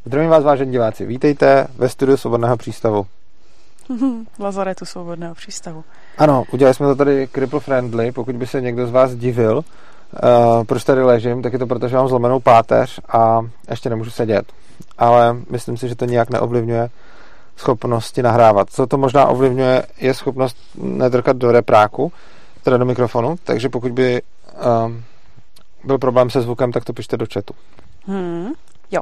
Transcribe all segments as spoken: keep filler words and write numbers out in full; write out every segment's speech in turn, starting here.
Zdravím vás, vážení diváci. Vítejte ve studiu Svobodného přístavu. Lazaretu Svobodného přístavu. Ano, udělali jsme to tady cripple friendly. Pokud by se někdo z vás divil, uh, proč tady ležím, tak je to proto, že mám zlomenou páteř a ještě nemůžu sedět. Ale myslím si, že to nijak neovlivňuje schopnosti nahrávat. Co to možná ovlivňuje, je schopnost nedrkat do repráku, teda do mikrofonu, takže pokud by uh, byl problém se zvukem, tak to pište do chatu. Hmm, jo.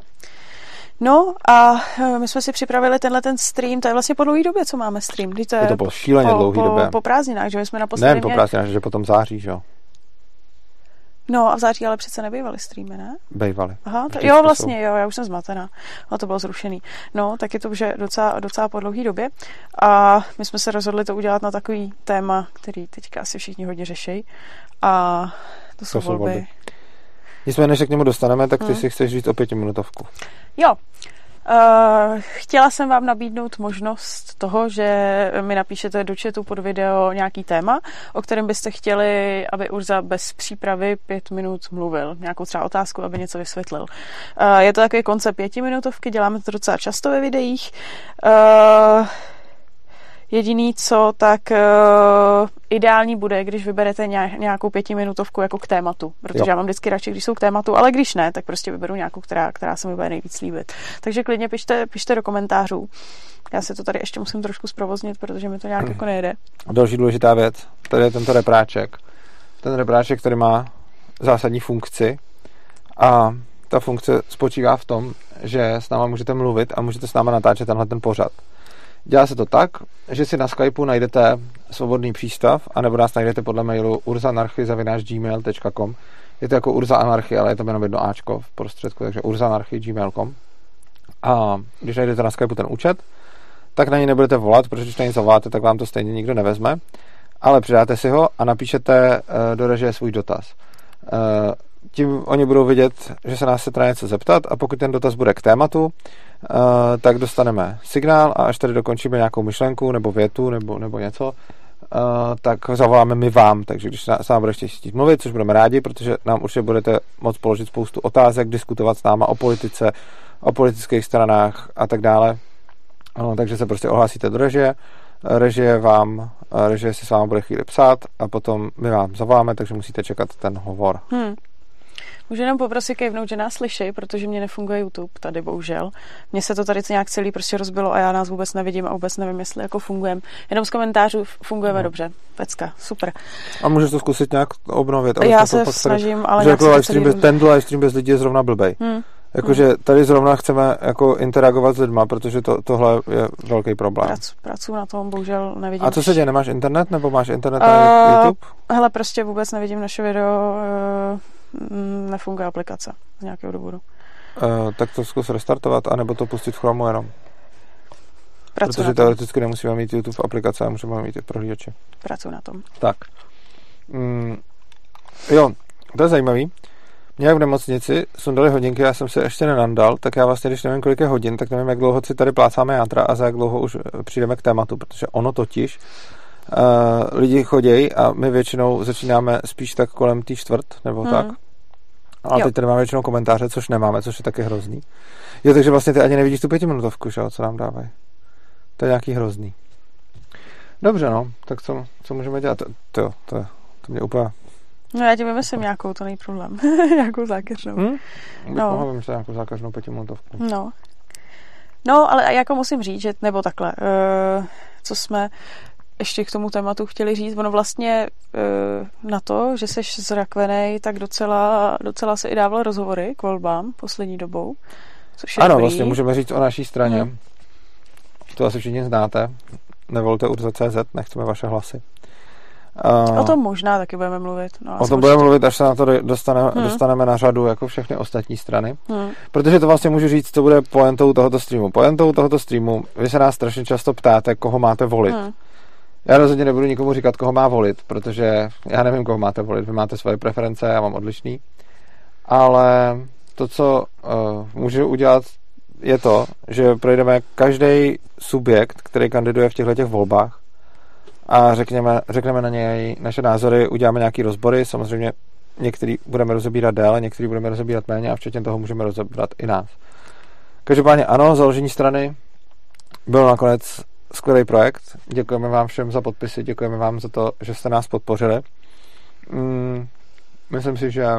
No a my jsme si připravili tenhle ten stream, to je vlastně po dlouhé době, co máme stream. To je, je to po šíleně dlouhé době. Po prázdninách, že my jsme naposledy Ne, po prázdninách, že potom září, že jo. No a v září ale přece nebývaly streamy, ne? Bejvaly. Aha, to, jo, vlastně, jsou. jo, já už jsem zmatená. No to bylo zrušený. No, tak je to už docela, docela po dlouhé době. A my jsme se rozhodli to udělat na takový téma, který teďka asi všichni hodně řeší. A to jsou, to jsou volby. volby. Nicméně, než se k němu dostaneme, tak ty hmm. si chceš říct o pětiminutovku. Jo. Uh, chtěla jsem vám nabídnout možnost toho, že mi napíšete do chatu pod video nějaký téma, o kterém byste chtěli, aby Urza bez přípravy pět minut mluvil. Nějakou třeba otázku, aby něco vysvětlil. Uh, je to takový koncept pětiminutovky, děláme to docela často ve videích. Uh, Jediný co, tak uh, ideální bude, když vyberete nějakou pětiminutovku jako k tématu, protože jo. já mám vždycky radši, když jsou k tématu, ale když ne, tak prostě vyberu nějakou, která, která se mi bude nejvíc líbit. Takže klidně pište, pište do komentářů. Já si to tady ještě musím trošku zprovoznit, protože mi to nějak hmm. jako nejde. Další důležitá věc, tady je tento repráček. Ten repráček, který má zásadní funkci a ta funkce spočívá v tom, že s náma můžete mluvit a můžete s náma natáčet tenhle ten pořad. Dělá se to tak, že si na Skypeu najdete Svobodný přístav, anebo nás najdete podle mailu urzanarchy zavináč gmail tečka com. Je to jako Urza Anarchy, ale je to jenom jedno áčko v prostředku, takže urzanarchy gmail tečka com. A když najdete na Skypeu ten účet, tak na něj nebudete volat, protože když na něj zavoláte, tak vám to stejně nikdo nevezme, ale přidáte si ho a napíšete do režie svůj dotaz. Tím oni budou vědět, že se nás chce na něco zeptat a pokud ten dotaz bude k tématu, uh, tak dostaneme signál a až tady dokončíme nějakou myšlenku nebo větu nebo, nebo něco, uh, tak zavoláme my vám. Takže když s námi budete chtít mluvit, což budeme rádi, protože nám určitě budete moct položit spoustu otázek, diskutovat s náma o politice, o politických stranách a tak dále. Uh, takže se prostě ohlásíte do režie, režie vám, režie si s vámi bude chvíli psát a potom my vám zavoláme, takže musíte čekat ten hovor. Hmm. Můžu jenom poprosit kejvnout, že nás slyší, protože mě nefunguje YouTube tady, bohužel. Mně se to tady nějak celý prostě rozbilo a já nás vůbec nevidím a vůbec nevím, jestli jako fungujeme. Jenom z komentářů fungujeme no. dobře. Pecka, super. A můžeš to zkusit nějak obnovit? Já se snažím, tady, ale nějak jako stream bez, ten live stream bez lidí je zrovna blbej. Hmm. Jakože hmm. tady zrovna chceme jako interagovat s lidma, protože to, tohle je velký problém. Prac, pracuji na tom, bohužel nevidím. A co se děje, nemáš internet nebo máš internet na uh, YouTube? Hele, prostě vůbec nevidím naše video, uh, nefunguje aplikace z nějakého důvodu. Uh, tak to zkus restartovat, anebo to pustit v Chromu jenom. Pracuji Protože teoreticky nemusíme mít YouTube aplikace, a můžeme mít i prohlížeče. Pracuji na tom. Tak. Mm, jo, to je zajímavý. Mě v nemocnici sundali hodinky, já jsem se ještě nenandal, tak já vlastně, když nevím, kolik je hodin, tak nevím, jak dlouho si tady plácáme játra a za jak dlouho už přijdeme k tématu, protože ono totiž uh, lidi chodějí a my většinou začínáme spíš tak kolem tý čtvrt, nebo hmm. tak. A jo. Teď tady máme většinou komentáře, což nemáme, což je taky hrozný. Jo, takže vlastně ty ani nevidíš tu pětiminutovku, že? Co nám dávají. To je nějaký hrozný. Dobře, no, tak co, co můžeme dělat? To, to, to, to mě úplně... No já ti vymyslím nějakou, to není problém. Nějakou zákeřnou. Hmm? Bych no. mohla vymyslet nějakou zákeřnou pětiminutovku. No. No, ale jako musím říct, že, nebo takhle, uh, co jsme ještě k tomu tématu chtěli říct, ono vlastně uh, na to, že seš zrakvenej, tak docela, docela se i dával rozhovory k volbám poslední dobou. Což je ano, dobrý. Vlastně můžeme říct o naší straně. Hmm. To asi všichni znáte. Nevolte urza tečka cé zet, nechceme vaše hlasy. Uh, o tom možná taky budeme mluvit. No, o tom budeme mluvit, až se na to dostane, hmm. dostaneme na řadu, jako všechny ostatní strany. Hmm. Protože to vlastně můžu říct, co bude pointou tohoto streamu. Pointou tohoto streamu, vy se nás strašně často ptáte, koho máte volit. Hmm. Já rozhodně nebudu nikomu říkat, koho má volit, protože já nevím, koho máte volit. Vy máte svoje preference, já mám odlišný. Ale to, co uh, můžu udělat, je to, že projdeme každý subjekt, který kandiduje v těchto těch volbách a řekněme, řekneme na něj naše názory, uděláme nějaký rozbory, samozřejmě některý budeme rozebírat déle, některý budeme rozebírat méně a včetně toho můžeme rozebrat i nás. Každopádně ano, založení strany byl nakonec skvělý projekt. Děkujeme vám všem za podpisy, děkujeme vám za to, že jste nás podpořili. Mm, myslím si, že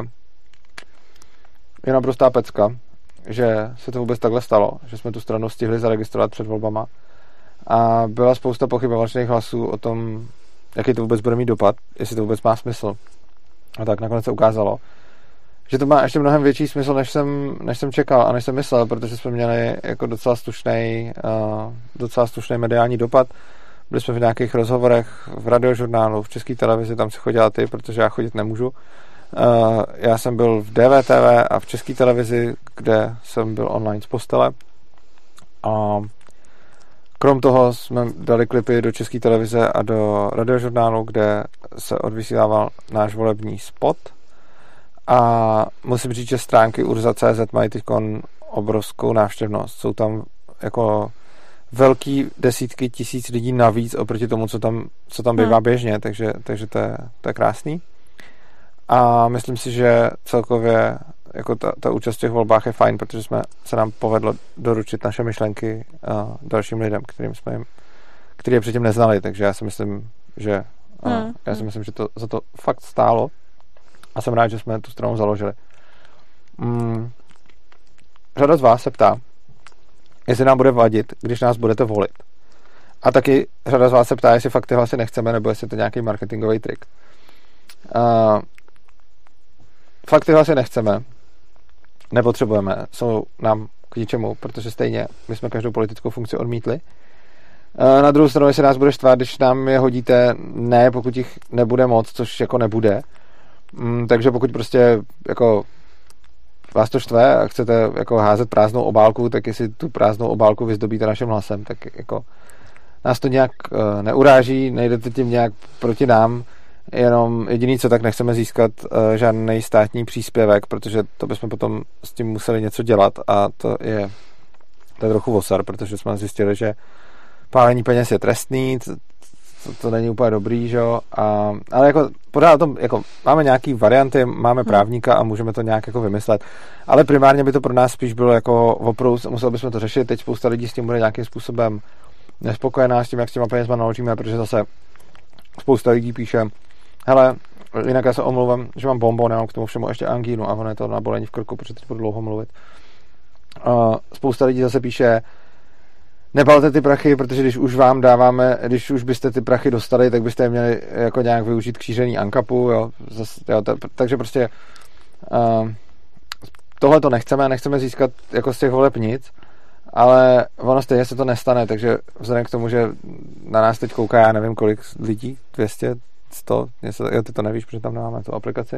je naprostá pecka, že se to vůbec takhle stalo, že jsme tu stranu stihli zaregistrovat před volbama a byla spousta pochybovaných hlasů o tom, jaký to vůbec bude mít dopad, jestli to vůbec má smysl. A tak nakonec se ukázalo, že to má ještě mnohem větší smysl, než jsem, než jsem čekal a než jsem myslel, protože jsme měli jako docela slušný, uh, docela slušný mediální dopad. Byli jsme v nějakých rozhovorech v radiožurnálu, v České televizi, tam si chodila ty, protože já chodit nemůžu. Uh, já jsem byl v D V T V a v České televizi, kde jsem byl online z postele. A krom toho jsme dali klipy do České televize a do radiožurnálu, kde se odvysílával náš volební spot. A musím říct, že stránky urza tečka cé zet mají teď obrovskou návštěvnost. Jsou tam jako velký desítky tisíc lidí navíc oproti tomu, co tam, co tam bývá běžně, takže, takže to, je, to je krásný. A myslím si, že celkově jako ta, ta účast v těch volbách je fajn, protože jsme, se nám povedlo doručit naše myšlenky uh, dalším lidem, kterým jsme jim, který je předtím neznali, takže já si myslím, že uh, hmm. já si myslím, že to za to fakt stálo a jsem rád, že jsme tu stranu založili. Mm. Řada z vás se ptá, jestli nám bude vadit, když nás budete volit. A taky řada z vás se ptá, jestli fakt ty hlasy nechceme, nebo jestli to nějaký marketingový trik. Uh, fakt ty hlasy nechceme, nepotřebujeme, jsou nám k ničemu, protože stejně my jsme každou politickou funkci odmítli. Uh, na druhou stranu, jestli nás bude štvát, když nám je hodíte, ne, pokud jich nebude moc, což jako nebude. Um, takže pokud prostě jako vás to štve a chcete jako házet prázdnou obálku, tak jestli tu prázdnou obálku vyzdobíte naším hlasem, tak jako nás to nějak uh, neuráží, nejdete tím nějak proti nám, jenom jediný, co tak nechceme získat uh, žádný státní příspěvek, protože to bychom potom s tím museli něco dělat a to je, to je trochu osar, protože jsme zjistili, že pálení peněz je trestný, to, to, to není úplně dobrý, že jo, a, ale jako pořád o tom, jako máme nějaký varianty, máme právníka a můžeme to nějak jako vymyslet, ale primárně by to pro nás spíš bylo jako oprus, museli bychom to řešit, teď spousta lidí s tím bude nějakým způsobem nespokojená s tím, jak s těma penězma naložíme, protože zase spousta lidí píše, hele, jinak já se omluvím, že mám bonbon, já mám k tomu všemu ještě angínu a ono je to na bolení v krku, protože teď budu dlouho mluvit. Uh, spousta lidí zase píše, nebalte ty prachy, protože když už vám dáváme, když už byste ty prachy dostali, tak byste je měli jako nějak využít k šíření ankapu, jo, zase, jo to, takže prostě uh, tohle to nechceme, nechceme získat jako z těch voleb nic, ale ono stejně se to nestane, takže vzhledem k tomu, že na nás teď kouká, já nevím kolik lidí, dvě stě, sto, něco, jo, ty to nevíš, protože tam nemáme tu aplikaci,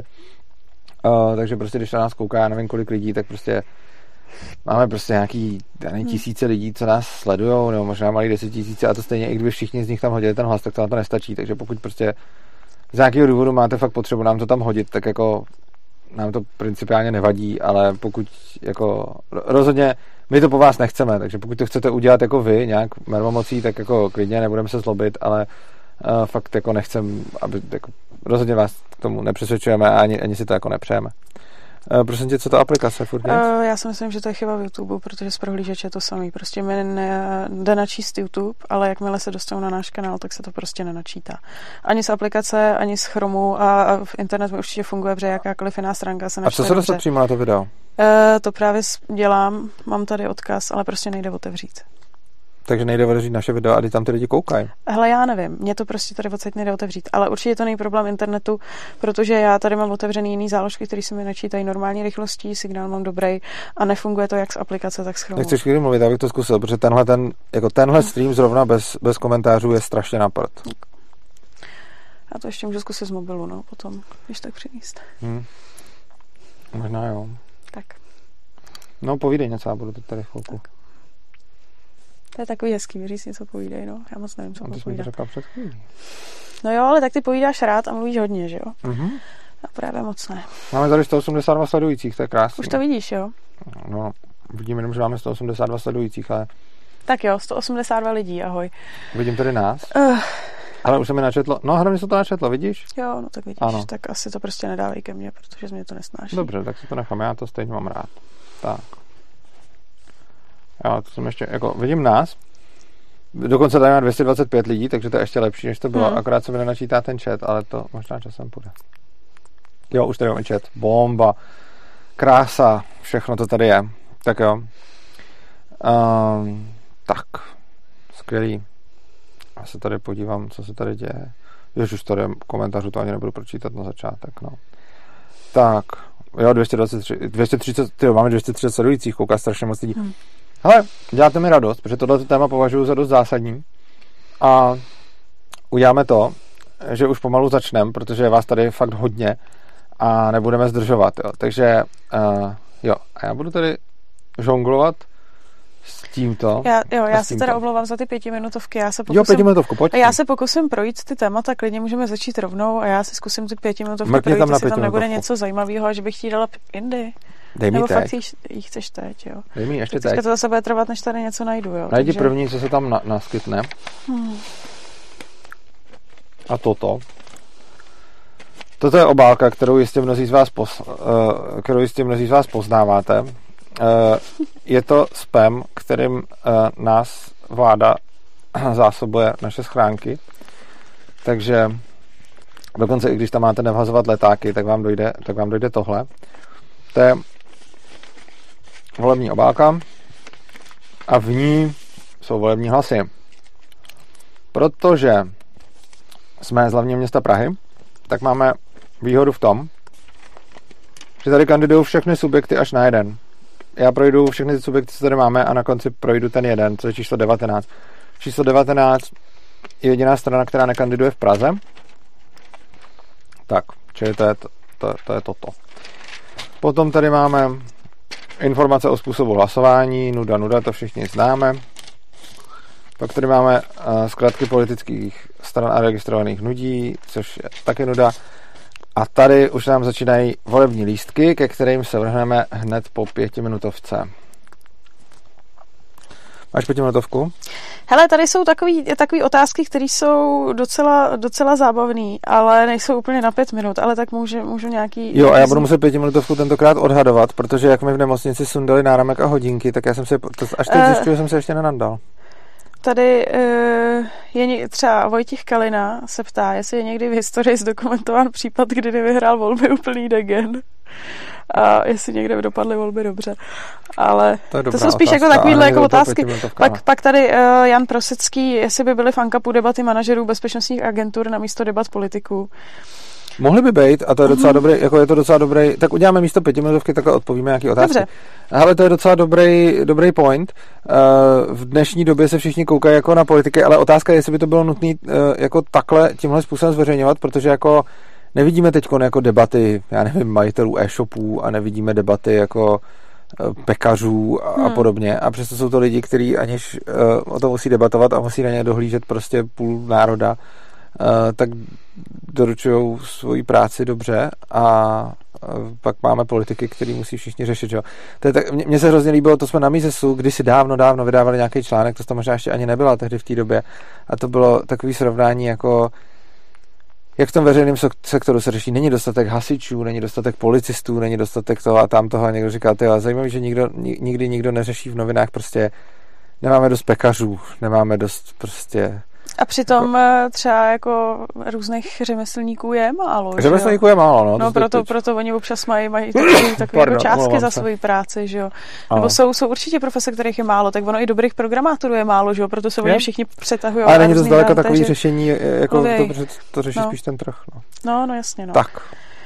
uh, takže prostě když na nás kouká, já nevím kolik lidí, tak prostě máme prostě nějaký nevím, tisíce lidí, co nás sledujou, nebo možná malý deset tisíce a to stejně, i kdyby všichni z nich tam hodili ten hlas, tak to na to nestačí, takže pokud prostě z nějakého důvodu máte fakt potřebu nám to tam hodit, tak jako nám to principiálně nevadí, ale pokud jako rozhodně my to po vás nechceme, takže pokud to chcete udělat jako vy, nějak mermomocí, tak jako klidně, nebudeme se zlobit, ale uh, fakt jako nechcem, aby jako rozhodně vás k tomu nepřesvědčujeme a ani, ani si to jako nepřejeme. Uh, prosím tě, co to aplikace furt nic? Uh, já si myslím, že to je chyba v YouTube, protože z prohlížeče je to samý. Prostě mi ne, jde načíst YouTube, ale jakmile se dostanu na náš kanál, tak se to prostě nenačítá. Ani z aplikace, ani z Chromu a, a v internetu určitě funguje, protože jakákoliv jiná stránka se načte. A co se dostat přímo na to video? Uh, to právě dělám, mám tady odkaz, ale prostě nejde otevřít. Takže nejde otevřít naše video a ty tam ty lidi koukají. Hele, já nevím, mě to prostě tady odsaď nejde otevřít, ale určitě to není problém internetu, protože já tady mám otevřený jiný záložky, které se mi načítají normální rychlostí, signál mám dobrý a nefunguje to jak z aplikace, tak z Chromu. Nechceš chvíli mluvit, abych to zkusil, protože tenhle, ten, jako tenhle stream zrovna bez, bez komentářů je strašně na prd. Já to ještě můžu zkusit z mobilu, no, potom, když tak přinést. Hmm. Možná jo. Tak. No, povídej něco, já budu to tady chvilku. Tak. To je takový hezký, mi říct něco povídej, no. Já moc nevím, co povídat. To jsi mi to řekla před chvílí. No jo, ale tak ty povídáš rád a mluvíš hodně, že jo? Mhm. A právě moc ne. Máme tady sto osmdesát dva sledujících, to je krásný. Už to vidíš, jo? No, vidím jenom, že máme sto osmdesát dva sledujících, ale... Tak jo, sto osmdesát dva lidí, ahoj. Vidím tady nás. Uh. Ale už se mi načetlo. No, hlavně se to načetlo, vidíš? Jo, no tak vidíš. Ano. Tak asi to prostě nedávej ke mně, protože mě to nesnáší. Dobře, tak si to nechám, já to stejně mám rád. Tak. Já to jsem ještě, jako vidím nás, dokonce tady má dvě stě dvacet pět lidí, takže to je ještě lepší, než to bylo, hmm. akorát se mi nenačítá ten chat, ale to možná časem půjde. Jo, už tady máme chat, bomba, krása, všechno to tady je, tak jo. Um, tak, skvělý. Já se tady podívám, co se tady děje. Jež už tady komentářů to ani nebudu pročítat na začátek, no. Tak, jo, dvě stě dvacet tři, dvě stě třicet, tyjo, máme dvě stě třicet sledujících, kouká strašně moc lidí. Hmm. Hele, děláte mi radost, protože tohle téma považuji za dost zásadní a uděláme to, že už pomalu začneme, protože je vás tady fakt hodně a nebudeme zdržovat, jo. Takže, uh, jo, a já budu tady žonglovat s tímto. Já, jo, já se teda omlouvám za ty pětiminutovky. Já se pokusím, jo, pětiminutovku, pojď. Já se pokusím projít ty témata, klidně můžeme začít rovnou a já si zkusím ty pětiminutovky Mrkně projít, tam jestli tam nebude něco zajímavého a že bych ti dala jindy. Dej mi Nebo teď. fakt jí, jí chceš teď, jo. Dej mi ještě teď. teď. To zase bude trvat, než tady něco najdu, jo. Najdi takže... první, co se tam na, naskytne. Hmm. A toto. Toto je obálka, kterou jistě mnozí z vás, pos, uh, kterou jistě mnozí z vás poznáváte. Uh, je to spam, kterým uh, nás vláda zásobuje naše schránky. Takže dokonce i když tam máte nevhazovat letáky, tak vám dojde, tak vám dojde tohle. To je volební obálka a v ní jsou volební hlasy. Protože jsme z hlavního města Prahy, tak máme výhodu v tom, že tady kandidují všechny subjekty až na jeden. Já projdu všechny ty subjekty, co tady máme a na konci projdu ten jeden, co je číslo devatenáct. Číslo devatenáct je jediná strana, která nekandiduje v Praze. Tak, čili to je, to, to, to je toto. Potom tady máme informace o způsobu hlasování, nuda, nuda, to všichni známe. Pak tady máme uh, zkratky politických stran a registrovaných hnutí, což je taky nuda. A tady už nám začínají volební lístky, ke kterým se vrhneme hned po pětiminutovce. Máš pětiminutovku? Hele, tady jsou takový, takový otázky, které jsou docela, docela zábavný, ale nejsou úplně na pět minut, ale tak můžu, můžu nějaký... Jo, a já budu muset pětiminutovku tentokrát odhadovat, protože jak mi v nemocnici sundali náramek a hodinky, tak já jsem si, to, až teď uh, zjišťuji, jsem se ještě nenandal. Tady uh, je třeba Vojtěch Kalina se ptá, jestli je někdy v historii zdokumentován případ, kdy nevyhrál volby úplný degen. A jestli někde dopadly volby dobře. Ale to, to jsou spíš otázka, jako takovýhle jako otázky. Pak, pak tady uh, Jan Prosecký, jestli by byly v Ankapu debaty manažerů bezpečnostních agentur na místo debat politiků. Mohly by být, a to je docela mm. dobrý, jako je to docela dobrý, tak uděláme místo pětiminutovky, takhle odpovíme nějaký otázky. Dobře. Ale to je docela dobrý, dobrý point. Uh, v dnešní době se všichni koukají jako na politiky, ale otázka je, jestli by to bylo nutné uh, jako takhle tímhle způsobem zveřejňovat, protože jako nevidíme teď jako debaty, já nevím, majitelů e-shopů a nevidíme debaty jako pekařů a, hmm. a podobně. A přesto jsou to lidi, kteří aniž uh, o tom musí debatovat a musí na ně dohlížet prostě půl národa, uh, tak doručují svoji práci dobře a uh, pak máme politiky, který musí všichni řešit. Jo. To je tak, mně se hrozně líbilo, to jsme na Misesu, kdysi dávno, dávno vydávali nějaký článek, to to možná ještě ani nebyla tehdy v té době. A to bylo takový srovnání jako jak v tom veřejném sektoru se řeší, není dostatek hasičů, není dostatek policistů, není dostatek toho a tam toho a někdo říká, tyjo, zajímavý, že nikdo, nikdy nikdo neřeší v novinách, prostě nemáme dost pekařů, nemáme dost prostě... A přitom jako, třeba jako různých řemeslníků je málo. Řemeslníků je málo, no. No proto, proto oni občas mají, mají takové, takové Pardon, jako částky za svoji práci, že jo. Nebo jsou, jsou určitě profese, kterých je málo, tak ono i dobrých programátorů je málo, že jo, proto se oni všichni přetahují. Ale není to zdaleka takový řešení, jako to, to řeší no. spíš ten trh, no. No, no jasně, no. Tak.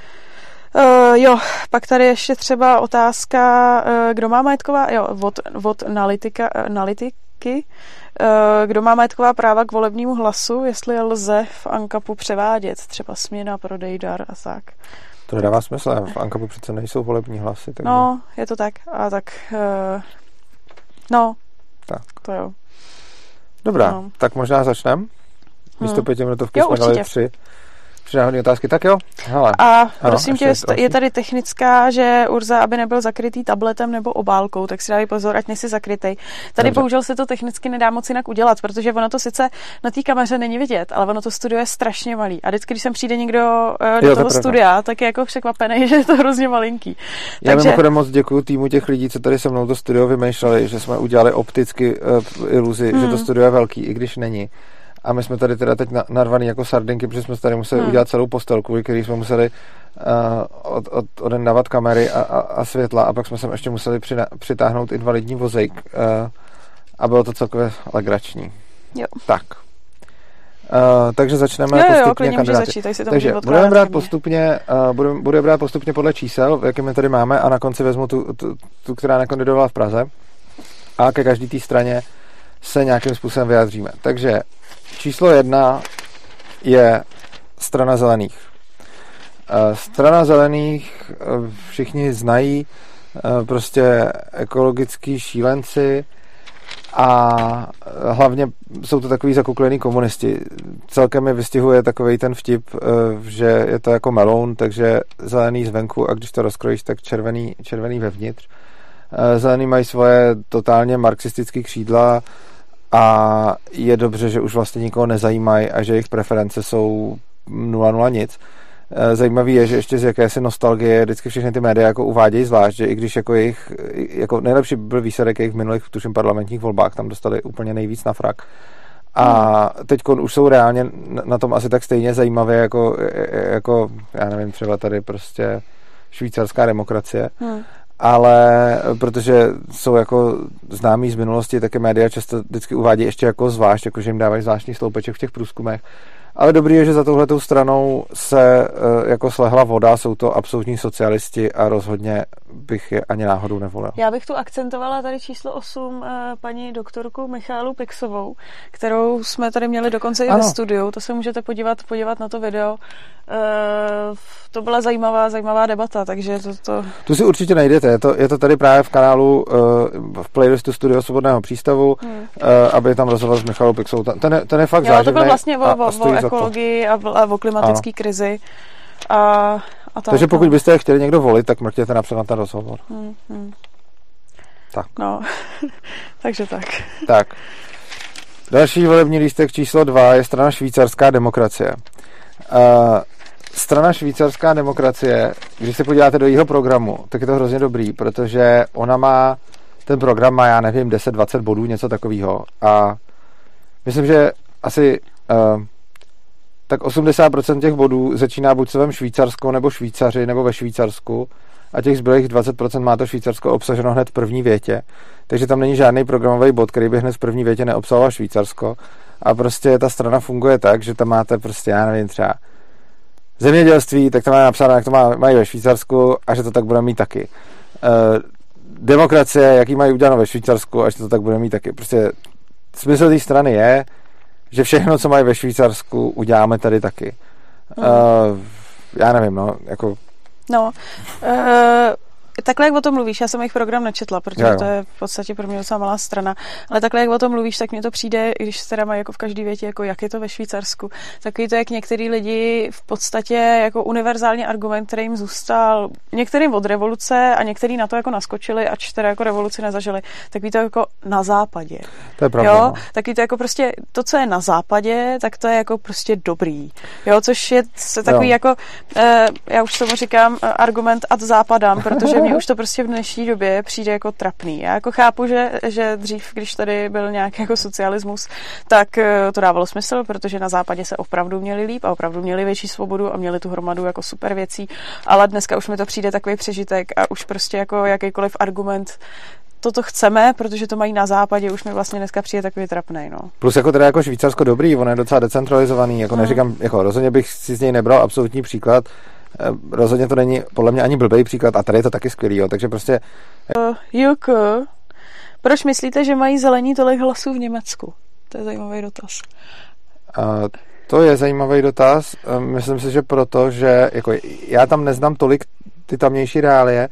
Uh, jo, pak tady ještě třeba otázka, uh, kdo má majetková, jo, od, od analytika, analytiky, uh, kdo má majetková práva k volebnímu hlasu, jestli lze v Ankapu převádět, třeba směna, prodej, dar a tak. To nedává smysl, v Ankapu přece nejsou volební hlasy. Takže... No, je to tak, a tak, uh, no, tak. to jo. Dobrá, no. Tak možná začneme. Místo hmm. pětiminutovky jo, jsme určitě. dali tři. Tři náhodné otázky, tak jo. Hele. A prosím ano, tě, je tady technická, že Urza, aby nebyl zakrytý tabletem nebo obálkou, tak si dávej pozor, ať nejsi zakrytej. Tady Dobře. Bohužel se to technicky nedá moc jinak udělat, protože ono to sice na té kameře není vidět, ale ono to studio je strašně malý. A vždycky, když sem přijde někdo uh, do jo, toho studia, tak je jako překvapený, že je to hrozně malinký. Já Takže... mimochodem moc děkuju týmu těch lidí, co tady se mnou to studio vymýšleli, že jsme udělali opticky uh, iluzi, hmm. že to studio je velký, i když není. A my jsme tady teda teď narvaný jako sardinky, protože jsme tady museli hmm. udělat celou postelku, který jsme museli uh, od, od, odendávat kamery a, a, a světla, a pak jsme sem ještě museli přina, přitáhnout invalidní vozejk uh, a bylo to celkově legrační. Jo. Tak. Uh, takže začneme jo, jo, postupně kandidáty. Začít, tak takže budeme brát postupně, uh, budeme, budeme brát postupně podle čísel, jaký my tady máme, a na konci vezmu tu, tu, tu která nekandidovala v Praze, a ke každý té straně se nějakým způsobem vyjádříme. Takže číslo jedna je Strana zelených. Strana zelených všichni znají, prostě ekologický šílenci, a hlavně jsou to takový zakuklený komunisti. Celkem mi vystihuje takovej ten vtip, že je to jako meloun, takže zelený zvenku, a když to rozkrojíš, tak červený, červený vevnitř. Zelený mají svoje totálně marxistické křídla a je dobře, že už vlastně nikoho nezajímají a že jejich preference jsou nula nula nic. Zajímavý je, že ještě z jakési nostalgie vždycky všechny ty média jako uvádějí zvlášť, že i když jako jejich, jako nejlepší byl výsledek jejich minulých v tuším parlamentních volbách, tam dostali úplně nejvíc na frak. A teď už jsou reálně na tom asi tak stejně zajímavé jako, jako já nevím, třeba tady prostě švýcarská demokracie. Hmm. Ale protože jsou jako známí z minulosti, také média často vždycky uvádí ještě jako zvlášť, jako že jim dávají zvláštní sloupeček v těch průzkumech. Ale dobrý je, že za touhletou stranou se jako slehla voda, jsou to absolutní socialisti a rozhodně bych je ani náhodou nevolil. Já bych tu akcentovala tady číslo osm paní doktorku Michálu Pixovou, kterou jsme tady měli dokonce i ve studiu, to se můžete podívat, podívat na to video. To byla zajímavá, zajímavá debata, takže to... to... Tu si určitě najdete, je to, je to tady právě v kanálu v playlistu Studio Svobodného přístavu, hmm. aby tam rozhovor s Michalou Pixovou. Ten je, ten je fakt jo, záživný. To byl vlastně o, o, o ekologii a, a o klimatické krizi. A, a takže pokud no. byste chtěli někdo volit, tak mrkněte napřed na ten rozhovor. Hmm, hmm. Tak. No, takže tak. Tak. Další volební lístek číslo dva je Strana švýcarská demokracie. Uh, Strana švýcarská demokracie, když se podíváte do jejího programu, tak je to hrozně dobrý, protože ona má, ten program má, já nevím, deset dvacet bodů, něco takového. A myslím, že asi uh, tak osmdesát procent těch bodů začíná buď slovem Švýcarsko, nebo Švýcaři, nebo ve Švýcarsku, a těch zbylých dvacet procent má to Švýcarsko obsaženo hned v první větě. Takže tam není žádný programový bod, který by hned v první větě neobsahoval Švýcarsko. A prostě ta strana funguje tak, že tam máte prostě, já nevím, třeba zemědělství, tak to má napsáno, jak to má, mají ve Švýcarsku, a že to tak bude mít taky. E, demokracie, jaký mají uděláno ve Švýcarsku, a že to tak bude mít taky. Prostě smysl té strany je, že všechno, co mají ve Švýcarsku, uděláme tady taky. Hmm. E, já nevím, no, jako... No, uh... Takhle, jak o tom mluvíš, já jsem jejich program nečetla, protože jo. to je v podstatě pro mě docela malá strana, ale takhle, jak o tom mluvíš, tak mně to přijde, když se teda mají jako v každý větě, jako jak je to ve Švýcarsku, takový to, jak některý lidi v podstatě jako univerzální argument, který jim zůstal některým od revoluce a některý na to jako naskočili, ač teda jako revoluci nezažili, takový to jako na západě. To je pravda. Jo? Takový to jako prostě, to, co je na západě, tak to je jako prostě dobrý. Jo, což je takový jo. jako, eh, já už tomu říkám, argument ad západám, protože mě už to prostě v dnešní době přijde jako trapný. Já jako chápu, že, že dřív, když tady byl nějaký jako socialismus, tak to dávalo smysl, protože na západě se opravdu měli líp a opravdu měli větší svobodu a měli tu hromadu jako super věcí, ale dneska už mi to přijde takový přežitek a už prostě jako jakýkoliv argument toto chceme, protože to mají na západě, už mi vlastně dneska přijde takový trapnej, no. Plus jako teda jako Švýcarsko dobrý, on je docela decentralizovaný, jako hmm. neříkám, jako rozhodně bych si z něj nebral absolutní příklad, rozhodně to není podle mě ani blbej příklad a tady je to taky skvělý, jo, takže prostě... Uh, Juku, proč myslíte, že mají zelení tolik hlasů v Německu? To je zajímavý dotaz. Uh, to je zajímavý dotaz, uh, myslím si, že proto, že jako já tam neznám tolik ty tamnější reálie,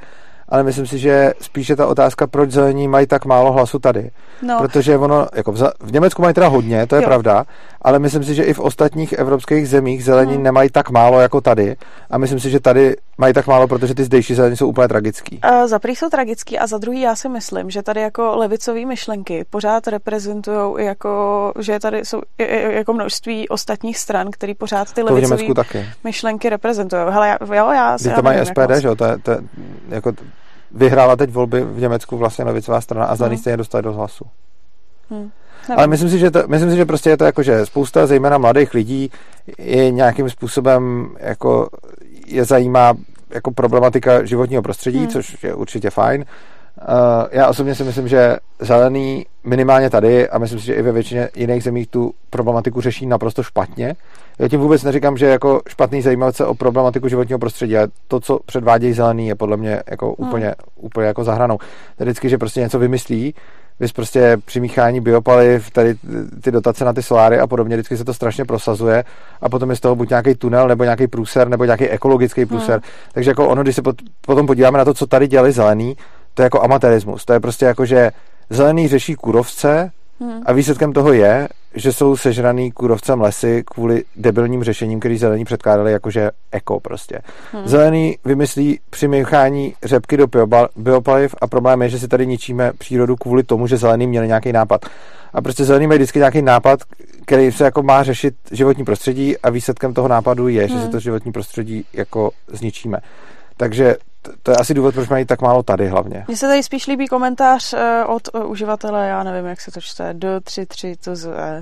ale myslím si, že spíše ta otázka, proč zelení mají tak málo hlasu tady. No. Protože ono, jako v, v Německu mají teda hodně, to je jo. pravda, ale myslím si, že i v ostatních evropských zemích zelení hmm. nemají tak málo jako tady. A myslím si, že tady mají tak málo, protože ty zdejší zelení jsou úplně tragický. Uh, za prvý jsou tragický a za druhý já si myslím, že tady jako levicové myšlenky pořád reprezentují jako, že tady jsou jako množství ostatních stran, který pořád ty levicové myšlenky reprezentují. Hele, já, jo, já si to mají S P D, že jo, to je, to je, jako vyhrála teď volby v Německu vlastně levicová strana a zelení hmm. stejně dostali do hlasu. Hmm. Ale myslím si, že to, myslím si, že prostě je to jako, že spousta zejména mladých lidí je nějakým způsobem jako je zajímá jako problematika životního prostředí, hmm. což je určitě fajn. Uh, já osobně si myslím, že zelený minimálně tady a myslím si, že i ve většině jiných zemích tu problematiku řeší naprosto špatně. Já tím vůbec neříkám, že je jako špatný zajímat se o problematiku životního prostředí, ale to, co předvádějí zelený, je podle mě jako hmm. úplně, úplně jako za hranou. Vždycky, že prostě něco vymyslí, vys prostě přimíchání biopaliv, tady ty dotace na ty soláry a podobně, vždycky se to strašně prosazuje a potom je z toho buď nějaký tunel, nebo nějaký průser, nebo nějaký ekologický průser. Hmm. Takže jako ono, když se pot, potom podíváme na to, co tady dělali zelený, to je jako amatérismus. To je prostě jako, že zelený řeší kůrovce hmm. a výsledkem toho je, že jsou sežraný kůrovcem lesy kvůli debilním řešením, který zelení předkládali jakože eko prostě. Hmm. Zelený vymyslí přimíchání řepky do biopaliv a problém je, že si tady ničíme přírodu kvůli tomu, že zelení měli nějaký nápad. A prostě zelený mají vždycky nějaký nápad, který se jako má řešit životní prostředí a výsledkem toho nápadu je, hmm. že si to životní prostředí jako zničíme. Takže to je asi důvod, proč mají tak málo tady hlavně. Mně se tady spíš líbí komentář uh, od uh, uživatele, já nevím, jak se to čte, D tři tři T Z E.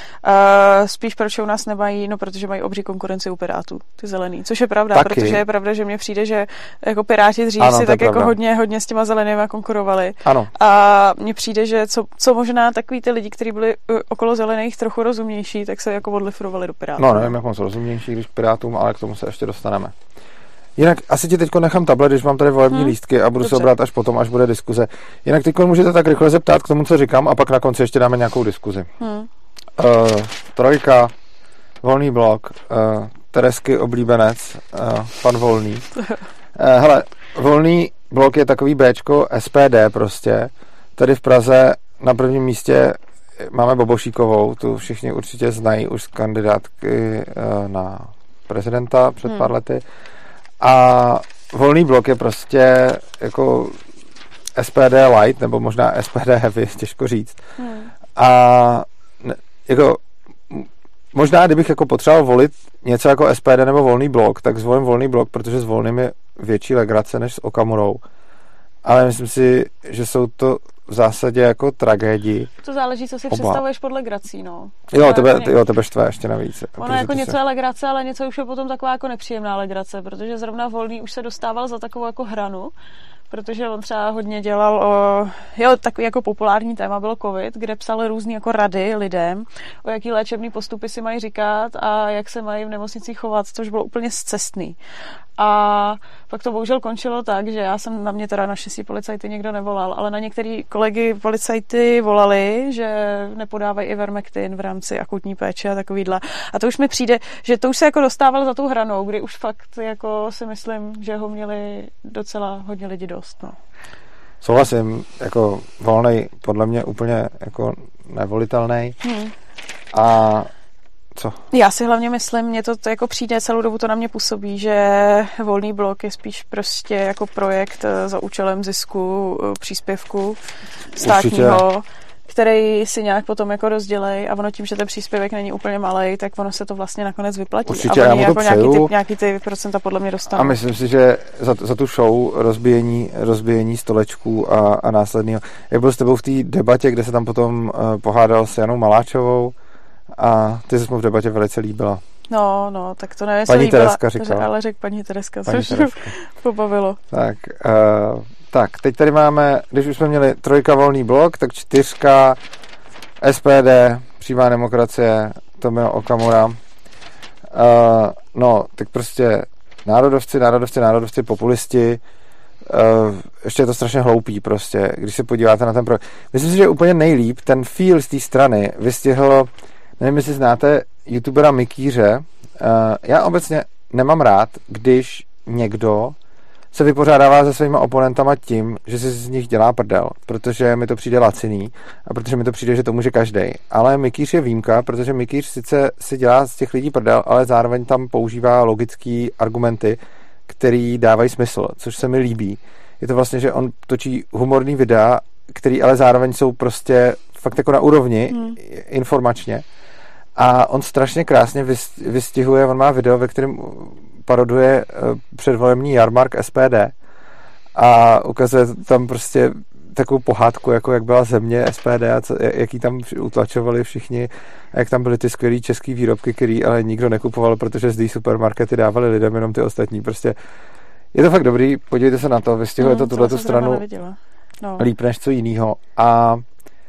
Uh, spíš proč u nás nemají, no protože mají obří konkurenci u Pirátů, ty zelený, což je pravda, taky. Protože je pravda, že mně přijde, že jako Piráti dřív ano, si tak pravda. Jako hodně, hodně s těma zelenýma konkurovali. Ano. A mně přijde, že co, co možná takový ty lidi, kteří byli uh, okolo zelených trochu rozumnější, tak se jako odlifrovali do Pirátů. No, nevím, jak moc rozumnější, když Pirátům, ale k tomu se ještě dostaneme. Jinak asi ti teďko nechám tablet, když mám tady volební hmm. lístky a budu Dobře. se obrat až potom, až bude diskuze. Jinak teďko můžete tak rychle zeptat k tomu, co říkám a pak na konci ještě dáme nějakou diskuzi. Hmm. Uh, trojka, Volný blok, uh, Teresky oblíbenec, uh, pan Volný. Uh, hele, Volný blok je takový Bčko S P D prostě. Tady v Praze na prvním místě máme Bobošíkovou, tu všichni určitě znají už z kandidátky uh, na prezidenta před hmm. pár lety. A Volný blok je prostě jako S P D light, nebo možná S P D heavy, těžko říct. Hmm. A ne, jako možná, kdybych jako potřeboval volit něco jako S P D nebo Volný blok, tak zvolím Volný blok, protože s Volným je větší legrace než s Okamurou. Ale myslím si, že jsou to v zásadě jako tragédii. To záleží, co si Oba. představuješ pod legrací, no. Jo, tebe, jako jo, tebe štve ještě navíc. Ono jako něco se... je legrace, ale něco už je potom taková jako nepříjemná legrace, protože zrovna Volný už se dostával za takovou jako hranu, protože on třeba hodně dělal o, jo, takový jako populární téma bylo covid, kde psal různý jako rady lidem, o jaký léčebný postupy si mají říkat a jak se mají v nemocnicích chovat, což bylo úplně scestný. A pak to bohužel končilo tak, že já jsem, na mě teda naštěstí policajty nikdo nevolal, ale na některý kolegy policajty volali, že nepodávají Ivermectin v rámci akutní péče a takovýhle. A to už mi přijde, že to už se jako dostával za tou hranou, kdy už fakt jako si myslím, že ho měli docela hodně lidi dost. No. Souhlasím, jako Volnej podle mě úplně jako nevolitelný. Hmm. A co? Já si hlavně myslím, mně to, to jako přijde, celou dobu to na mě působí, že Volný blok je spíš prostě jako projekt za účelem zisku, příspěvku státního, Určitě. který si nějak potom jako rozdělej a ono tím, že ten příspěvek není úplně malej, tak ono se to vlastně nakonec vyplatí. Určitě, a oni jako nějaký ty, nějaký ty procenta podle mě dostanou. A myslím si, že za, za tu show rozbíjení, rozbíjení stolečků a, a následného. Jak byl s tebou v té debatě, kde se tam potom uh, pohádal s Janou Maláčovou a ty jsi mu v debatě velice líbila. No, no, tak to nevím, paní Tereska říkala. Ale řekl paní Tereska, paní což Tereska. pobavilo. Tak, uh, tak, teď tady máme, když už jsme měli trojka Volný blok, tak čtyřka S P D, přímá demokracie, Tomio Okamura. Uh, no, tak prostě národovci, národovci, národovci, populisti, uh, ještě je to strašně hloupý prostě, když se podíváte na ten projekt. Myslím si, že úplně nejlíp ten feel z té strany vystihl, nevím, jestli znáte youtubera Mikýře. Uh, já obecně nemám rád, když někdo se vypořádává se svými oponentama tím, že si z nich dělá prdel, protože mi to přijde laciný a protože mi to přijde, že to může každej. Ale Mikýř je výjimka, protože Mikýř sice si dělá z těch lidí prdel, ale zároveň tam používá logické argumenty, který dávají smysl, což se mi líbí. Je to vlastně, že on točí humorný videa, který ale zároveň jsou prostě fakt jako na úrovni hmm. informačně. A on strašně krásně vystihuje, on má video, ve kterém paroduje předvolební jarmark S P D a ukazuje tam prostě takovou pohádku, jako jak byla země S P D a co, jaký tam utlačovali všichni a jak tam byly ty skvělý český výrobky, který ale nikdo nekupoval, protože zde supermarkety dávali lidem jenom ty ostatní. Prostě je to fakt dobrý, podívejte se na to, vystihuje hmm, to tuhletu stranu no. líp než co jinýho. A, a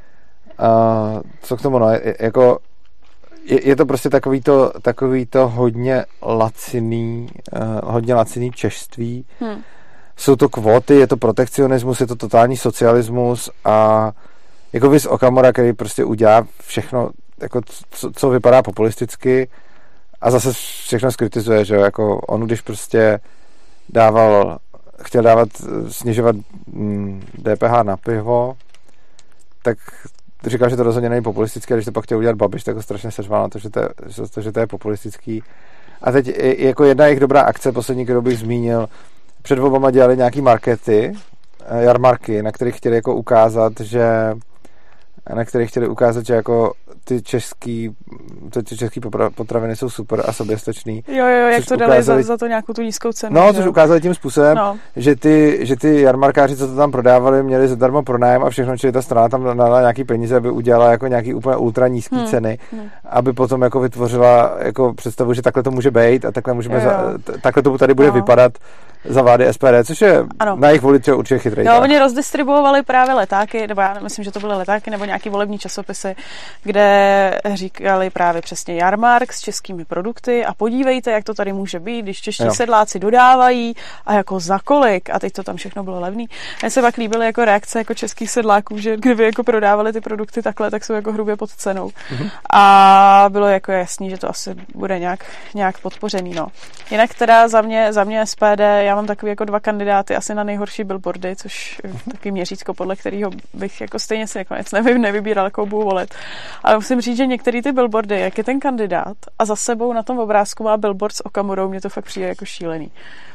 co k tomu, no, je, jako je, je to prostě takový to, takový to hodně laciný, uh, hodně laciný češství. Hmm. Jsou to kvóty, je to protekcionismus, je to totální socialismus a jako vys Okamura, který prostě udělá všechno, jako co, co vypadá populisticky a zase všechno skritizuje, že jo, jako on, když prostě dával, chtěl dávat, snižovat mm, D P H na pivo, tak říkal, že to rozhodně není populistické, a když to pak chtěl udělat Babiš, tak ho strašně seřval na to, že to, je, to, že to je populistický. A teď jako jedna jejich dobrá akce, poslední, kterou bych zmínil, před volbama dělali nějaký markety, jarmarky, na kterých chtěli jako ukázat, že na kterých chtěli ukázat, že jako ty český, ty český potraviny jsou super a soběstačný. Jo, jo, jak to dali ukázali, za, za to nějakou tu nízkou cenu. No, což ukázali tím způsobem, no. že, ty, že ty jarmarkáři, co to tam prodávali, měli zadarmo pronájem a všechno, čili ta strana tam dala nějaký peníze, aby udělala jako nějaký úplně ultra nízký hmm. ceny, hmm. aby potom jako vytvořila jako představu, že takhle to může být a takhle můžeme, za, takhle to tady bude no. vypadat za vlády S P D, což je ano. na jejich voliče určitě chytrý. Jo, oni rozdistribuovali právě letáky, nebo já myslím, že to byly letáky, nebo nějaký volební časopisy, kde říkali právě přesně jarmark s českými produkty a podívejte, jak to tady může být, když čeští jo. sedláci dodávají a jako za kolik a teď to tam všechno bylo levný. Mně se pak líbily jako reakce jako českých sedláků, že kdyby jako prodávali ty produkty takhle, tak jsou jako hrubě pod cenou. Mhm. A bylo jako jasný, že to asi bude nějak, nějak podpořený. No. Jinak teda za mě, za mě S P D, já mám takový jako dva kandidáty asi na nejhorší billboardy, což je taky měřítko, podle kterého bych jako stejně si nakonec nevím, nevybíral, jakou budu volit. Ale musím říct, že některý ty billboardy, jak je ten kandidát a za sebou na tom obrázku má billboard s Okamurou, mně to fakt přijde jako šílený.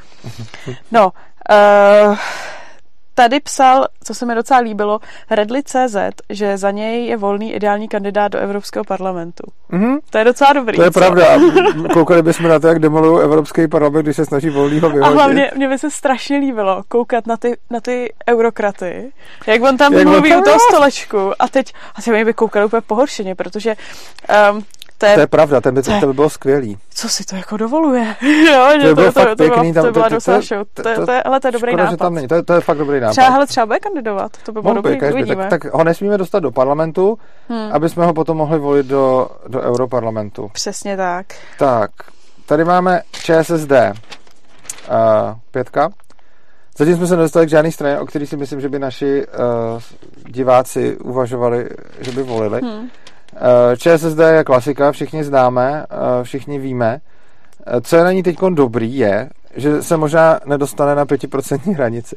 No, uh, tady psal, co se mi docela líbilo, Redli tečka cé zet, že za něj je volný ideální kandidát do Evropského parlamentu. Mm-hmm. To je docela dobrý. To je co? pravda. Koukali bychom na to, jak demolují Evropský parlament, když se snaží volnýho vyhodit. A hlavně mě by se strašně líbilo koukat na ty, na ty eurokraty, jak on tam jak mluví u toho stolečku a teď, a teď by koukali úplně pohoršeně, protože um, To je, to je pravda, ten by, to, to by bylo skvělý. Co si to jako dovoluje? Jo, to, to, bylo to, fakt to, pěkný. To, to byla docela show. Ale to je dobrý škoda, nápad. Že tam není. To, je, to je fakt dobrý nápad. Třeba, hele, třeba bude kandidovat. To by bylo dobrý, uvidíme. Tak, tak ho nesmíme dostat do parlamentu, hmm. aby jsme ho potom mohli volit do, do europarlamentu. Přesně tak. Tak, tady máme ČSSD. Uh, pětka. Zatím jsme se nedostali k žádný straně, o který si myslím, že by naši uh, diváci uvažovali, že by volili. Hmm. ČSSD je klasika, všichni známe, všichni víme. Co je na ní teďkon dobrý je, že se možná nedostane na pětiprocentní hranici.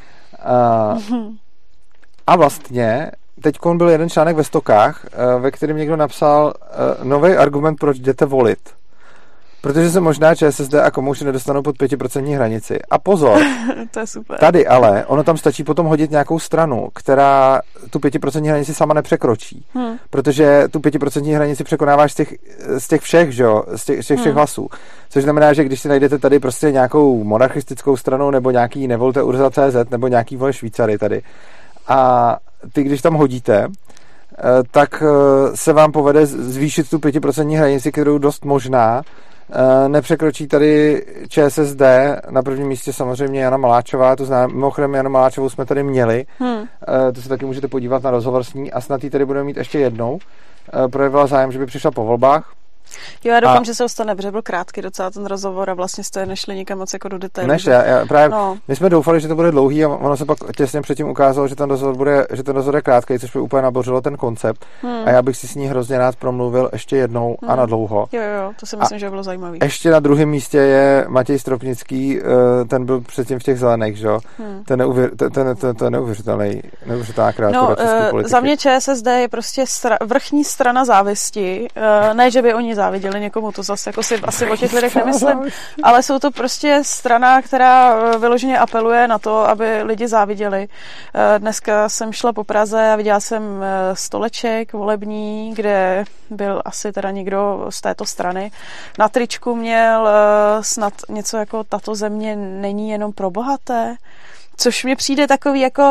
A vlastně teďkon byl jeden článek ve Stokách, ve kterém někdo napsal nový argument, proč jdete volit. Protože se možná ČSSD a komouši nedostanou pod pětiprocentní hranici. A pozor, to je super. Tady ale, ono tam stačí potom hodit nějakou stranu, která tu pětiprocentní hranici sama nepřekročí. Hmm. Protože tu pětiprocentní hranici překonáváš z těch, z těch všech, že jo, z těch, z těch všech hmm. hlasů. Což znamená, že když si najdete tady prostě nějakou monarchistickou stranu, nebo nějaký nevolte Urza tečka cé zet, nebo nějaký vole Švýcary tady, a ty, když tam hodíte, tak se vám povede zvýšit tu pětiprocentní hranici, kterou dost možná nepřekročí tady ČSSD, na prvním místě samozřejmě Jana Maláčová, to znamená, mimochodem Janu Maláčovou jsme tady měli, hmm. to se taky můžete podívat na rozhovor s ní a snad ji tady budeme mít ještě jednou. Projevila zájem, že by přišla po volbách, Jo, já doufám, a... že se ostane, protože byl krátký docela ten rozhovor a vlastně jste nešli nikam moc jako do detailu. Než já, já právě, no. My jsme doufali, že to bude dlouhý a ono se pak těsně předtím ukázalo, že ten rozhovor bude, že ten rozhovor je krátký, což by úplně nabořilo ten koncept. Hmm. A já bych si s ní hrozně rád promluvil ještě jednou hmm. a na dlouho. Jo, jo, to si myslím, a že bylo zajímavý. Ještě na druhém místě je Matěj Stropnický, ten byl předtím v těch zelených, že jo? Hmm. Ten, neuvěř, ten, ten, ten, ten neuvěřitelný, neuvěřitelná krátkodobá no, české politiky. Za mě ČSSD je prostě stra, vrchní strana závisti. Ne, že by oni záviděli někomu, to zase jako si asi o těch lidech nemyslím, ale jsou to prostě strana, která vyloženě apeluje na to, aby lidi záviděli. Dneska jsem šla po Praze a viděla jsem stoleček volební, kde byl asi teda někdo z této strany. Na tričku měl snad něco jako tato země není jenom pro bohaté, což mně přijde takový jako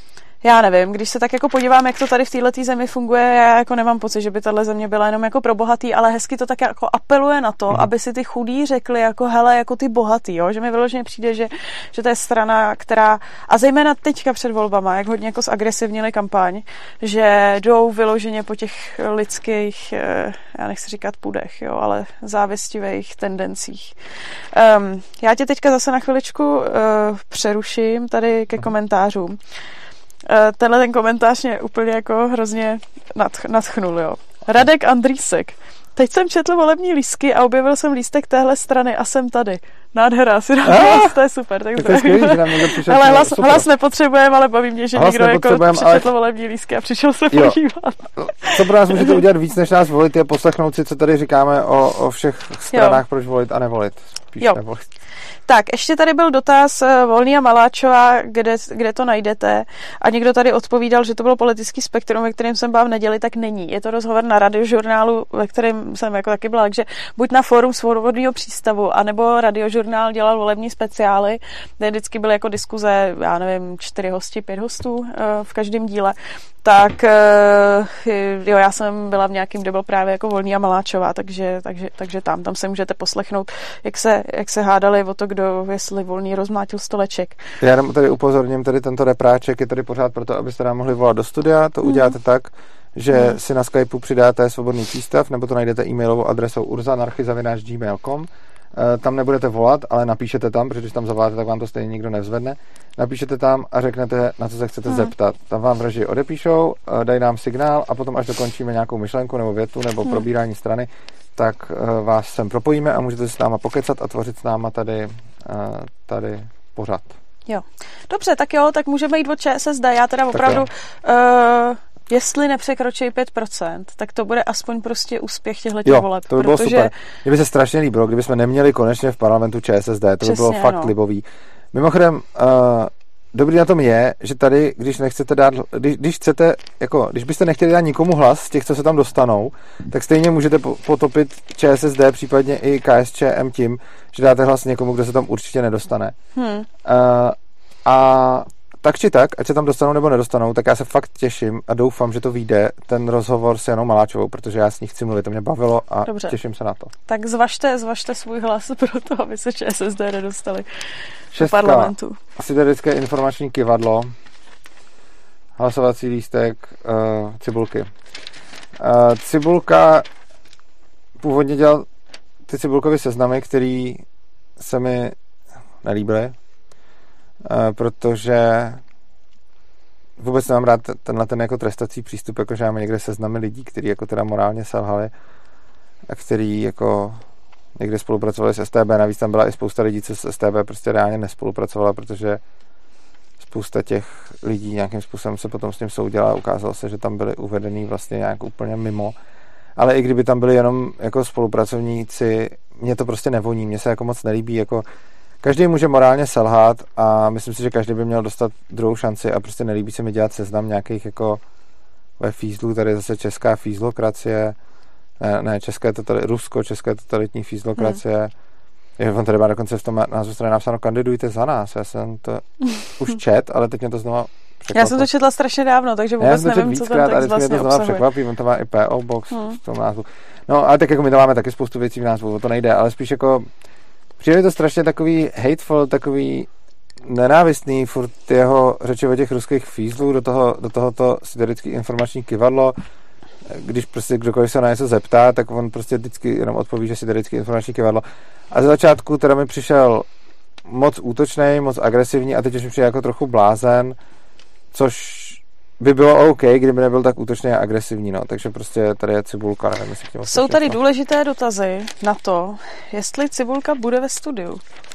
já nevím, když se tak jako podívám, jak to tady v této zemi funguje, já jako nemám pocit, že by tahle země byla jenom jako pro bohatý, ale hezky to tak jako apeluje na to, mm. aby si ty chudí řekli jako hele, jako ty bohatý, jo? Že mi vyloženě přijde, že, že to je strana, která, a zejména teďka před volbama, jak hodně jako zagresivnili kampaň, že jdou vyloženě po těch lidských, já nechci říkat půdech, jo, ale závistivých tendencích. Um, já tě teďka zase na chviličku uh, přeruším tady ke komentářům. Tenhle ten komentář mě úplně jako hrozně nadch, nadchnul, jo. Radek Andrýsek. Teď jsem četl volební lístky a objevil jsem lístek téhle strany a jsem tady. Nádhera, si ah, to je super. Tak to je skvělý, že nám někdo přišel. Ale hlas, hlas nepotřebujeme, ale baví mě, že hlas někdo jako přečetl ale... volební lístky a přišel se jo. podívat. Co pro nás můžete udělat víc, než nás volit, je poslechnout si, co tady říkáme o, o všech stranách, jo. proč volit a nevolit. Spíš jo. nevolit. Tak, ještě tady byl dotaz Volný a Maláčová, kde, kde to najdete. A někdo tady odpovídal, že to bylo politický spektrum, ve kterém jsem byla v neděli, tak není. Je to rozhovor na radiožurnálu, ve kterém jsem jako taky byla, takže buď na fórum Svobodného přístavu, anebo radiožurnál dělal volební speciály, kde vždycky byly jako diskuze, já nevím, čtyři hosti, pět hostů v každém díle. Tak jo, já jsem byla v nějakým, kde byl právě jako Volný a Maláčová, takže, takže, takže tam, tam se můžete poslechnout, jak se, jak se hádali o to, kdo, jestli Volný rozmlátil stoleček. Já jenom tady upozorním, tady tento repráček je tady pořád proto, abyste nám mohli volat do studia, to mm. uděláte tak, že mm. si na Skypeu přidáte Svobodný přístav, nebo to najdete e-mailovou adresou urzanarchy zavináč gmail tečka com. Tam nebudete volat, ale napíšete tam, protože když tam zavoláte, tak vám to stejně nikdo nevzvedne. Napíšete tam a řeknete, na co se chcete hmm. zeptat. Tam vám v režii odepíšou, dají nám signál a potom, až dokončíme nějakou myšlenku nebo větu nebo hmm. probírání strany, tak vás sem propojíme a můžete si s náma pokecat a tvořit s náma tady, tady pořad. Jo. Dobře, tak jo, tak můžeme jít od ČSSD. Já teda opravdu... Jestli nepřekročí pět procent, tak to bude aspoň prostě úspěch těchto voleb. To by bylo protože... super. Mě by se strašně líbilo, kdyby jsme neměli konečně v parlamentu ČSSD. To Přesně, by bylo fakt no. libový. Mimochodem, uh, dobrý na tom je, že tady, když nechcete dát, když, když chcete, jako, když byste nechtěli dát nikomu hlas z těch, co se tam dostanou, tak stejně můžete potopit ČSSD, případně i KSČM tím, že dáte hlas někomu, kdo se tam určitě nedostane. Hmm. Uh, a tak či tak, ať se tam dostanou nebo nedostanou, tak já se fakt těším a doufám, že to vyjde ten rozhovor s Janou Maláčovou, protože já s ní chci mluvit, to mě bavilo a Dobře. těším se na to. Tak zvažte, zvažte svůj hlas pro to, aby se ČSSD nedostali do parlamentu. Siderické informační kyvadlo, hlasovací lístek, uh, Cibulky. Uh, Cibulka původně dělal ty Cibulkovy seznamy, který se mi nelíbily, Uh, protože vůbec nemám rád tenhle ten jako trestací přístup, jakože máme někde seznamy lidí, kteří jako teda morálně selhali a kteří jako někde spolupracovali s S T B, navíc tam byla i spousta lidí, co s S T B prostě reálně nespolupracovala, protože spousta těch lidí nějakým způsobem se potom s tím soudila a ukázalo se, že tam byli uvedený vlastně nějak úplně mimo, ale i kdyby tam byli jenom jako spolupracovníci, mě to prostě nevoní, mně se jako moc nelíbí, jako každý může morálně selhat a myslím si, že každý by měl dostat druhou šanci a prostě nelíbí se mi dělat seznam nějakých jako ve fízlu, tady zase česká fízlokracie, ne, ne české totali, Rusko, české totalitní fízlokracie. Hmm. On tady má dokonce v tom názvu strany napsáno kandidujte za nás. Já jsem to už čet, ale teď mě to znova překvapilo. Já jsem to četla strašně dávno, takže vůbec nevím, co ten text vlastně to obsahuje. Překvapí, on to má i P O Box hmm. v tom názvu. No, ale tak jako my to máme taky spoustu věcí v názvu, o to nejde, ale spíš jako přijde to strašně takový hateful, takový nenávistný, furt jeho řeči o těch ruských fízlů, do toho, do tohoto siderický informační kyvadlo, když prostě kdokoliv se na něco zeptá, tak on prostě vždycky jenom odpoví, že siderický informační kyvadlo. A za začátku teda mi přišel moc útočný, moc agresivní a teď už mi přijde jako trochu blázen, což by bylo OK, kdyby nebyl tak útočný a agresivní, no. Takže prostě tady je Cibulka, nevím, jestli k němu Jsou tady důležité dotazy na to, jestli Cibulka bude ve studiu.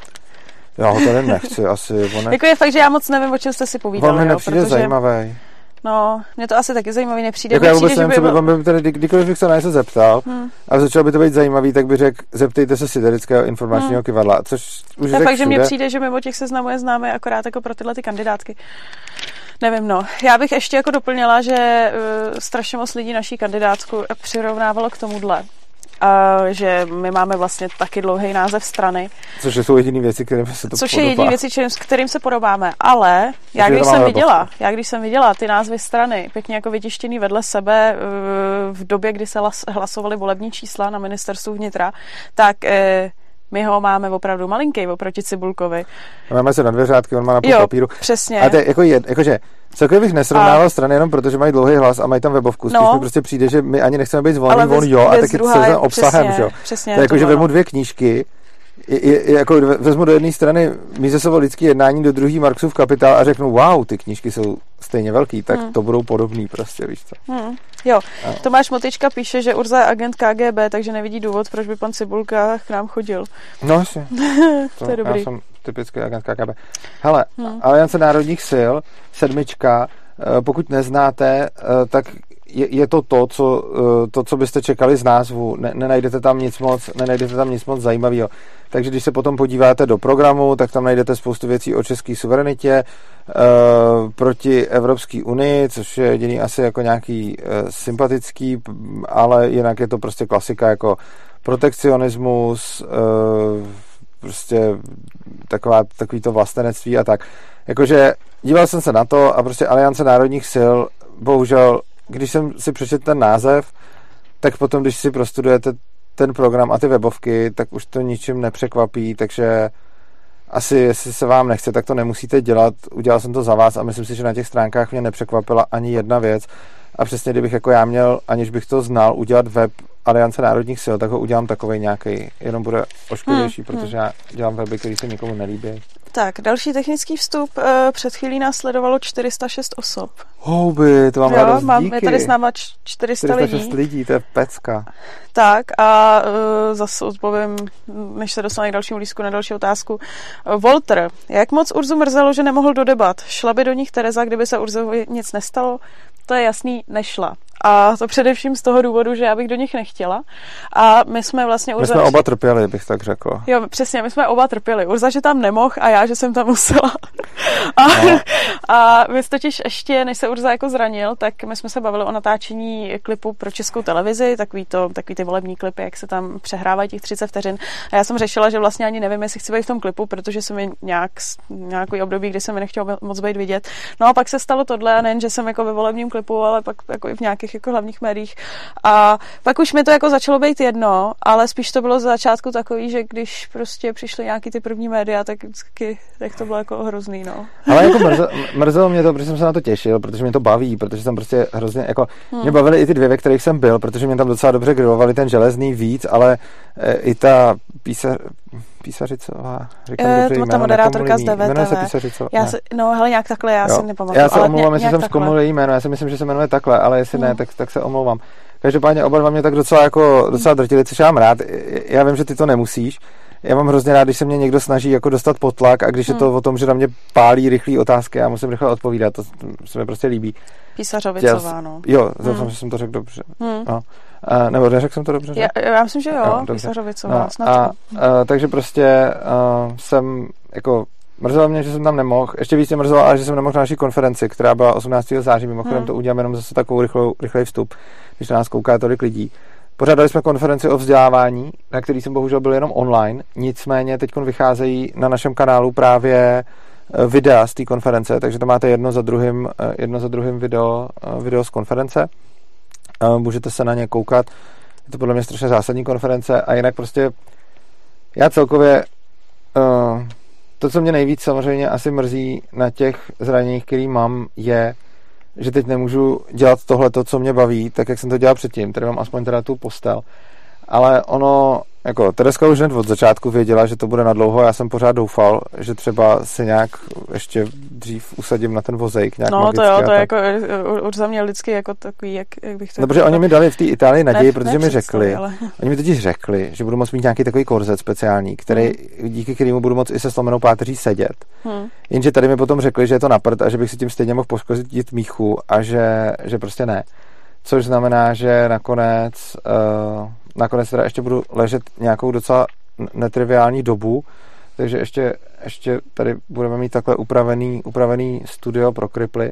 Já ho tady nechci, asi. Ne... Jako je fakt, že já moc nevím, o čem jste si povídali. On mi nepřijde protože... zajímavý. No, mě to asi taky zajímavý nepřijde. Jako já vůbec přijde, nevím, co by, by tady, kdy, kdykoliv bych se na něco zeptal hmm. a začal by to být zajímavý, tak by řekl, zeptejte se siderického informačního hmm. kyvadla, což už je fakt, že mně všude. přijde, že mimo těch seznamů je známý akorát jako pro tyhle ty kandidátky. Nevím, no. Já bych ještě jako doplnila, že uh, strašně moc lidí naší kandidátku přirovnávalo k tomuhle. A že my máme vlastně taky dlouhý název strany. Což jsou jediný věci, kterým se to Což podobá. je jediný věci, s kterým se podobáme. Ale já když jsem viděla, já když jsem viděla ty názvy strany pěkně jako vytištěný vedle sebe v době, kdy se hlasovaly volební čísla na ministerstvu vnitra, tak my ho máme opravdu malinký oproti Cibulkovi. Máme se na dvě řádky, on má na půl jo, papíru. Přesně. A to je jako, jed, jakože celkově bych nesrovnával a... strany jenom protože mají dlouhý hlas a mají tam webovku. Spíš no. mi prostě přijde, že my ani nechceme být zvolení, on jo, a taky se znamená obsahem, že jo. Přesně. To je jako, že vezmu dvě knížky, je, je, jako vezmu do jedné strany Mizesovo lidský jednání, do druhé Marxův kapitál a řeknu, wow, ty knížky jsou stejně velký, tak hmm. to budou podobný prostě, víš co. Hmm. Jo, a... Tomáš Motička píše, že Urza je agent K G B, takže nevidí důvod, proč by pan Cibulka k nám chodil. No asi. to, to je dobrý. Já jsem typický agent K G B. Hele, hmm. Aliance národních sil, sedmička, pokud neznáte, tak je, je to to co, to, co byste čekali z názvu. Ne, nenajdete tam nic moc, nenajdete tam nic moc zajímavého. Takže když se potom podíváte do programu, tak tam najdete spoustu věcí o české suverenitě uh, proti Evropské unii, což je jediný asi jako nějaký uh, sympatický, ale jinak je to prostě klasika jako protekcionismus, uh, prostě taková, takový to vlastenectví a tak. Jakože díval jsem se na to a prostě Aliance národních sil, bohužel, když jsem si přečetl ten název, tak potom, když si prostudujete ten program a ty webovky, tak už to ničím nepřekvapí, takže asi, jestli se vám nechce, tak to nemusíte dělat. Udělal jsem to za vás a myslím si, že na těch stránkách mě nepřekvapila ani jedna věc. A přesně, kdybych jako já měl, aniž bych to znal, udělat web Aliance národních sil, tak ho udělám takovej nějaký, jenom bude ošklivější, hmm, protože já dělám weby, který se nikomu nelíbí. Tak, další technický vstup. Před chvílí nás sledovalo čtyři sta šest osob. Houby, to vám jo, radost, mám, díky. je tady s náma čtyři sta lidí. čtyři sta šest lidí, to je pecka. Tak a uh, zase odpovím, než se dostane k dalšímu lístku na další otázku. Uh, Walter, jak moc Urzu mrzelo, že nemohl do debat? Šla by do nich Tereza, kdyby se Urzovi nic nestalo? To je jasný, nešla. A to především z toho důvodu, že já bych do nich nechtěla. A my jsme vlastně... My Urza... jsme oba trpěli, bych tak řekl. Jo, přesně, my jsme oba trpěli. Urza, že tam nemohl a já, že jsem tam musela. A, no. a my totiž ještě, než se Urza jako zranil, tak my jsme se bavili o natáčení klipu pro Českou televizi, takový, to, takový ty volební klipy, jak se tam přehrávají těch třicet vteřin. A já jsem řešila, že vlastně ani nevím, jestli chci být v tom klipu, protože jsem mi nějak, nějaký období, kdy jsem mi nechtěla moc být vidět. No a pak se stalo tohle, a nejen, že jsem jako ve volebním klipu, ale pak jako i v nějakých jako hlavních médiích. A pak už mi to jako začalo být jedno, ale spíš to bylo z začátku takový, že když prostě přišly nějaký ty první média, tak vždycky, tak to bylo jako hrozný, no. Ale jako mrzelo, mrzelo mě to, protože jsem se na to těšil, protože mě to baví, protože jsem prostě hrozně, jako, hmm. mě bavily i ty dvě, ve kterých jsem byl, protože mě tam docela dobře grilovali ten Železný víc, ale e, i ta písař, Písařicová, říkám e, dobře jméno, ta moderátorka z D V T V. Jmenuje se Písařicová? Já se, no, hele, nějak takhle, já jo. si nepamatuju. Já se omlouvám, jestli jsem zkomolil jméno, já si myslím, že se jmenuje takhle, ale jestli hmm. ne, tak, tak se omlouvám. Každopádně oba dva mě tak docela jako docela drtili, což já mám rád. Já vím, že ty to nemusíš. Já mám hrozně rád, když se mě někdo snaží jako dostat pod tlak a když hmm. je to o tom, že na mě pálí rychlý otázky, já musím rychle odpovídat, to se mi prostě líbí. Písařovicová, no. Jo, doufám, hmm. že jsem to řekl dobře. Hmm. No. A, nebo neřekl jsem to dobře? Já, já myslím, že jo, jo Písařovicová, no, snad. A, a, takže prostě uh, jsem jako mrzelo mě, že jsem tam nemohl. Ještě víc mě mrzelo, ale že jsem nemohl na naší konferenci, která byla osmnáctého září. Mimochodem hmm. to udělám jenom zase takovou rychlou, rychlej vstup, když na nás kouká tolik lidí. Pořádali jsme konferenci o vzdělávání, na který jsem bohužel byl jenom online. Nicméně teď vycházejí na našem kanálu právě videa z té konference, takže to máte jedno za druhým, jedno za druhým video, video z konference. Můžete se na ně koukat. Je to podle mě strašně zásadní konference a jinak prostě já celkově to, co mě nejvíc samozřejmě asi mrzí na těch zraněních, který mám, je, že teď nemůžu dělat tohleto, co mě baví, tak jak jsem to dělal předtím, tady mám aspoň teda tu postel. Ale ono, jako Tereska už hned od začátku věděla, že to bude na dlouho, já jsem pořád doufal, že třeba se nějak ještě dřív usadím na ten vozejk nějak No magicky. to jo, to je tak. jako urza mě vždycky jako takový, jak, jak bych to... Dobře, oni mi dali v té Itálii naději, ne, protože mi řekli, ale... oni mi totiž řekli, že budu moct mít nějaký takový korzet speciální, který, hmm. díky kterému budu moct i se slomenou páteří sedět. Hmm. Jenže tady mi potom řekli, že je to na prd a že bych si tím stejně mohl poškodit míchu a že, že prostě ne. Což znamená, že nakonec, uh, nakonec teda ještě budu ležet nějakou docela netriviální dobu, takže ještě, ještě tady budeme mít takhle upravený, upravený studio pro kriply.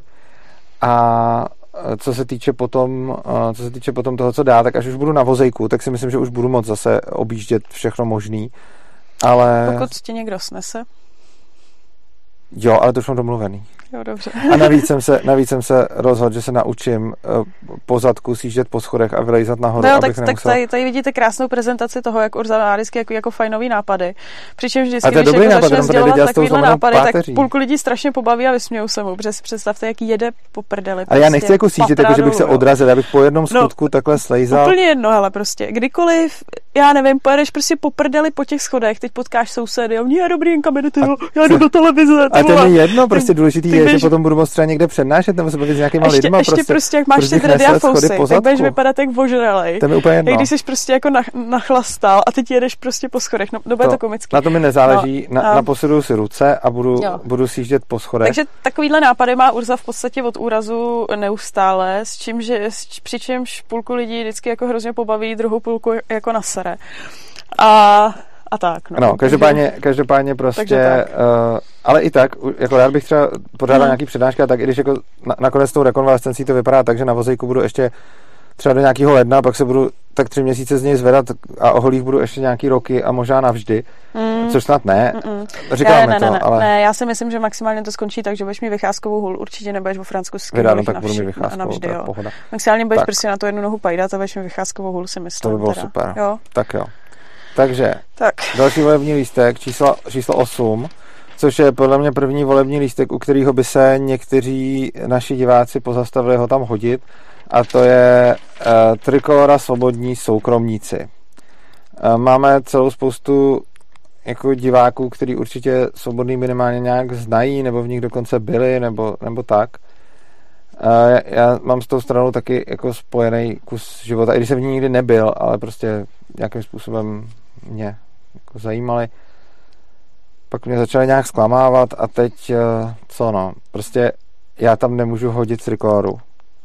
A co se týče potom, co se týče potom toho, co dá, tak až už budu na vozejku, tak si myslím, že už budu moct zase objíždět všechno možný. Ale... Pokud tě někdo snese. Jo, ale to už mám domluvený. Jo, dobře. A navíc jsem se, navíc jsem se rozhodl, že se naučím uh, po zadku sjíždět po schodech a vylejzat nahoru. No jo, abych tak, nemusel... tak tady, tady vidíte krásnou prezentaci toho, jak Urza má vždycky jako, jako fajnový nápady. Přičemž vždycky, když jako nápad, začne sdělovat takovýhle nápady, páteří. tak půlku lidí strašně pobaví a vysmějou se mu. Představte, jaký jede po prdeli. Ale já nechci jako síždět, jako že bych se odrazil, abych po jednom skutku no, takhle slejzal. Úplně jedno, hele, prostě. Kdykoliv, já nevím, pojedeš prostě po prdeli po těch schodech, teď potkáš sousedy, oni je dobrý, kam jdete, já jdu do televize. A to mi jedno, prostě důležitý je, že potom budu moct třeba někde přednášet nebo se bavit s nějakýma ještě, lidma. Ještě prostě, prostě jak máš ty dredy a fousy, tak budeš vypadat jak vožralej. To mi úplně jedno. Jak když jsi prostě jako nach, nachlastal a teď jedeš prostě po schodech, no to bude to komický. Na to mi nezáleží, no, na, a... naposeduju si ruce a budu, budu sjíždět po schodech. Takže takovýhle nápady má Urza v podstatě od úrazu neustále, s čím, že, přičemž půlku lidí vždycky jako hrozně pobaví, druhou půlku jako nasere. A... A tak, no. No, každopádně, každopádně prostě, uh, ale i tak, jako rád bych třeba pořádal hmm. nějaký přednášky a tak, i když jako na, nakonec tou rekonvalescencí to vypadá tak, že na vozejku budu ještě třeba do nějakého ledna, pak se budu tak tři měsíce z něj zvedat a o holích budu ještě nějaký roky a možná navždy, mm. což snad ne. Mm-mm. Říkáme ne, ne, to, ne, ale... Ne, já si myslím, že maximálně to skončí tak, že budeš mít vycházkovou hůl, určitě nebudeš vo francouzském Vydáno, tak budu mít vycházkovou, navždy, jo. Pohoda. Maximálně budeš tak. prostě na to jednu nohu pajdat a budeš mít vycházkovou hůl, si myslím. To by bylo teda. super. Jo. Tak jo. Takže, tak. další volební lístek, číslo, číslo osm, což je podle mě první volební lístek, u kterého by se někteří naši diváci pozastavili ho tam hodit, a to je uh, Trikolora svobodní soukromníci. Uh, máme celou spoustu jako diváků, kteří určitě svobodný minimálně nějak znají, nebo v nich dokonce byli, nebo, nebo tak. Uh, já mám s tou stranou taky jako spojený kus života, i když jsem v ní nikdy nebyl, ale prostě nějakým způsobem mě jako zajímaly. Pak mě začaly nějak zklamávat a teď uh, co no, prostě já tam nemůžu hodit Trikoloru.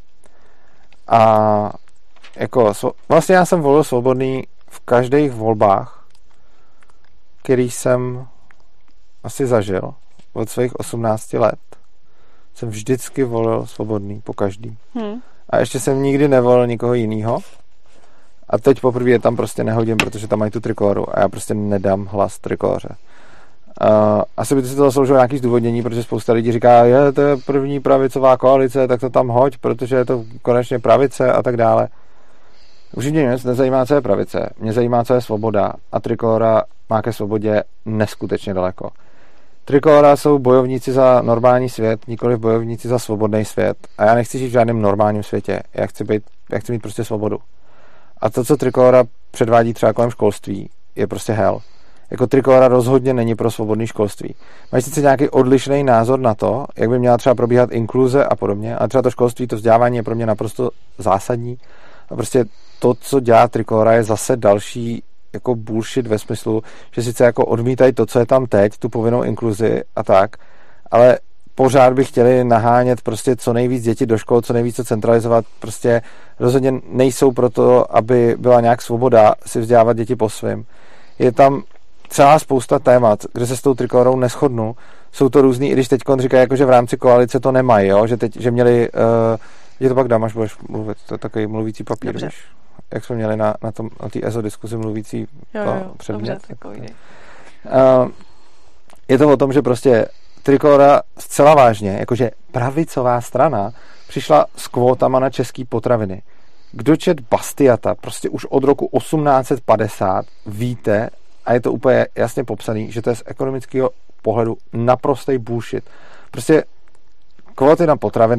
A jako vlastně já jsem volil svobodný v každých volbách, který jsem asi zažil od svých osmnácti let. Jsem vždycky volil svobodný, po každý. Hmm. A ještě jsem nikdy nevolil nikoho jinýho. A teď poprvé je tam prostě nehodím, protože tam mají tu Trikoloru a já prostě nedám hlas Trikoloře. Uh, asi by to si to zasloužilo nějaké zdůvodnění, protože spousta lidí říká, je, to je první pravicová koalice, tak to tam hoď, protože je to konečně pravice a tak dále. Už mě nic nezajímá, co je pravice. Mě zajímá, co je svoboda. A Trikolora má ke svobodě neskutečně daleko. Trikolora jsou bojovníci za normální svět, nikoli bojovníci za svobodný svět. A já nechci žít v žádném normálním světě. Já chci, být, já chci mít prostě svobodu. A to, co Trikolora předvádí třeba kolem školství, je prostě hell. Jako Trikolora rozhodně není pro svobodné školství. Mají sice nějaký odlišný názor na to, jak by měla třeba probíhat inkluze a podobně, ale třeba to školství, to vzdělávání je pro mě naprosto zásadní. A prostě to, co dělá Trikolora, je zase další jako bullshit ve smyslu, že sice jako odmítají to, co je tam teď, tu povinnou inkluzi a tak, ale pořád by chtěli nahánět prostě co nejvíc děti do škol, co nejvíc to centralizovat, prostě rozhodně nejsou proto, aby byla nějak svoboda si vzdělávat děti po svým. Je tam celá spousta témat, kde se s tou Trikolorou neshodnu. Jsou to různý, i když teď říkají, jako, že v rámci koalice to nemají, jo? Že teď, že měli, uh, je to pak dám, až budeš mluvit, to je takový mluvící papír, dobře. Víš? Jak jsme měli na, na, tom, na té E S O diskuzi mluvící jo, to jo, předmět. Dobře, uh, je to o tom, že prostě Trikolora zcela vážně, jakože pravicová strana, přišla s kvótama na český potraviny. Kdo čet Bastiata, prostě už od roku osmnáct set padesát, víte, a je to úplně jasně popsaný, že to je z ekonomického pohledu naprostý bullshit. Prostě kvóty na potraviny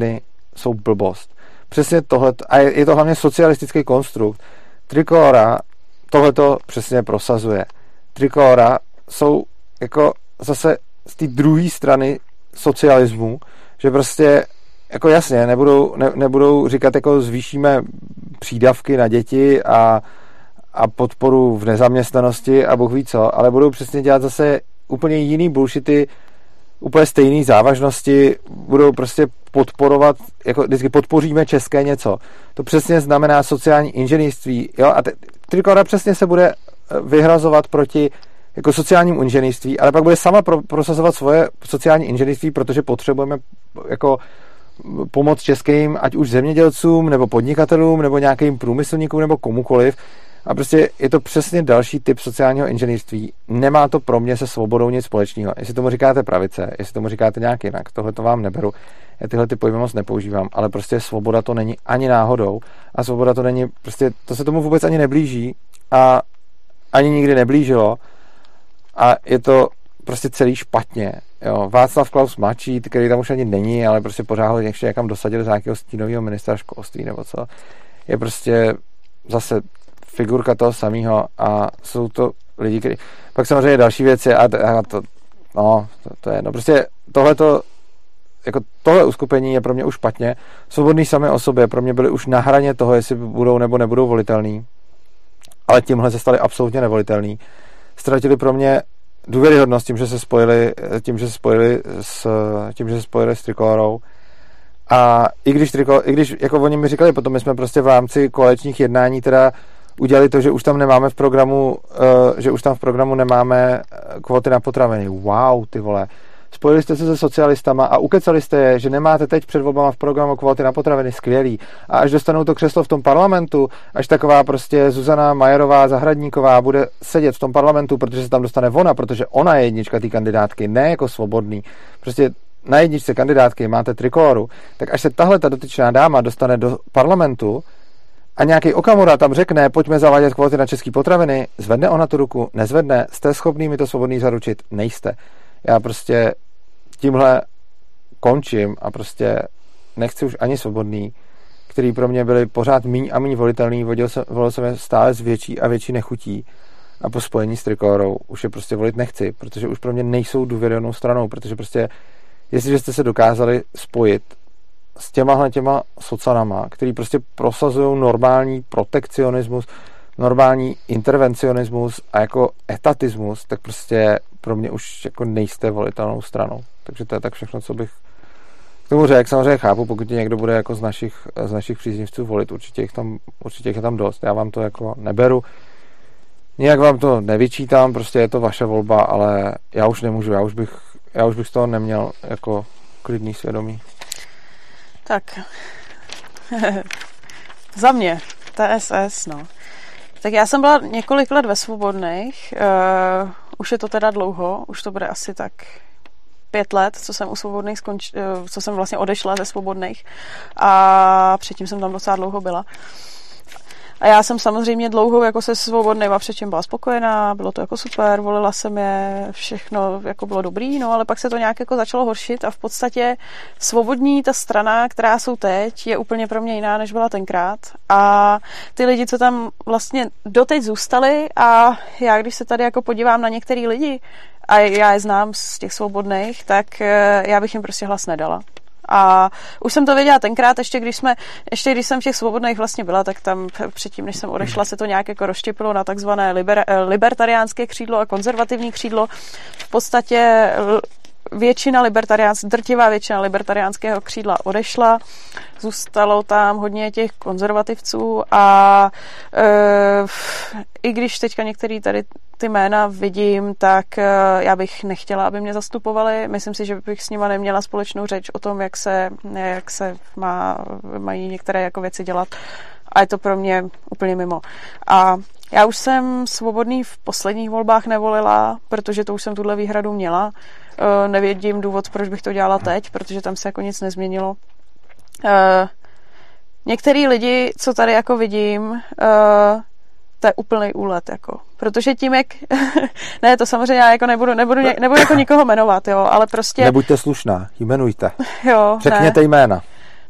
jsou blbost. Přesně tohle, a je, je to hlavně socialistický konstrukt. Trikolora tohleto přesně prosazuje. Trikolora jsou jako zase z té druhé strany socialismu, že prostě jako jasně, nebudou, ne, nebudou říkat, jako zvýšíme přídavky na děti a, a podporu v nezaměstnanosti a Bůh ví co, ale budou přesně dělat zase úplně jiný bullshity, úplně stejné závažnosti, budou prostě podporovat, jako vždycky podpoříme české něco. To přesně znamená sociální inženýrství, jo, a t- Trikolora přesně se bude vyhrazovat proti jako sociálnímu inženýrství, ale pak bude sama pro, prosazovat svoje sociální inženýrství, protože potřebujeme jako pomoc českým, ať už zemědělcům, nebo podnikatelům, nebo nějakým průmyslníkům, nebo komukoliv. A prostě je to přesně další typ sociálního inženýrství. Nemá to pro mě se svobodou nic společného. Jestli tomu říkáte pravice, jestli tomu říkáte nějak jinak, tohle to vám neberu. Já tyhle ty pojmy moc nepoužívám, ale prostě svoboda to není ani náhodou. A svoboda to není, prostě to se tomu vůbec ani neblíží a ani nikdy neblížilo. A je to prostě celý špatně. Jo. Václav Klaus mladší, který tam už ani není, ale prostě pořád ho ještě někam dosadil z nějakého stínového ministra školství nebo co. Je prostě zase figurka toho samého a jsou to lidi, kteří... Pak samozřejmě další věci a, a to, no, to, to je, no prostě tohleto, jako tohle uskupení je pro mě už špatně. Svobodný sami o sobě pro mě byli už na hraně toho, jestli budou nebo nebudou volitelný, ale tímhle se stali absolutně nevolitelný. Ztratili pro mě důvěryhodnost tím, že se spojili, tím, že se spojili s, tím, že se spojili s Trikolorou. A i když, triko, i když jako oni mi říkali potom, my jsme prostě v rámci koaličních jednání teda udělali to, že už tam nemáme v programu, uh, že už tam v programu nemáme kvóty na potraviny. Wow, ty vole. Spojili jste se se socialistama a ukecali jste je, že nemáte teď před volbama v programu kvóty na potraviny, skvělý. A až dostanou to křeslo v tom parlamentu, až taková prostě Zuzana Majerová Zahradníková bude sedět v tom parlamentu, protože se tam dostane ona, protože ona je jednička té kandidátky, ne jako Svobodný. Prostě na jedničce kandidátky máte Trikoloru, tak až se tahle ta dotyčná dáma dostane do parlamentu a nějaký Okamura tam řekne, pojďme zavádět kvóty na české potraviny, zvedne ona tu ruku, nezvedne, jste schopný mi to Svobodný zaručit, nejste. Já prostě tímhle končím a prostě nechci už ani Svobodný, který pro mě byli pořád míň a míň volitelný, volil jsem, volil jsem je stále s větší a větší nechutí a po spojení s Trikolorou už je prostě volit nechci, protože už pro mě nejsou důvěryhodnou stranou, protože prostě jestliže jste se dokázali spojit s těmahle těma socanama, který prostě prosazují normální protekcionismus, normální intervencionismus a jako etatismus, tak prostě pro mě už jako nejste volitelnou stranou. Takže to je tak všechno, co bych k tomu řekl. Samozřejmě chápu, pokud tě někdo bude jako z našich, z našich příznivců volit, určitě jich tam, určitě jich je tam dost. Já vám to jako neberu. Nijak vám to nevyčítám, prostě je to vaše volba, ale já už nemůžu, já už bych, já už bych z toho neměl jako klidný svědomí. Tak. Za mě, T S S, no. Tak já jsem byla několik let ve Svobodných, uh, už je to teda dlouho, už to bude asi tak pět let, co jsem u Svobodných skonč, uh, co jsem vlastně odešla ze Svobodných a předtím jsem tam docela dlouho byla. A já jsem samozřejmě dlouho jako se Svobodnýma předtím byla spokojená, bylo to jako super, volila jsem je, všechno jako bylo dobrý, no ale pak se to nějak jako začalo horšit a v podstatě Svobodní, ta strana, která jsou teď, je úplně pro mě jiná, než byla tenkrát a ty lidi, co tam vlastně doteď zůstali a já, když se tady jako podívám na některý lidi a já je znám z těch Svobodných, tak já bych jim prostě hlas nedala. A už jsem to věděla tenkrát, ještě když, jsme, ještě když jsem v těch Svobodných vlastně byla, tak tam předtím, než jsem odešla, se to nějak jako rozštěpilo na takzvané liber, libertariánské křídlo a konzervativní křídlo. V podstatě většina libertariánských, drtivá většina libertariánského křídla odešla, zůstalo tam hodně těch konzervativců a e, i když teďka některý tady ty jména vidím, tak e, já bych nechtěla, aby mě zastupovali. Myslím si, že bych s nima neměla společnou řeč o tom, jak se, jak se má, mají některé jako věci dělat a je to pro mě úplně mimo. A já už jsem Svobodný v posledních volbách nevolila, protože to už jsem tuhle výhradu měla. E, nevědím důvod, proč bych to dělala teď, protože tam se jako nic nezměnilo. E, některý lidi, co tady jako vidím, e, to je úplný úlet, jako. Protože tím, jak... ne, to samozřejmě já jako nebudu, nebudu, nebudu jako nikoho jmenovat, jo, ale prostě... Nebuďte slušná, jmenujte. Jo, Řekněte ne. jména.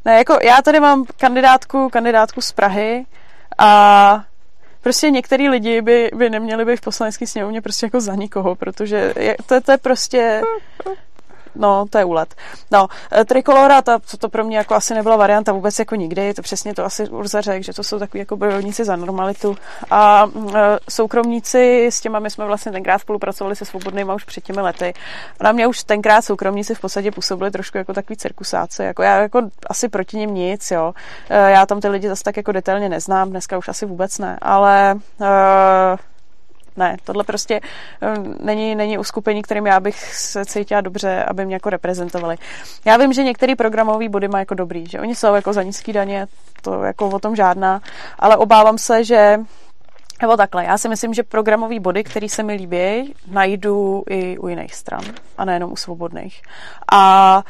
Ne, jako já tady mám kandidátku, kandidátku z Prahy a prostě některý lidi by, by neměli být v poslanecké sněmovně prostě jako za nikoho, protože je, to, to je prostě... No, to je úlet. No, Trikolora, ta, to, to pro mě jako asi nebyla varianta vůbec jako nikdy, to přesně to asi Urza řekl, že to jsou takový jako bojovníci za normalitu. A e, soukromníci, s těma my jsme vlastně tenkrát spolupracovali se Svobodnýma už před těmi lety. A na mě už tenkrát soukromníci v podstatě působili trošku jako takový cirkusáci. Jako já jako asi proti nim nic, jo. E, já tam ty lidi zase tak jako detailně neznám, dneska už asi vůbec ne, ale... E, Ne, tohle prostě um, není, není uskupení, kterým já bych se cítila dobře, aby mě jako reprezentovali. Já vím, že některý programový body má jako dobrý, že oni jsou jako za nízký daně, to jako o tom žádná, ale obávám se, že nebo takhle, já si myslím, že programový body, který se mi líbí, najdu i u jiných stran a nejenom u Svobodných. A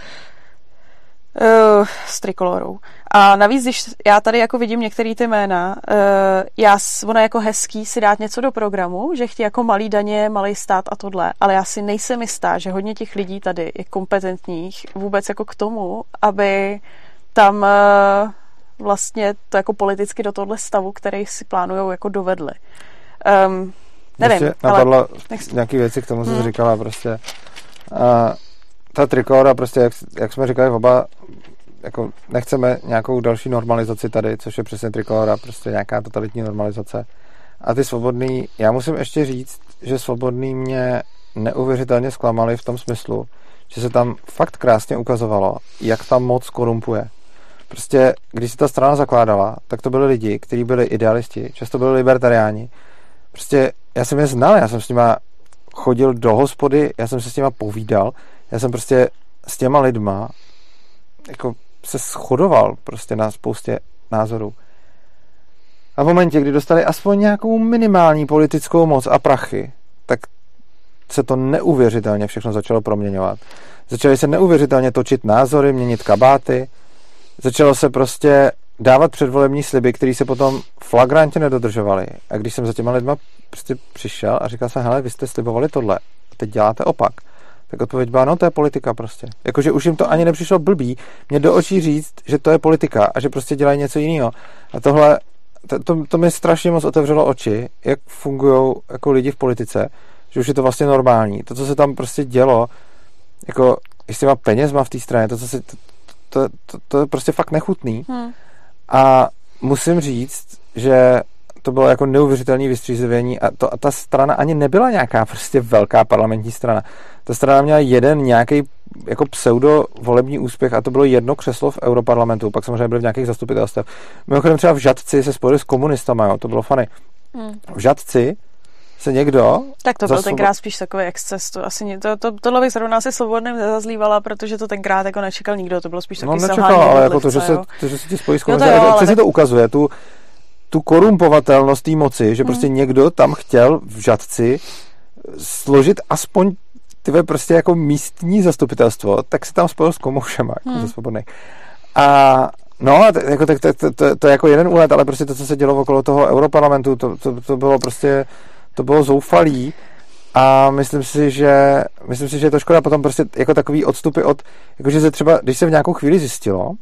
Uh, s Trikolorou. A navíc, když já tady jako vidím některé ty jména, uh, já, ono je jako hezký si dát něco do programu, že chtějí jako malý daně, malý stát a tohle, ale já si nejsem jistá, že hodně těch lidí tady je kompetentních vůbec jako k tomu, aby tam uh, vlastně to jako politicky do tohle stavu, který si plánujou, jako dovedli. Um, nevím. Ještě napadlo ale... nějaký věci k tomu, co hmm. jsi říkala prostě. Uh, ta Trikolora prostě, jak, jak jsme říkali oba, jako nechceme nějakou další normalizaci tady, což je přesně Trikolora, prostě nějaká totalitní normalizace. A ty Svobodný, já musím ještě říct, že Svobodný mě neuvěřitelně zklamali v tom smyslu, že se tam fakt krásně ukazovalo, jak ta moc korumpuje. Prostě, když se ta strana zakládala, tak to byli lidi, kteří byli idealisti, často byli libertariáni. Prostě já jsem je znal, já jsem s nima chodil do hospody, já jsem se s nima povídal, já jsem prostě s těma lidma jako se shodoval prostě na spoustě názorů. A v momentě, kdy dostali aspoň nějakou minimální politickou moc a prachy, tak se to neuvěřitelně všechno začalo proměňovat. Začaly se neuvěřitelně točit názory, měnit kabáty, začalo se prostě dávat předvolební sliby, které se potom flagrantně nedodržovaly. A když jsem za těma lidma prostě přišel a říkal jsem, hele, vy jste slibovali tohle, a teď děláte opak, tak odpověď byla, no to je politika prostě. Jakože už jim to ani nepřišlo blbý, mě do očí říct, že to je politika a že prostě dělají něco jiného. A tohle, to, to, to mi strašně moc otevřelo oči, jak fungují jako lidi v politice, že už je to vlastně normální. To, co se tam prostě dělo, jako s těma penězma v té straně, to, co se, to, to, to, to je prostě fakt nechutný. Hmm. A musím říct, že to bylo jako neuvěřitelné vystřízlivění a, to, a ta strana ani nebyla nějaká prostě velká parlamentní strana. Ta strana měla jeden nějaký jako pseudo volební úspěch a to bylo jedno křeslo v Europarlamentu, pak samozřejmě byly v nějakých zastupitelstvech. Mimochodem třeba v Žatci se spojili s komunistama, jo, to bylo funny. Hmm. V Žatci se někdo... Tak to byl zasvob... tenkrát spíš takový exces, to asi to, to, tohle bych zrovna si Svobodným nezazlívala, protože to tenkrát jako nečekal nikdo, to bylo spíš takový selhání. No nečekal, ale jako to, že se, to, že se ti spojí s komunisty, no přesně to ukazuje, tu tu korumpovatelnost té moci, že prostě hmm. někdo tam chtěl v Žatci složit aspoň tyhle prostě jako místní zastupitelstvo, tak se tam spojil s komoušema, jako hmm. ze Svobodných. A no, jako, tak, to, to, to, to je jako jeden úlet, ale prostě to, co se dělo okolo toho Europarlamentu, to, to, to bylo prostě, to bylo zoufalý a myslím si, že myslím si, že je to škoda potom prostě jako takový odstupy od, jakože se třeba, když se v nějakou chvíli zjistilo,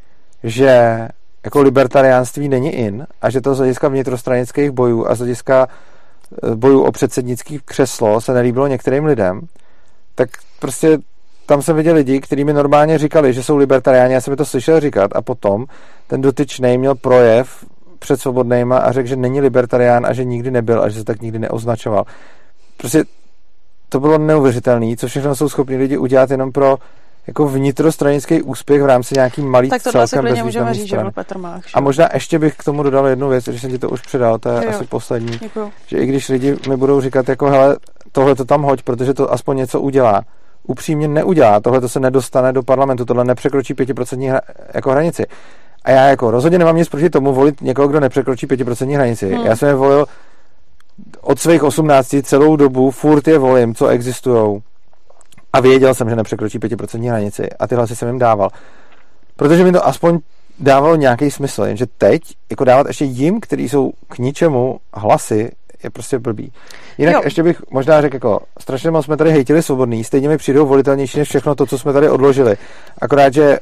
že jako libertariánství není in a že to z hlediska vnitrostranických bojů a z hlediska bojů o předsednický křeslo se nelíbilo některým lidem, tak prostě tam jsem viděl lidi, kteří mi normálně říkali, že jsou libertariáni, já jsem mi to slyšel říkat a potom ten dotyčnej měl projev před Svobodnýma a řekl, že není libertarián a že nikdy nebyl a že se tak nikdy neoznačoval. Prostě to bylo neuvěřitelné, co všechno jsou schopni lidi udělat jenom pro jako vnitrostranický úspěch v rámci nějaký malý tak celkem bezvýznamný říct, strany. Že Petr Mák, a možná ještě bych k tomu dodal jednu věc, když jsem ti to už předal, to je jo. asi poslední, Děkuju. Že i když lidi mi budou říkat jako hele, tohle to tam hoď, protože to aspoň něco udělá, upřímně neudělá, tohle to se nedostane do parlamentu, tohle nepřekročí pětiprocentní hra, jako hranici. A já jako rozhodně nemám nic proti tomu volit někoho, kdo nepřekročí pětiprocentní hranici. Hmm. Já jsem je volil od svých osmnácti celou dobu, furt je volím, co existujou. A věděl jsem, že nepřekročí pětiprocentní hranici a ty hlasy jsem jim dával. Protože mi to aspoň dávalo nějaký smysl, jenže teď jako dávat ještě jim, kteří jsou k ničemu hlasy, je prostě blbý. Jinak jo. ještě bych možná řekl, jako strašně moc jsme tady hejtili Svobodný, stejně mi přijdou volitelnější než všechno to, co jsme tady odložili. Akorát, že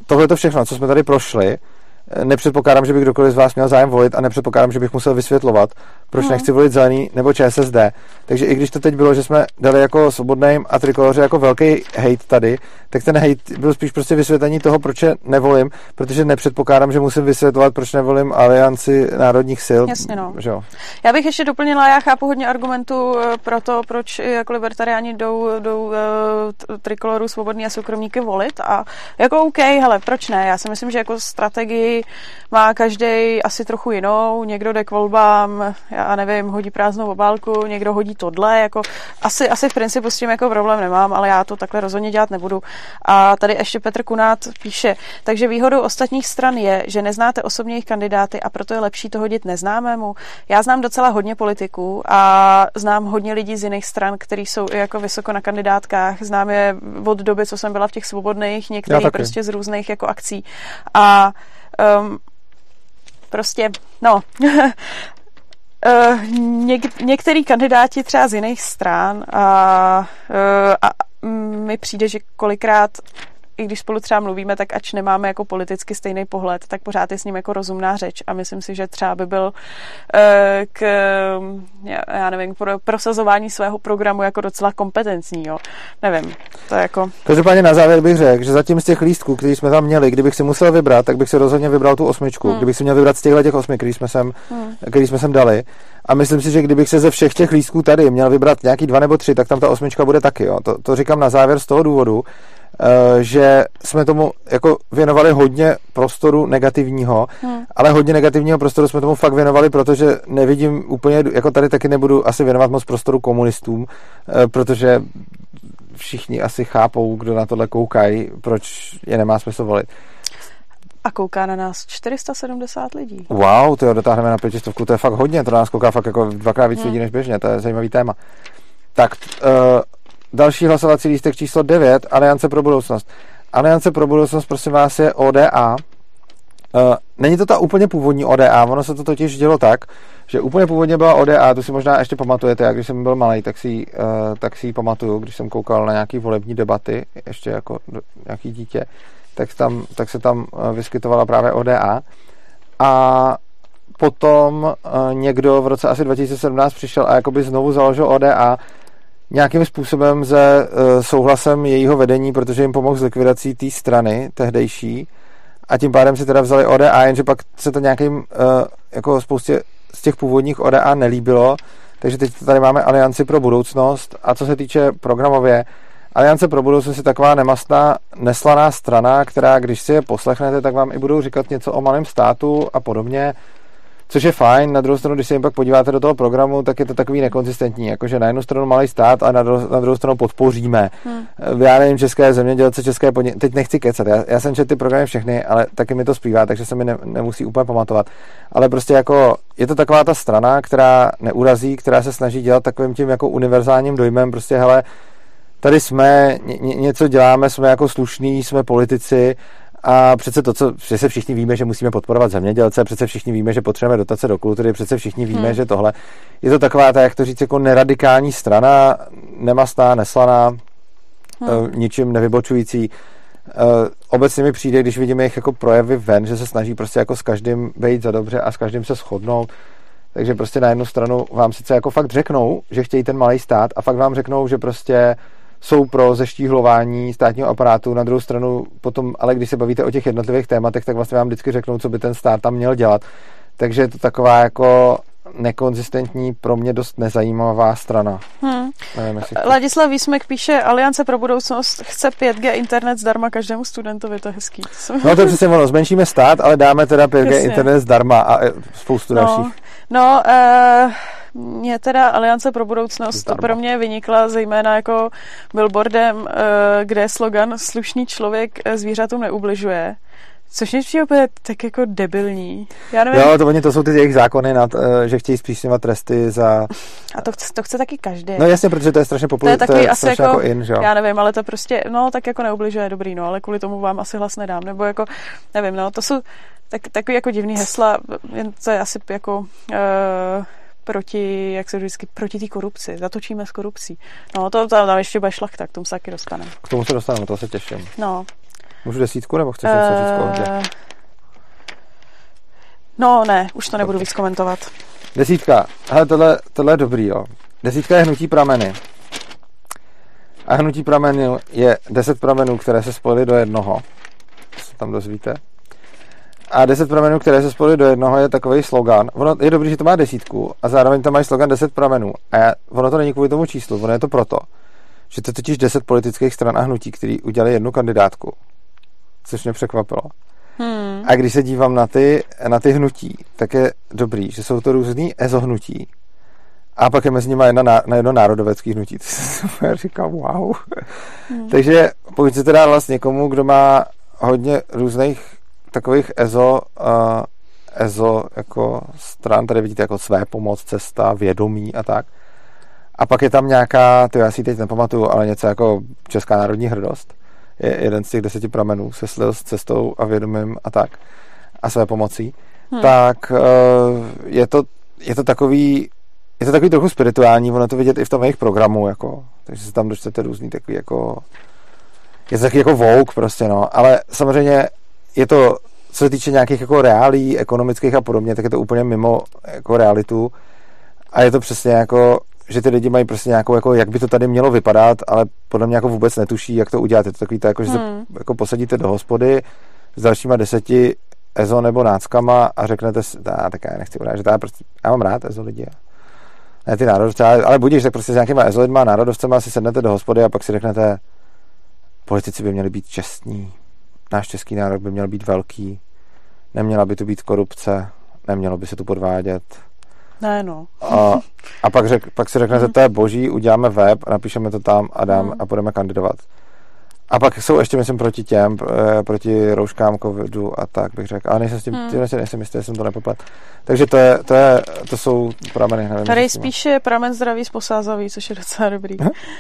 tohle to všechno, co jsme tady prošli, nepředpokládám, že by kdokoliv z vás měl zájem volit a nepředpokládám, že bych musel vysvětlovat, proč hmm. nechci volit Zelený nebo ČSSD. Takže i když to teď bylo, že jsme dali jako Svobodným a Trikoloře jako velký hejt tady, tak ten hejt byl spíš prostě vysvětlení toho, proč je nevolím, protože nepředpokládám, že musím vysvětlovat, proč nevolím Alianci národních sil. Jasně, no. Že jo? Já bych ještě doplnila, já chápu hodně argumentů pro to, proč jako libertariáni jdou, jdou uh, Trikoloru, Svobodný a soukromníky volit a jako OK, hele, proč ne? Já si myslím, že jako strategii má každý asi trochu jinou, někdo jde k volbám, já nevím, hodí prázdnou obálku, někdo hodí tohle, jako asi, asi v principu s tím jako problém nemám, ale já to takhle rozhodně dělat nebudu. A tady ještě Petr Kunát píše, takže výhodou ostatních stran je, že neznáte osobně jejich kandidáty a proto je lepší to hodit neznámému. Já znám docela hodně politiků a znám hodně lidí z jiných stran, kteří jsou i jako vysoko na kandidátkách, znám je od doby, co jsem byla v těch Svobodných, některý prostě z různých jako akcí a Um, prostě, no, uh, něk, některý kandidáti třeba z jiných stran a, uh, a mi přijde, že kolikrát, i když spolu třeba mluvíme, tak ač nemáme jako politicky stejný pohled, tak pořád je s ním jako rozumná řeč a myslím si, že třeba by byl uh, k, já nevím, pro prosazování svého programu jako docela kompetentní, jo. Nevím, to je jako... Každopádně na závěr bych řekl, že zatím z těch lístků, který jsme tam měli, kdybych si musel vybrat, tak bych si rozhodně vybral tu osmičku. Hmm. Kdybych si měl vybrat z těchto těch osmi, který jsme sem, hmm. který jsme sem dali. A myslím si, že kdybych se ze všech těch lístků tady měl vybrat nějaký dva nebo tři, tak tam ta osmička bude taky, jo. To, to říkám na závěr z toho důvodu, Uh, že jsme tomu jako věnovali hodně prostoru negativního, hmm. ale hodně negativního prostoru jsme tomu fakt věnovali, protože nevidím úplně, jako tady taky nebudu asi věnovat moc prostoru komunistům, uh, protože všichni asi chápou, kdo na tohle koukají, proč je nemá smysl volit. A kouká na nás čtyři sta sedmdesát lidí. Wow, to jo, dotáhneme na pětistovku, to je fakt hodně, to na nás kouká fakt jako dvakrát víc hmm. lidí než běžně, to je zajímavý téma. Tak, uh, další hlasovací lístek číslo devět, Aliance pro budoucnost. Aliance pro budoucnost, prosím vás, je O D A. Uh, není to ta úplně původní O D A, ono se to totiž dělo tak, že úplně původně byla O D A, tu si možná ještě pamatujete, já když jsem byl malý, tak si, uh, tak si ji pamatuju, když jsem koukal na nějaký volební debaty, ještě jako nějaký dítě, tak, tam, tak se tam uh, vyskytovala právě O D A. A potom uh, někdo v roce asi dva tisíce sedmnáct přišel a jakoby znovu založil O D A, nějakým způsobem se uh, souhlasem jejího vedení, protože jim pomohl s likvidací té strany tehdejší a tím pádem si teda vzali O D A, jenže pak se to nějakým uh, jako spoustě z těch původních O D A nelíbilo, takže teď tady máme Alianci pro budoucnost a co se týče programově, Aliance pro budoucnost je taková nemastná, neslaná strana, která když si je poslechnete, tak vám i budou říkat něco o malém státu a podobně, což je fajn. Na druhou stranu, když se jim pak podíváte do toho programu, tak je to takový nekonzistentní, jakože na jednu stranu malý stát a na, dru- na druhou stranu podpoříme. Hmm. Já nevím, české zemědělce, české podnik... Teď nechci kecat, já, já jsem četl ty programy všechny, ale taky mi to zpívá, takže se mi ne, nemusí úplně pamatovat. Ale prostě jako je to taková ta strana, která neurazí, která se snaží dělat takovým tím jako univerzálním dojmem, prostě hele, tady jsme, ně, něco děláme, jsme jako slušní, jsme politici. A přece to, co přece všichni víme, že musíme podporovat zemědělce, přece všichni víme, že potřebujeme dotace do kultury, přece všichni víme, hmm. že tohle je to taková, ta, jak to říct, jako neradikální strana, nemastná, neslaná, hmm. uh, ničím nevybočující. Uh, obecně mi přijde, když vidíme jich jako projevy ven, že se snaží prostě jako s každým bejt za dobře a s každým se shodnout. Takže prostě na jednu stranu vám sice jako fakt řeknou, že chtějí ten malý stát a fakt vám řeknou, že prostě jsou pro zeštíhlování státního aparátu, na druhou stranu potom, ale když se bavíte o těch jednotlivých tématech, tak vlastně vám vždycky řeknou, co by ten stát tam měl dělat. Takže je to taková jako nekonzistentní, pro mě dost nezajímavá strana. Hmm. Nevím, Ladislav Výsmek píše, Aliance pro budoucnost chce pět G internet zdarma každému studentovi, to je hezký. No to je přesně ono, zmenšíme stát, ale dáme teda pět G Jasně. internet zdarma a spoustu no. dalších. No, uh, mě teda Aliance pro budoucnost Zdarma. pro mě vynikla zejména jako billboardem, uh, kde je slogan slušný člověk zvířatům neubližuje. Což mě přijde opět tak jako debilní. Já nevím. Jo, to oni to jsou ty jejich zákony, nad, že chtějí zpřísňovat tresty za... A to chce, to chce taky každý. No jasně, protože to je strašně populární, to, to je strašně jako, jako in, že jo. Já nevím, ale to prostě, no tak jako neubližuje, dobrý, no, ale kvůli tomu vám asi hlas nedám, nebo jako, nevím, no, to jsou tak, takový jako divný hesla, jen to je asi jako... Uh, proti, jak se vždycky, proti té korupci. Zatočíme s korupcí. No, to tam ještě bude šlachta, k tomu se taky dostaneme. K tomu se dostaneme, to se těším. No. Můžu desítku, nebo chceš něco uh, říct kohodě? No ne, už to nebudu víc komentovat. Desítka. Hele, tohle, tohle je dobrý, jo. Desítka je hnutí prameny. A hnutí pramenu je deset pramenů, které se spojily do jednoho. To se tam dozvíte. A deset pramenů, které se spojily do jednoho, je takový slogan. Ono je dobrý, že to má desítku a zároveň tam mají slogan deset pramenů. A já, ono to není kvůli tomu číslu, ono je to proto, že to totiž deset politických stran a hnutí, který udělali jednu kandidátku. Což mě překvapilo. Hmm. A když se dívám na ty, na ty hnutí, tak je dobrý, že jsou to různý ezohnutí. A pak je mezi nimi jedna, na jedno národovecký hnutí. To jsem říkal, wow. Hmm. Takže pokud se teda vlastně někomu, kdo má hodně různých takových ezo, uh, ezo jako stran, tady vidíte jako své pomoc, cesta, vědomí a tak. A pak je tam nějaká, to já si teď nepamatuju, ale něco jako Česká národní hrdost. Je jeden z těch deseti pramenů, se slil s cestou a vědomím a tak. A své pomocí. Hmm. Tak uh, je to, je to takový je to takový trochu spirituální, ono to vidět i v tom jejich programu, jako, takže se tam dočtete různý takový jako je to takový jako woke prostě, no, ale samozřejmě je to, co se týče nějakých jako reálí, ekonomických a podobně, tak je to úplně mimo jako realitu a je to přesně jako, že ty lidi mají prostě nějakou, jako, jak by to tady mělo vypadat, ale podle mě jako vůbec netuší, jak to udělat. Je to takový to, jako, že hmm. se jako posadíte do hospody s dalšíma deseti ezo nebo náckama a řeknete si, tak já nechci urážet, já, prostě, já mám rád ezo lidi. Ne ty národovce, ale, ale budíš, tak prostě s nějakýma ezo lidma a národovcema si sednete do hospody a pak si řeknete, politici by měli být čestní, náš český národ by měl být velký, neměla by tu být korupce, nemělo by se tu podvádět. Ne, no. A, a pak, řek, pak si řeknete, mm. to je boží, uděláme web, napíšeme to tam a dám mm. a budeme kandidovat. A pak jsou ještě, myslím, proti těm, proti rouškám, covidu a tak bych řekl. Ale nejsem s tím, mm. tím nejsem jistý, jsem to nepoplet. Takže to, je, to, je, to jsou prameny. Nevím, tady spíše pramen zdraví z Posázaví, což je docela dobrý.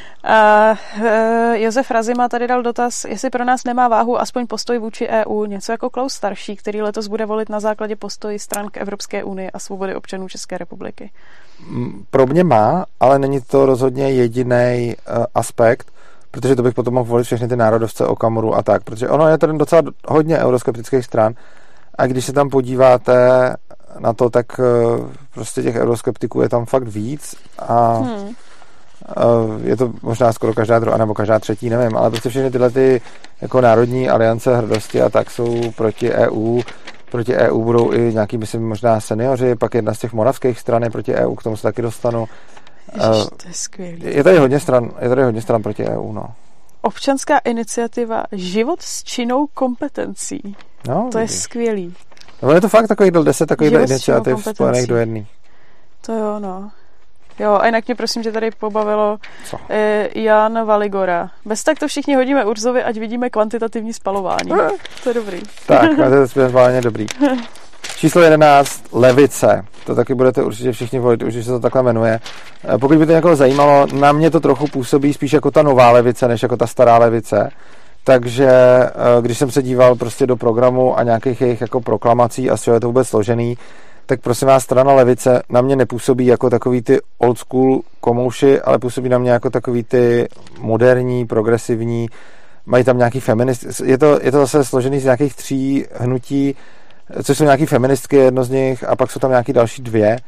A uh, Josef Razima tady dal dotaz, jestli pro nás nemá váhu aspoň postoj vůči E U, něco jako Klaus starší, který letos bude volit na základě postoji stran k Evropské unii a svobody občanů České republiky. Pro mě má, ale není to rozhodně jediný uh, aspekt, protože to bych potom mohl volit všechny ty národovce, Okamuru a tak, protože ono je tady docela hodně euroskeptických stran a když se tam podíváte na to, tak prostě těch euroskeptiků je tam fakt víc a hmm. je to možná skoro každá druhá nebo každá třetí, nevím, ale prostě všechny tyhle ty jako národní aliance hrdosti a tak jsou proti E U. Proti E U budou i nějaký, myslím, možná seniori, pak jedna z těch moravských stran je proti E U, k tomu se taky dostanu. Ježiš, to je skvělý. Je tady hodně stran, je tady hodně stran proti E U, no. Občanská iniciativa Život s činnou kompetencí. No, to je skvělý. No, je to fakt takových deset takových iniciativ spojených do jedné. To jo, no. Jo, a jinak mě prosím, že tady pobavilo eh, Jan Valigora. Bez tak to všichni hodíme Urzovi, ať vidíme kvantitativní spalování. Eh. To je dobrý. Tak, kvantitativní spalování je dobrý. Číslo jedenáct, levice. To taky budete určitě všichni volit, už se to takhle jmenuje. Pokud by to někoho zajímalo, na mě to trochu působí spíš jako ta nová levice, než jako ta stará levice. Takže když jsem se díval prostě do programu a nějakých jejich jako proklamací a z čeho je to vůbec složený, tak prosím vás, strana levice na mě nepůsobí jako takový ty old school komouši, ale působí na mě jako takový ty moderní, progresivní, mají tam nějaký feminist. Je to, je to zase složený z nějakých tří hnutí, což jsou nějaký feministky, jedno z nich, a pak jsou tam nějaký další dvě.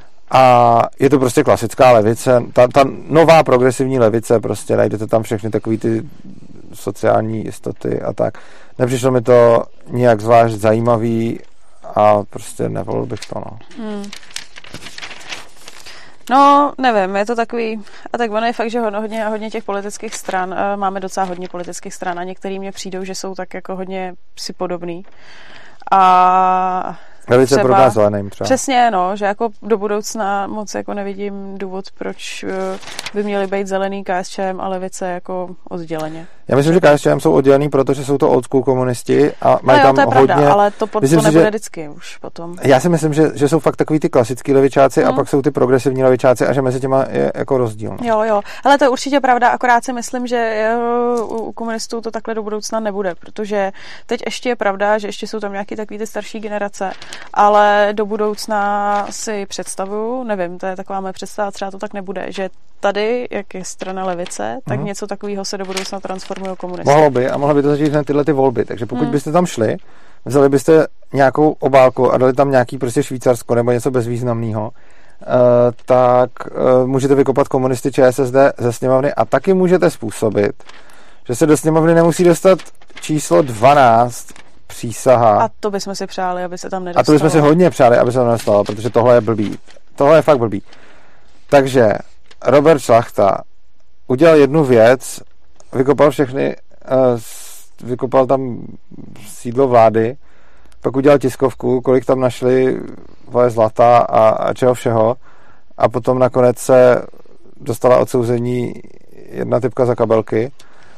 A je to prostě klasická levice, ta, ta nová progresivní levice, prostě najdete tam všechny takový ty sociální jistoty a tak. Nepřišlo mi to nějak zvlášť zajímavý a prostě nevolil bych to, no. Hmm. No, nevím, je to takový, a tak ono je fakt, že hodně, hodně těch politických stran, máme docela hodně politických stran a některý mně přijdou, že jsou tak jako hodně si podobný. A levice pro nás zeleným třeba. Přesně, no, že jako do budoucna moc jako nevidím důvod, proč by měly být zelený K S Č M a levice jako odděleně. Já myslím, že K S Č M jsou oddělený, protože jsou to old school komunisti a mají no jo, tam to je hodně... pravda, ale to, pod, myslím to nebude si, že... vždycky už potom. Já si myslím, že, že jsou fakt takový ty klasický levičáci hmm. a pak jsou ty progresivní levičáci a že mezi těma je jako rozdíl. No. Jo, jo, ale to je určitě pravda, akorát si myslím, že u komunistů to takhle do budoucna nebude, protože teď ještě je pravda, že ještě jsou tam nějaký takový ty starší generace, ale do budoucna si představuju, nevím, to je taková moje představa, třeba to tak nebude, že tady, jak je strana levice, tak mm. něco takového se do budoucna transformuje komunisty. Mohlo by a mohlo by to začít hned tyhle ty volby. Takže pokud mm. byste tam šli, vzali byste nějakou obálku a dali tam nějaký prostě Švýcarsko nebo něco bezvýznamného, uh, tak uh, můžete vykopat komunisty ČSSD ze sněmovny a taky můžete způsobit, že se do sněmovny nemusí dostat číslo dvanáct přísaha. A to bychom si přáli, aby se tam nedostalo. A to bychom si hodně přáli, aby se tam nedostalo, protože tohle je blbý. Tohle je fakt blbý. Takže Robert Šlachta udělal jednu věc, vykopal všechny, uh, vykopal tam sídlo vlády, pak udělal tiskovku, kolik tam našli vole zlata a, a čeho všeho a potom nakonec se dostala odsouzení jedna typka za kabelky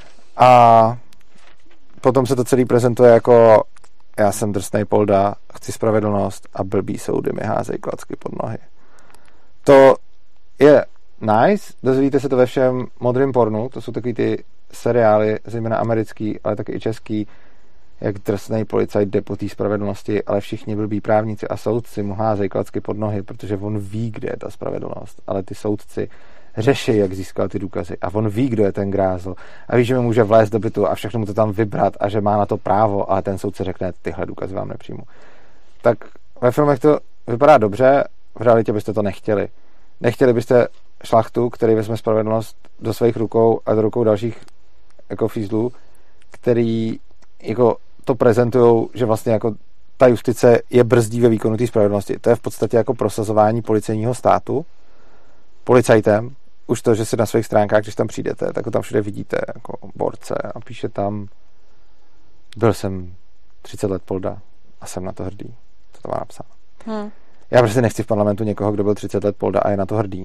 a potom se to celý prezentuje jako já jsem drsnej polda, chci spravedlnost a blbý soudy mi házejí klacky pod nohy. To je nice, dozvíte se to ve všem modrým pornu, to jsou takový ty seriály, zejména americký, ale taky i český, jak drsnej policajt jde po té spravedlnosti, ale všichni blbí právníci a soudci mu házejí klacky pod nohy, protože on ví, kde je ta spravedlnost, ale ty soudci řeší, jak získal ty důkazy a on ví, kdo je ten grázl a ví, že mi může vlézt do bytu a všechno mu to tam vybrat a že má na to právo, ale ten soudce řekne, tyhle důkazy vám nepřijmu. Tak ve filmech to vypadá dobře, v realitě byste to nechtěli. Nechtěli byste Šlachtu, který vezme spravedlnost do svých rukou a do rukou dalších jako fízlů, který jako to prezentujou, že vlastně jako ta justice je brzdí ve výkonu té spravedlnosti. To je v podstatě jako prosazování policejního státu policajtem. Už to, že si na svých stránkách, když tam přijdete, tak ho tam všude vidíte jako borce a píše tam byl jsem třicet let polda a jsem na to hrdý. Co to má napsáno? Hmm. Já prostě nechci v parlamentu někoho, kdo byl třicet let polda a je na to hrdý.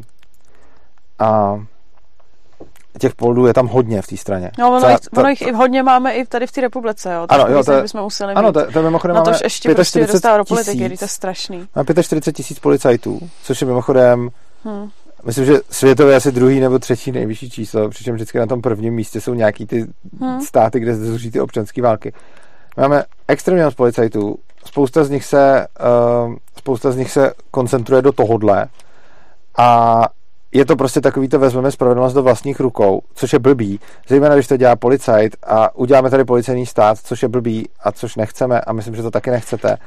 A těch poldů je tam hodně v té straně. No, ono, Celá, jich, ono jich i hodně máme i tady v té republice, jo. Ano, jo, to je, bychom museli ano, to, to mimochodem no máme tož ještě prostě dostává do politiky, to je strašný. Máme čtyřicet pět tisíc policajtů, což je mimochodem hmm. myslím, že světově asi druhý nebo třetí nejvyšší číslo, přičem vždycky na tom prvním místě jsou nějaký ty hmm. státy, kde se zuří ty občanské války. Máme extrémně moc policajtů, spousta z nich se uh, spousta z nich se koncentruje do tohodle a je to prostě takový, to vezmeme spravedlnost do vlastních rukou, což je blbý, zejména když to dělá policajt a uděláme tady policejní stát, což je blbý a což nechceme a myslím, že to taky nechcete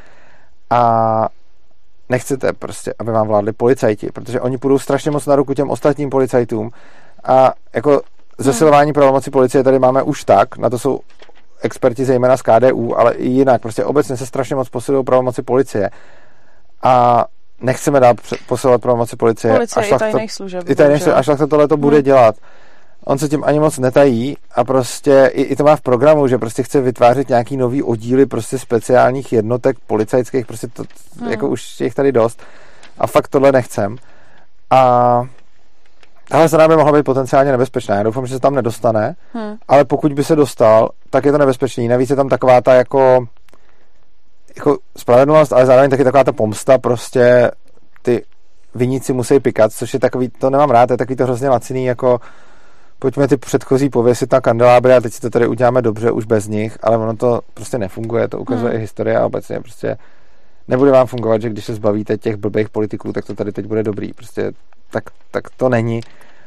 a nechcete prostě, aby vám vládli policajti, protože oni půjdou strašně moc na ruku těm ostatním policajtům a jako zesilování pravomoci policie tady máme už tak, na to jsou experti zejména z K D U, ale i jinak, prostě obecně se strašně moc posilují pravomoci policie a nechceme dál posilovat pravomoci policie. Policie a i tajných služeb. I tajných služeb. A Šlachta tohle to bude hmm. dělat. On se tím ani moc netají a prostě i, i to má v programu, že prostě chce vytvářet nějaký nový oddíly prostě speciálních jednotek policajských, prostě to, hmm. jako už je jich tady dost a fakt tohle nechcem. A tahle strana by mohla být potenciálně nebezpečná. Já doufám, že se tam nedostane, hmm. ale pokud by se dostal, tak je to nebezpečný. Navíc je tam taková ta jako jako spravedlnost, ale zároveň taky taková ta pomsta, prostě ty viníci musí pikat, což je takový, to nemám rád, je takový to hrozně laciný, jako pojďme ty předchozí pověsit na kandelábry a teď si to tady uděláme dobře už bez nich, ale ono to prostě nefunguje, to ukazuje hmm. i historie a obecně prostě nebude vám fungovat, že když se zbavíte těch blbých politiků, tak to tady teď bude dobrý, prostě tak, tak to není.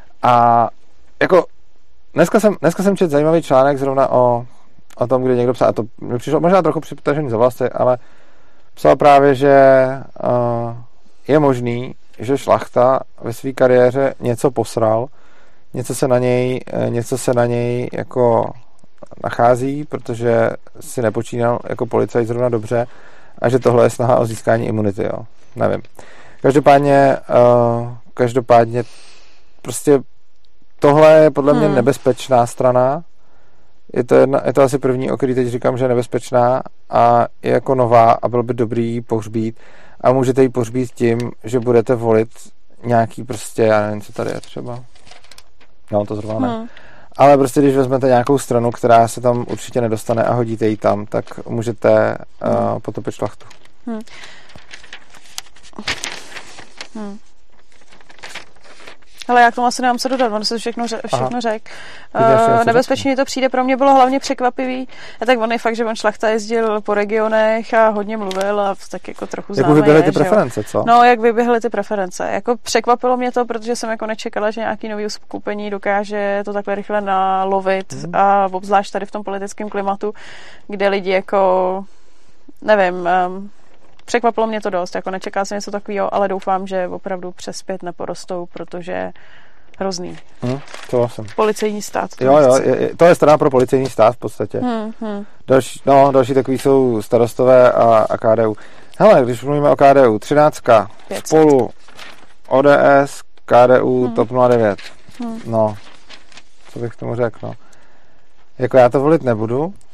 A jako dneska jsem, dneska jsem četl zajímavý článek zrovna o o tom, kde někdo psal, a to mi přišlo možná trochu přitažený za vlasy, ale psal právě, že uh, je možný, že Šlachta ve své kariéře něco posral, něco se na něj, něco se na něj jako nachází, protože si nepočínal jako policajt zrovna dobře a že tohle je snaha o získání imunity, jo. Nevím. Každopádně uh, každopádně prostě tohle je podle mě hmm. nebezpečná strana. Je to, jedna, je to asi první, o který teď říkám, že je nebezpečná a je jako nová a bylo by dobrý pohřbít a můžete ji pohřbít tím, že budete volit nějaký prostě, já nevím, co tady je třeba. No, to zrovna ne. Hmm. Ale prostě, když vezmete nějakou stranu, která se tam určitě nedostane a hodíte ji tam, tak můžete hmm. uh, potopit Šlachtu. Hmm. Hmm. Ale já k tomu asi nemám co dodat, on se všechno, všechno řekl. Uh, nebezpečně to přijde, pro mě bylo hlavně překvapivý. A tak on je fakt, že on Šlachta jezdil po regionech a hodně mluvil a tak jako trochu známý. Jak vyběhly je, ty preference, co? No, jak vyběhly ty preference. Jako překvapilo mě to, protože jsem jako nečekala, že nějaký nový uskupení dokáže to takhle rychle nalovit mm. a obzvlášť tady v tom politickém klimatu, kde lidi jako, nevím, um, překvapilo mě to dost, jako nečekala jsem něco takového, ale doufám, že opravdu přes pět neporostou, protože hrozný. Hmm, to jsem. Policejní stát. To jo, jo, je, to je strana pro policejní stát v podstatě. Hmm, hmm. Další, no, další takový jsou Starostové a, a K D U. Hele, když mluvíme o K D U, třináctka, Spolu, O D S, K D U, hmm. TOP nula devět. Hmm. No, co bych k tomu řekl, no. Jako já to volit nebudu. Uh,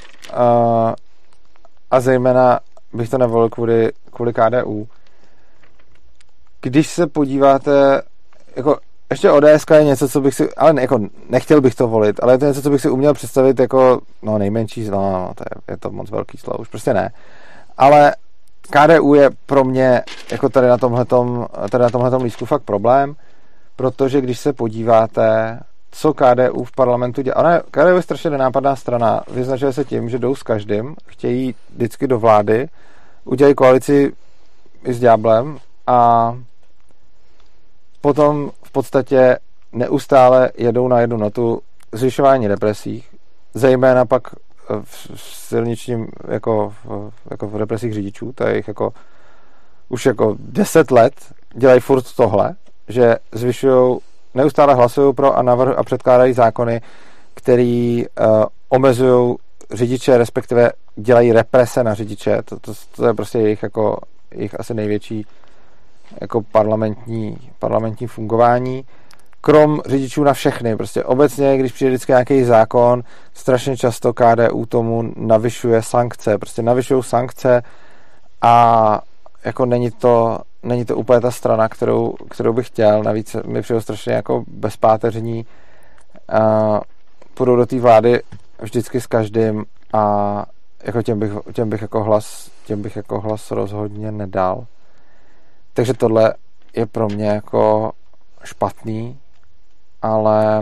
a zejména bych to nevolil kvůli, kvůli K D U. Když se podíváte, jako ještě O D S je něco, co bych si, ale ne, jako nechtěl bych to volit, ale je to něco, co bych si uměl představit jako, no nejmenší zlo, no, to je, je to moc velký zlo, už prostě ne. Ale K D U je pro mě jako tady na tomhletom, tady na tomhletom lístku fakt problém, protože když se podíváte, co K D U v parlamentu dělá. Ona je, K D U je strašně nenápadná strana. Vyznačuje se tím, že jdou s každým, chtějí vždycky do vlády, udělají koalici i s ďáblem a potom v podstatě neustále jedou na jednu notu zvyšování represí, zejména pak v silničním, jako v, jako v represích řidičů, to je jich jako už jako deset let dělají furt tohle, že zvyšují, neustále hlasují pro a navrhují a předkládají zákony, který uh, omezují řidiče, respektive dělají represe na řidiče. To, to, to je prostě jejich, jako, jejich asi největší jako parlamentní, parlamentní fungování. Krom řidičů na všechny. Prostě obecně, když přijde vždycky nějaký zákon, strašně často K D U tomu navyšuje sankce. Prostě navyšují sankce a jako není to, není to úplně ta strana, kterou, kterou bych chtěl. Navíc mi přijde strašně jako bezpáteřní. Uh, půjdou do té vlády vždycky s každým a jako těm bych, těm bych jako hlas těm bych jako hlas rozhodně nedal. Takže tohle je pro mě jako špatný, ale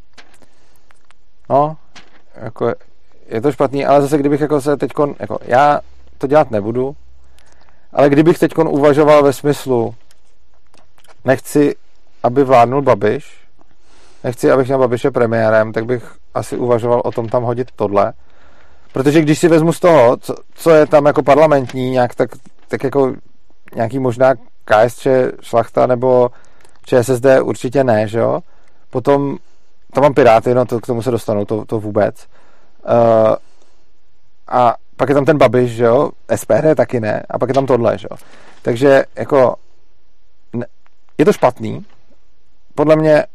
no, jako je to špatný, ale zase kdybych jako se teďkon, jako já to dělat nebudu, ale kdybych teďkon uvažoval ve smyslu nechci, aby vládnul Babiš, nechci, abych měl Babiše premiérem, tak bych asi uvažoval o tom tam hodit tohle, protože když si vezmu z toho, co, co je tam jako parlamentní, nějak tak, tak jako nějaký možná K S Č, Šlachta nebo Č S S D určitě ne, že jo? Potom tam mám Piráty, no to k tomu se dostanou, to, to vůbec. Uh, a pak je tam ten Babiš, že jo? S P D taky ne. A pak je tam tohle, že jo? Takže jako ne, je to špatný. Podle mě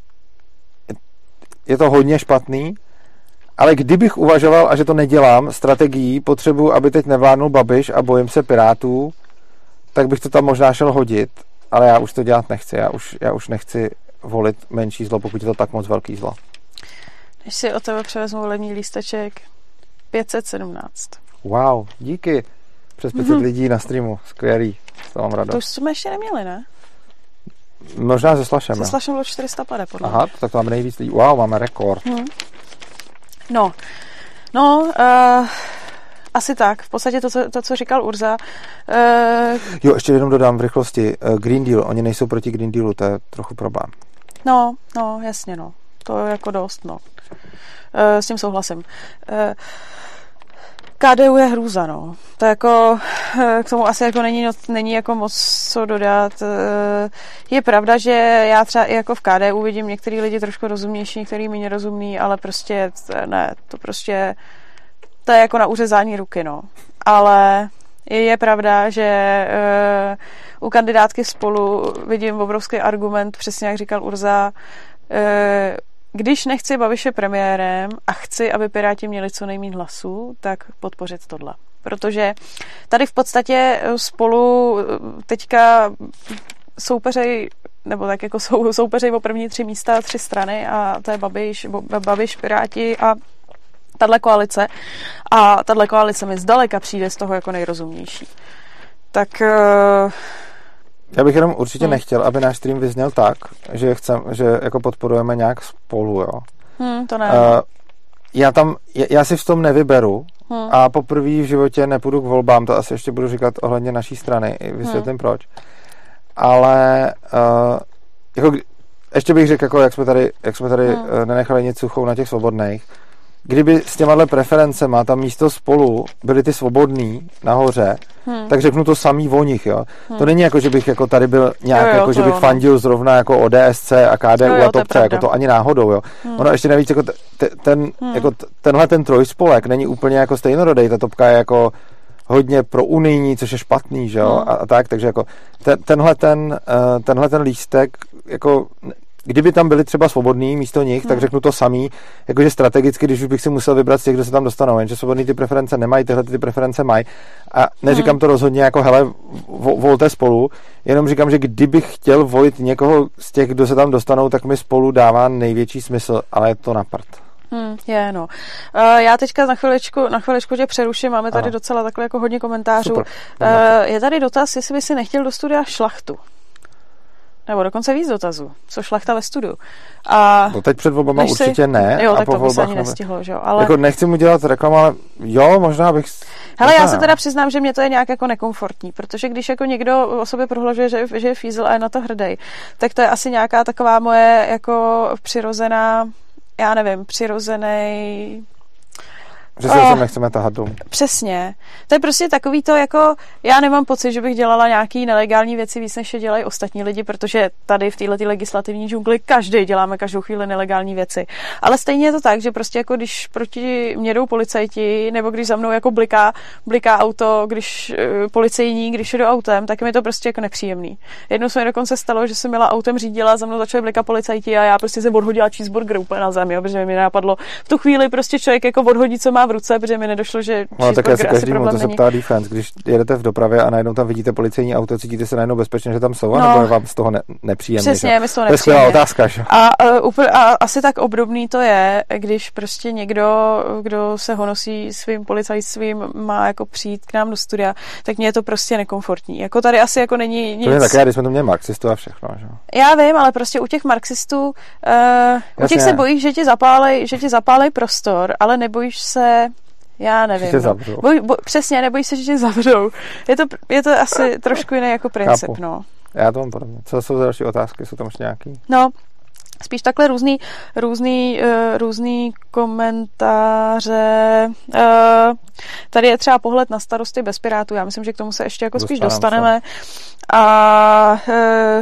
je to hodně špatný, ale kdybych uvažoval, a že to nedělám, strategií, potřebuji, aby teď nevládnul Babiš a bojím se Pirátů, tak bych to tam možná šel hodit, ale já už to dělat nechci. Já už, já už nechci volit menší zlo, pokud je to tak moc velký zlo. Když si od tebe převezmu volební lísteček pět set sedmnáct. Wow, díky. Přes pět set mm-hmm. lidí na streamu. Skvělý. To mám radost. To už jsme ještě neměli, ne? Možná se Slašem. Se Slašem bylo čtyři sta pade, podle Aha, tak to máme nejvíc lidí. Wow, máme rekord. Hmm. No, no, uh, asi tak. V podstatě to, co, to, co říkal Urza. Uh, jo, ještě jenom dodám v rychlosti. Uh, Green Deal, oni nejsou proti Green Dealu, to je trochu problém. No, no, jasně, no. To je jako dost, no. Uh, s tím souhlasím. Uh, K D U je hrůza, no. To jako, k tomu asi jako není, není jako moc co dodat. Je pravda, že já třeba i jako v K D U vidím některý lidi trošku rozumnější, některý méně rozumný, ale prostě ne, to prostě to je jako na uřezání ruky, no. Ale je pravda, že uh, u kandidátky Spolu vidím obrovský argument, přesně jak říkal Urza, uh, když nechci Babiše premiérem a chci, aby Piráti měli co nejméně hlasů, tak podpořit tohle. Protože tady v podstatě Spolu teďka soupeřej, nebo tak jako sou, soupeřej o první tři místa, tři strany a to je Babiš, Babiš, Piráti a tahle koalice. A tahle koalice mi zdaleka přijde z toho jako nejrozumnější. Tak Já bych jenom určitě hmm. nechtěl, aby náš stream vyzněl tak, že, chcem, že jako podporujeme nějak spolu, jo. Hmm, to ne. Uh, já tam, já, já si v tom nevyberu hmm. a poprvé v životě nepůjdu k volbám, to asi ještě budu říkat ohledně naší strany, vysvětlím hmm. proč. Ale uh, jako, ještě bych řekl, jako jak jsme tady, jak jsme tady hmm. uh, nenechali nic suchou na těch svobodných. Kdyby s těmahle preferencema tam místo spolu byli ty svobodný nahoře, hmm. tak řeknu to samý o nich, jo. Hmm. To není jako, že bych jako tady byl nějak, jo, jo, jako, že bych jo, fandil no. zrovna jako O D S C a K D U jo, jo, a Topce, jako to ani náhodou, jo. Hmm. Ono ještě navíc, jako, t- ten, hmm. jako t- tenhle ten trojspolek není úplně jako stejnorodej, ta Topka je jako hodně pro unijní, což je špatný, že jo, hmm. a, a tak, takže jako ten, tenhle ten, uh, tenhle ten lístek, jako kdyby tam byli třeba svobodní místo nich, hmm. tak řeknu to samý, jakože strategicky, když už bych si musel vybrat z těch, kdo se tam dostanou, jenže svobodní ty preference nemají, tyhle ty preference mají. A neříkám hmm. to rozhodně jako hele, volte spolu, jenom říkám, že kdybych chtěl volit někoho z těch, kdo se tam dostanou, tak mi spolu dává největší smysl, ale je to na prd. Hmm, je, no. Uh, já teďka na chviličku, na chviličku tě přeruším, máme tady ano. docela takhle jako hodně komentářů. Uh, je tady dotaz, jestli by si nechtěl do studia Šlachtu. Nebo dokonce víc dotazů, co Šlachta ve studiu. A no teď před volbama určitě si... ne. Jo, a tak po to by se ani ne... nestihlo, že jo. Ale... Jako nechci mu dělat reklamu, ale jo, možná bych... Hele, já se teda přiznám, že mě to je nějak jako nekomfortní, protože když jako někdo o sobě prohlašuje, že, že je fízl a je na to hrdý, tak to je asi nějaká taková moje jako přirozená, já nevím, přirozený... Že se oh, nechceme tahat domů. Přesně. To je prostě takový to, jako já nemám pocit, že bych dělala nějaký nelegální věci víc, než je dělají ostatní lidi, protože tady v této legislativní džungli každý děláme každou chvíli nelegální věci. Ale stejně je to tak, že prostě jako když proti mě jdou policajti, nebo když za mnou jako bliká, bliká auto, když uh, policejní, když jedu autem, tak mi to prostě jako nepříjemný. Jednou se mi dokonce stalo, že jsem měla autem řídila, za mnou začali blikat policajti a já prostě se odhodila cheeseburger úplně na zem, jo, protože mi napadlo v tu chvíli prostě člověk jako odhodí, co má v ruce, protože mi nedošlo, že no, tak asi každému, to se ptá defense, když jedete v dopravě a najednou tam vidíte policejní auto, cítíte se najednou bezpečně, že tam jsou, no, anebo je vám z toho ne, nepříjemně. Přesně, mi z toho nepříjemně. To je skvělá otázka, že? A, uh, a asi tak obdobný to je, když prostě někdo, kdo se honosí svým policajstvím, má jako přijít k nám do studia, tak mě je to prostě nekomfortní. Jako tady asi jako není nic. To je také, když jsme tu měli marxistů a všechno, že? Já vím, ale prostě u těch marxistů, uh, u těch se bojíš, že ti zapálej, že ti zapálej prostor, ale nebojíš se. Já nevím. No. Boj, bo, přesně, nebojíš se, že tě zavřou. Je to, je to asi trošku jiný jako princip. Chápu. No. Já to mám podobně. Co jsou další otázky? Jsou tam ještě nějaký? No, spíš takhle různý, různý, uh, různý komentáře. Uh, tady je třeba pohled na starosty bez pirátů. Já myslím, že k tomu se ještě jako Dostanám spíš dostaneme. Se. A... Uh,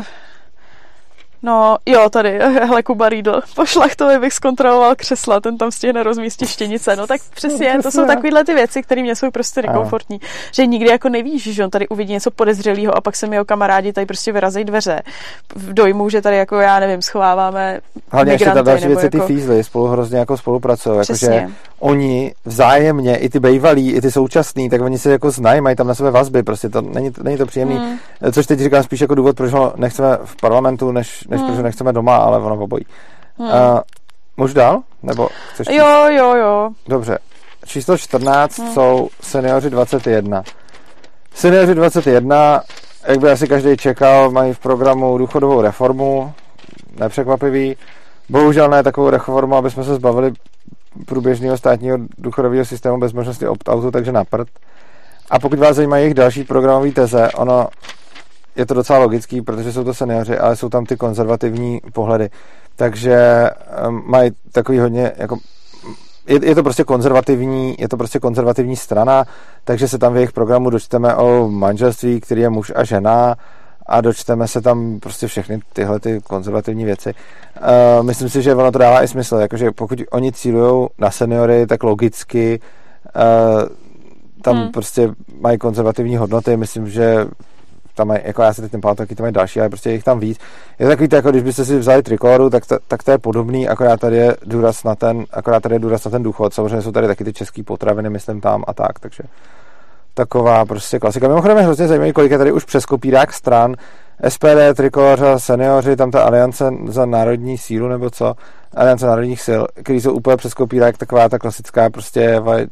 No, jo, tady, hele, Kuba Riedl. Po Šlachtovi bych zkontroloval křesla, ten tam stihne rozmístit štěnice. No tak přesně, to jsou takovýhle ty věci, které mě jsou prostě nekomfortní. Že nikdy jako nevíš, že on tady uvidí něco podezřelého a pak se mi jeho kamarádi tady prostě vyrazejí dveře. V dojmu, že tady jako, já nevím, schováváme hlavně ještě ta další věc, jako... ty fízly spolu hrozně jako spolupracují. Jakože oni vzájemně, i ty bejvalí, i ty současný, tak oni se jako znají, mají tam na sebe vazby, prostě to není, není to příjemný. Hmm. Což teď říkám spíš jako důvod, proč ho nechceme v parlamentu, než, než hmm. proč ho nechceme doma, ale ono obojí. Hmm. Uh, můžu dál? Nebo chceš jo, jo, jo. Dobře. Číslo čtrnáct hmm. jsou seniori dvacet jedna. Seniori dvacet jedna, jak by asi každý čekal, mají v programu důchodovou reformu, nepřekvapivý. Bohužel ne takovou reformu, aby jsme se zbavili průběžného státního důchodového systému bez možnosti opt-outu, takže na prd. A pokud vás zajímají jejich další programové teze, ono je to docela logický, protože jsou to seniori, ale jsou tam ty konzervativní pohledy. Takže um, mají takový hodně, jako, je, je to prostě konzervativní, je to prostě konzervativní strana, takže se tam v jejich programu dočteme o manželství, který je muž a žena, a dočteme se tam prostě všechny tyhle ty konzervativní věci. Uh, myslím si, že ono to dává i smysl, jakože pokud oni cílujou na seniory, tak logicky uh, tam hmm. prostě mají konzervativní hodnoty, myslím, že tam mají, jako já se teď ten pamatuju, tam mají další, ale prostě je jich tam víc. Je to takový, jako když byste si vzali trikoloru, tak to, tak to je podobný, akorát tady je důraz na ten, akorát tady je důraz na ten důchod, samozřejmě jsou tady taky ty český potraviny, myslím tam a tak, takže taková prostě klasika. Mimochodem je hrozně zajímavý, kolik je tady už přes kopírák stran. S P D, Trikolořa, seniori, tam ta Aliance za národní sílu, nebo co? Aliance národních sil, který jsou úplně přes kopírák, taková ta klasická prostě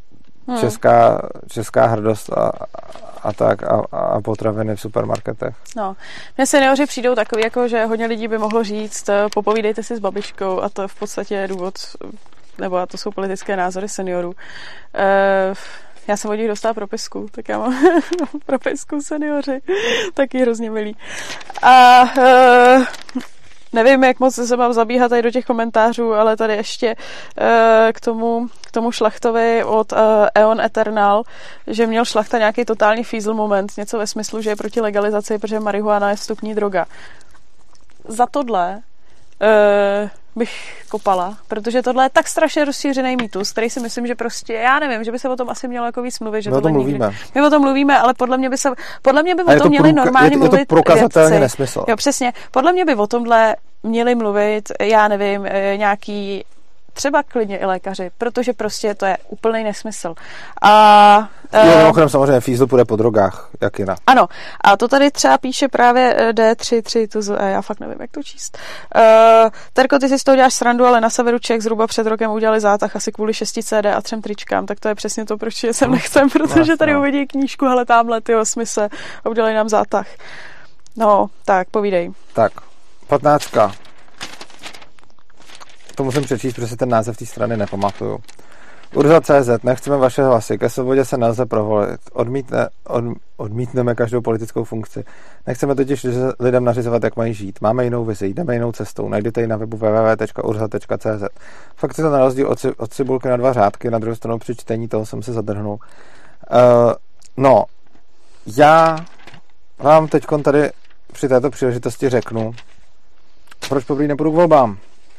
hmm. česká, česká hrdost a, a tak a, a potraviny v supermarketech. No, mně seniori přijdou takový, jako že hodně lidí by mohlo říct, popovídejte si s babičkou a to je v podstatě důvod, nebo a to jsou politické názory seniorů. E, já jsem od nich dostala propisku, tak já mám propisku seniori, taky hrozně milý. A e, nevím, jak moc se mám zabíhat tady do těch komentářů, ale tady ještě e, k tomu, k tomu Šlachtovi od e, Eon Eternal, že měl Šlachta nějaký totální fízl moment, něco ve smyslu, že je proti legalizaci, protože marihuana je vstupní droga. Za tohle e, bych kopala, protože tohle je tak strašně rozšířený mýtus, který si myslím, že prostě, já nevím, že by se o tom asi mělo jako víc mluvit, že my o tom nikdy, mluvíme. My o tom mluvíme, ale podle mě by se, podle mě by o tom to měli průka, normálně je, mluvit je to prokazatelně vědci. nesmysl. Jo, přesně. Podle mě by o tomhle měli mluvit, já nevím, nějaký třeba klidně i lékaři, protože prostě to je úplný nesmysl. A jo, mimochodem samozřejmě fízl půjde po drogách, jak jinak. Ano, a to tady třeba píše právě D tři tři, to z, já fakt nevím, jak to číst. Uh, Terko, ty si z toho děláš srandu, ale na severu Čech zhruba před rokem udělali zátah asi kvůli šesti C D a třem tričkám, tak to je přesně to, proč je sem nechcem, protože tady uvidí knížku, hele, tamhle, tyjo, smysl, a udělali nám zátah. No, tak, povídej. Tak, patnáctka. To musím přečíst, protože si ten název té strany nepamatuju. Urza tečka cé zet, nechceme vaše hlasy, ke svobodě se nelze provolit. Odmítne, od, odmítneme každou politickou funkci. Nechceme totiž lidem nařizovat, jak mají žít. Máme jinou vizi, jdeme jinou cestou. Najdete ji na webu w w w tečka urza tečka cé zet. Fakt je to na rozdíl od, od cibulky na dva řádky, na druhou stranu při čtení toho jsem se zadrhnul. Uh, no, já vám teď tady při této příležitosti řeknu, proč poprvé nepůjdu k volbám.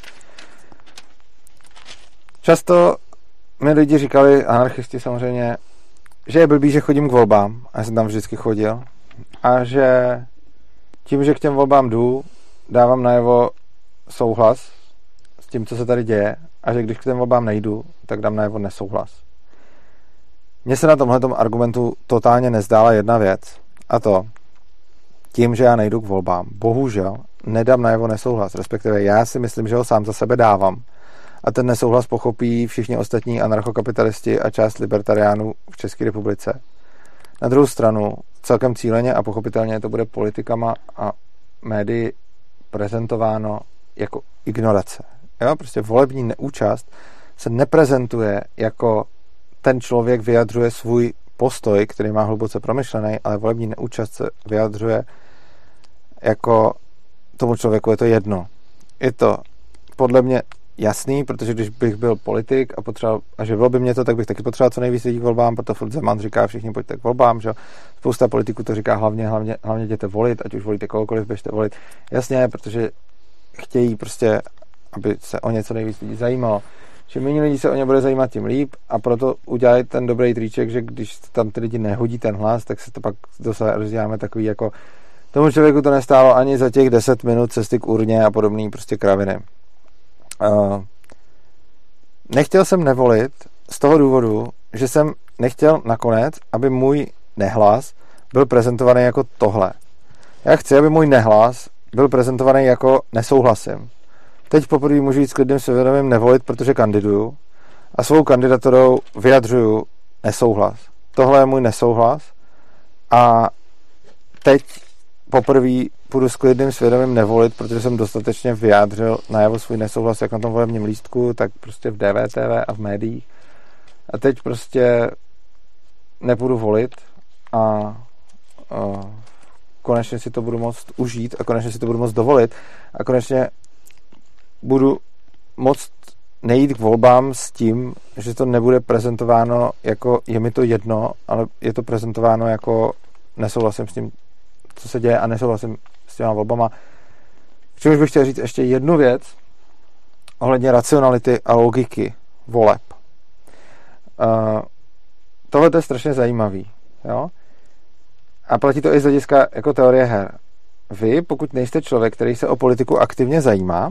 Často mi lidi říkali, anarchisti samozřejmě, že je blbý, že chodím k volbám, a já jsem tam vždycky chodil, a že tím, že k těm volbám jdu, dávám najevo souhlas s tím, co se tady děje, a že když k těm volbám nejdu, tak dám najevo nesouhlas. Mně se na tomhletom argumentu totálně nezdála jedna věc, a to tím, že já nejdu k volbám, bohužel nedám najevo nesouhlas, respektive já si myslím, že ho sám za sebe dávám, a ten nesouhlas pochopí všichni ostatní anarchokapitalisti a část libertariánů v České republice. Na druhou stranu, celkem cíleně a pochopitelně to bude politikama a médii prezentováno jako ignorace. Jo? Prostě volební neúčast se neprezentuje jako ten člověk vyjadřuje svůj postoj, který má hluboce promyšlený, ale volební neúčast se vyjadřuje jako tomu člověku je to jedno. Je to podle mě jasný, protože když bych byl politik a potřeboval, a živilo by mě to, tak bych taky potřeboval co nejvíc lidí k volbám, proto furt Zeman říká, všichni pojďte k volbám, že? Spousta politiků to říká hlavně, hlavně, hlavně jděte volit, ať už volíte kohokoliv, běžte volit. Jasně, protože chtějí prostě, aby se o něco nejvíc lidí zajímalo. Čím méně lidí se o ně bude zajímat, tím líp, a proto udělají ten dobrý triček, že když tam ty lidi nehodí ten hlas, tak se to pak dosa rozděláme takový jako tomu člověku to nestálo ani za těch deset minut cesty k urně a podobný prostě kraviny. Uh, nechtěl jsem nevolit z toho důvodu, že jsem nechtěl nakonec, aby můj nehlas byl prezentovaný jako tohle. Já chci, aby můj nehlas byl prezentovaný jako nesouhlasím. Teď poprvé můžu jít s klidným svědomím nevolit, protože kandiduju, a svou kandidaturou vyjadřuju nesouhlas. Tohle je můj nesouhlas a teď poprvé půjdu s klidným svědomím nevolit, protože jsem dostatečně vyjádřil najevo svůj nesouhlas jak na tom volebním lístku, tak prostě v D V T V a v médiích. A teď prostě nepůjdu volit a, a konečně si to budu moct užít a konečně si to budu moct dovolit a konečně budu moct nejít k volbám s tím, že to nebude prezentováno jako je mi to jedno, ale je to prezentováno jako nesouhlasím s tím, co se děje, a nesouhlasím s těma volbama. K čemuž bych chtěl říct ještě jednu věc ohledně racionality a logiky voleb. Uh, tohle je strašně zajímavý. Jo? A platí to i z hlediska jako teorie her. Vy, pokud nejste člověk, který se o politiku aktivně zajímá,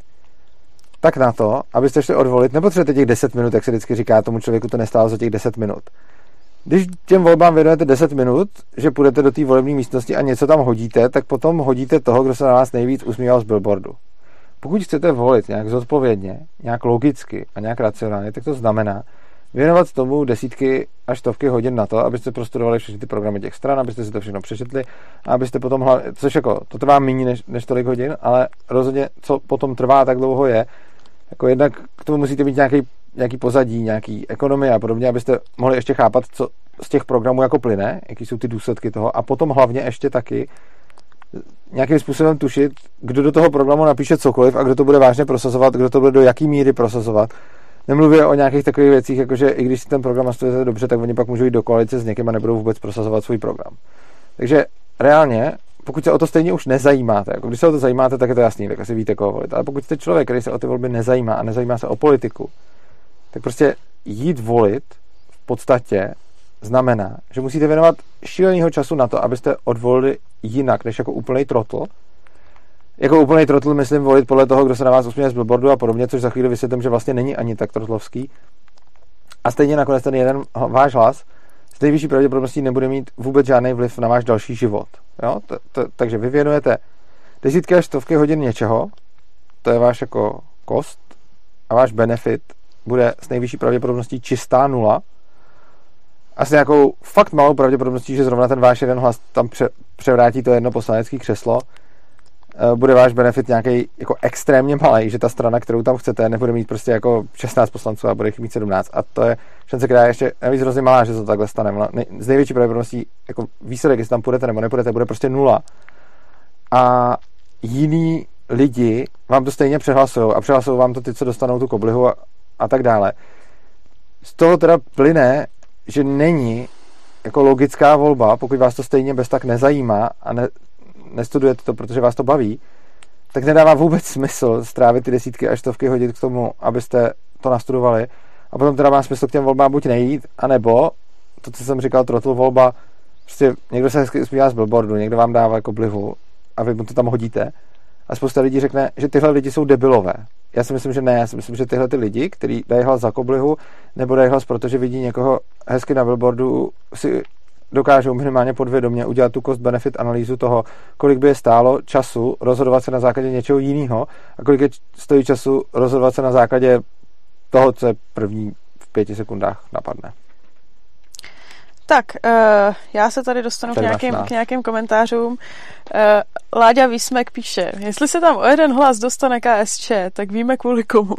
tak na to, abyste šli odvolit, nepotřebujete těch deset minut, jak se vždycky říká, tomu člověku to nestálo za těch deset minut. Když těm volbám věnujete deset minut, že půjdete do té volební místnosti a něco tam hodíte, tak potom hodíte toho, kdo se na vás nejvíc usmíval z billboardu. Pokud chcete volit nějak zodpovědně, nějak logicky a nějak racionálně, tak to znamená, věnovat tomu desítky až stovky hodin na to, abyste prostudovali všechny ty programy těch stran, abyste si to všechno přečetli a abyste potom, hlavně, což jako, to trvá méně než, než tolik hodin, ale rozhodně, co potom trvá tak dlouho je, jako jednak k tomu musíte mít nějaký, nějaký pozadí, nějaký ekonomie a podobně, abyste mohli ještě chápat, co z těch programů jako plyne, jaký jsou ty důsledky toho a potom hlavně ještě taky nějakým způsobem tušit, kdo do toho programu napíše cokoliv a kdo to bude vážně prosazovat, kdo to bude do jaký míry prosazovat. Nemluvím o nějakých takových věcích, jakože i když si ten program nastudujete dobře, tak oni pak můžou jít do koalice s někým a nebudou vůbec prosazovat svůj program. Takže reálně, pokud se o to stejně už nezajímáte, jako když se o to zajímáte, tak je to jasný, tak asi víte, koho volit. Ale pokud jste člověk, který se o ty volby nezajímá a nezajímá se o politiku, tak prostě jít volit v podstatě znamená, že musíte věnovat šílenýho času na to, abyste odvolili jinak, než jako úplnej trotl. Jako úplnej trotl myslím volit podle toho, kdo se na vás usměje z billboardu a podobně, což za chvíli vysvětlím, že vlastně není ani tak trotlovský. A stejně nakonec ten jeden váš hlas s nejvyšší pravděpodobností nebude mít vůbec žádný vliv na váš další život. Jo? T- t- takže vy věnujete desítky až stovky hodin něčeho, to je váš jako kost a váš benefit bude s nejvyšší pravděpodobností čistá nula. A s nějakou fakt malou pravděpodobností, že zrovna ten váš jeden hlas tam pře- převrátí to jedno poslanecké křeslo, bude váš benefit nějaký jako extrémně malý, že ta strana, kterou tam chcete, nebude mít prostě jako šestnáct poslanců a bude jich mít sedmnáct. A to je šance, která je ještě navíc hrozně malá, že to takhle stane. Z největší pravděpodobností jako výsledek, jestli tam půjdete nebo nepůjdete, bude prostě nula. A jiní lidi vám to stejně přehlasují a přehlasují vám to ty, co dostanou tu koblihu a, a tak dále. Z toho teda plyne, že není jako logická volba, pokud vás to stejně bez tak nezajímá a ne, nestudujete to, protože vás to baví, tak nedává vůbec smysl strávit ty desítky až stovky hodin k tomu, abyste to nastudovali a potom teda má smysl k těm volbám buď nejít, anebo to, co jsem říkal, trotl volba, prostě někdo se hezky usmívá z billboardu, někdo vám dává jako blihu a vy mu to tam hodíte a spousta lidí řekne, že tyhle lidi jsou debilové. Já si myslím, že ne, já si myslím, že tyhle ty lidi, kteří dají hlas za koblihu nebo dají hlas, protože vidí někoho hezky na billboardu, si dokážou minimálně podvědomě udělat tu cost-benefit analýzu toho, kolik by je stálo času rozhodovat se na základě něčeho jiného a kolik je stojí času rozhodovat se na základě toho, co je první v pěti sekundách napadne. Tak, uh, já se tady dostanu tady k nějakým, k nějakým komentářům. Uh, Láďa Výsmek píše, jestli se tam o jeden hlas dostane K S Č, tak víme kvůli komu.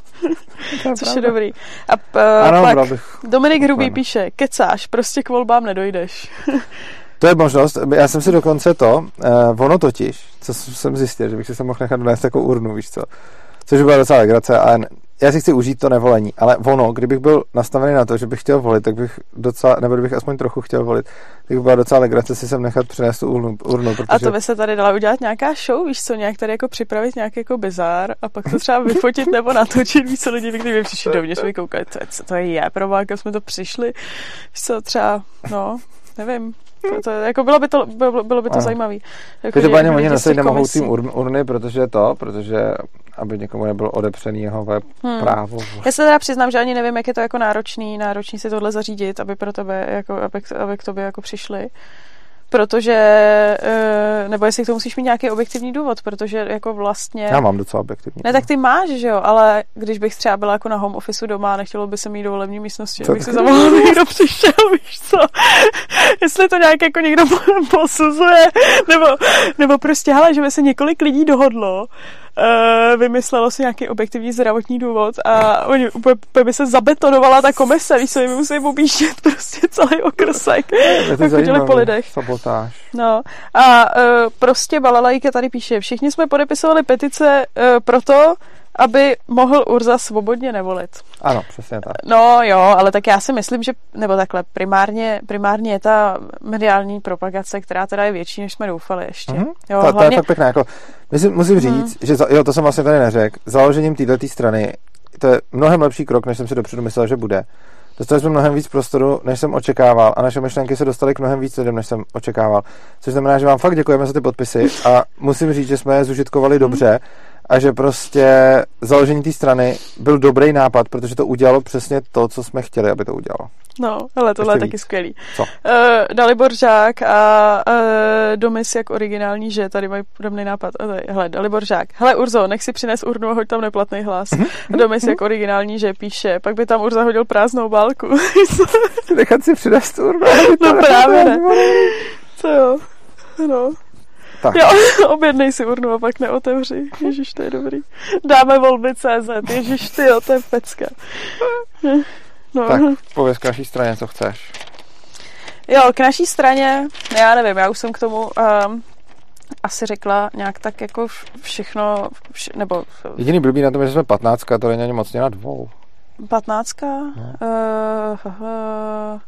Je Což je dobrý. A uh, ano, pak bych... Dominik Hrubý píše, kecáš, prostě k volbám nedojdeš. To je možnost. Já jsem si dokonce to, uh, ono totiž, co jsem zjistil, že bych si se mohl nechat donést jako urnu, víš co. Což by byla docela legrace a já si chci užít to nevolení, ale ono, kdybych byl nastavený na to, že bych chtěl volit, tak bych docela, nebo kdybych aspoň trochu chtěl volit, tak by byla docela legrace si sem nechat přinést tu urnu. urnu protože... A to by se tady dala udělat nějaká show, víš co, nějak tady jako připravit nějaký jako bizár a pak to třeba vyfotit nebo natočit, víš co, lidi, kteří by přišli dovnitř, mi koukali, co, co to je, proboha, jak jsme to přišli, víš co, třeba, no, nevím. To, to, jako bylo by to, bylo, bylo by to zajímavé. Jako Každopádně oni nosit nemohou tým urny, protože to, protože aby někomu nebylo odepřený jeho web hmm. právo. Já se teda přiznám, že ani nevím, jak je to jako náročný, náročný si tohle zařídit, aby pro tebe, jako, aby, aby k tobě jako přišli. Protože, nebo jestli k tomu musíš mít nějaký objektivní důvod, protože jako vlastně... Já mám docela objektivní. Ne, tak ty máš, že jo, ale když bych třeba byla jako na home officeu doma a nechtělo by se mít do volební místnosti, abych si zavolala, někdo přišel, víš co, jestli to nějak jako někdo posuzuje, nebo, nebo prostě, hele, že by se několik lidí dohodlo, Uh, vymyslelo si nějaký objektivní zdravotní důvod a oni úplně, úplně by se zabetonovala ta komise, víš co, my musí objíždět prostě celý okrsek. Tak chodili po lidech. Sabotáž. No a uh, prostě Balalajka tady píše, všichni jsme podepisovali petice uh, proto, aby mohl Urza svobodně nevolit. Ano, přesně tak. No jo, ale tak já si myslím, že, nebo takhle, primárně, primárně je ta mediální propagace, která teda je větší, než jsme doufali ještě. Mm-hmm. Jo, to, hlavně... to je fakt pěkné, jako, myslím, musím říct, mm. že, za, jo, to jsem vlastně tady neřekl, založením této strany, to je mnohem lepší krok, než jsem si dopředu myslel, že bude. Dostali jsme mnohem víc prostoru, než jsem očekával a naše myšlenky se dostaly k mnohem víc lidem, než jsem očekával. Což znamená, že vám fakt děkujeme za ty podpisy a musím říct, že jsme je zužitkovali dobře a že prostě založení té strany byl dobrý nápad, protože to udělalo přesně to, co jsme chtěli, aby to udělalo. No, hele, tohle Ještě je taky víc. skvělý. Co? Uh, Dalibor Žák a uh, Domis jak originální, že tady mají podobný nápad. Uh, hele, Dalibor Žák. Hele, Urzo, nech si přines urnu a hoď tam neplatný hlas. Domis jak originální, že píše. Pak by tam Urza hodil prázdnou bálku. Nechat si přinést urnu. No právě ne. Co jo? No. Tak. Jo, objednej si urnu a pak neotevři. Ježiš, to je dobrý. Dáme volby tečka cé zet. Ježiš, tyjo, to je pecka. No. Tak, pověz k naší straně, co chceš. Jo, k naší straně, já nevím, já už jsem k tomu um, asi řekla nějak tak jako všechno, vš, nebo... Jediný blbý na tom je, že jsme patnáctka, to není ani moc na dvou. Patnáctka? No. Uh, uh,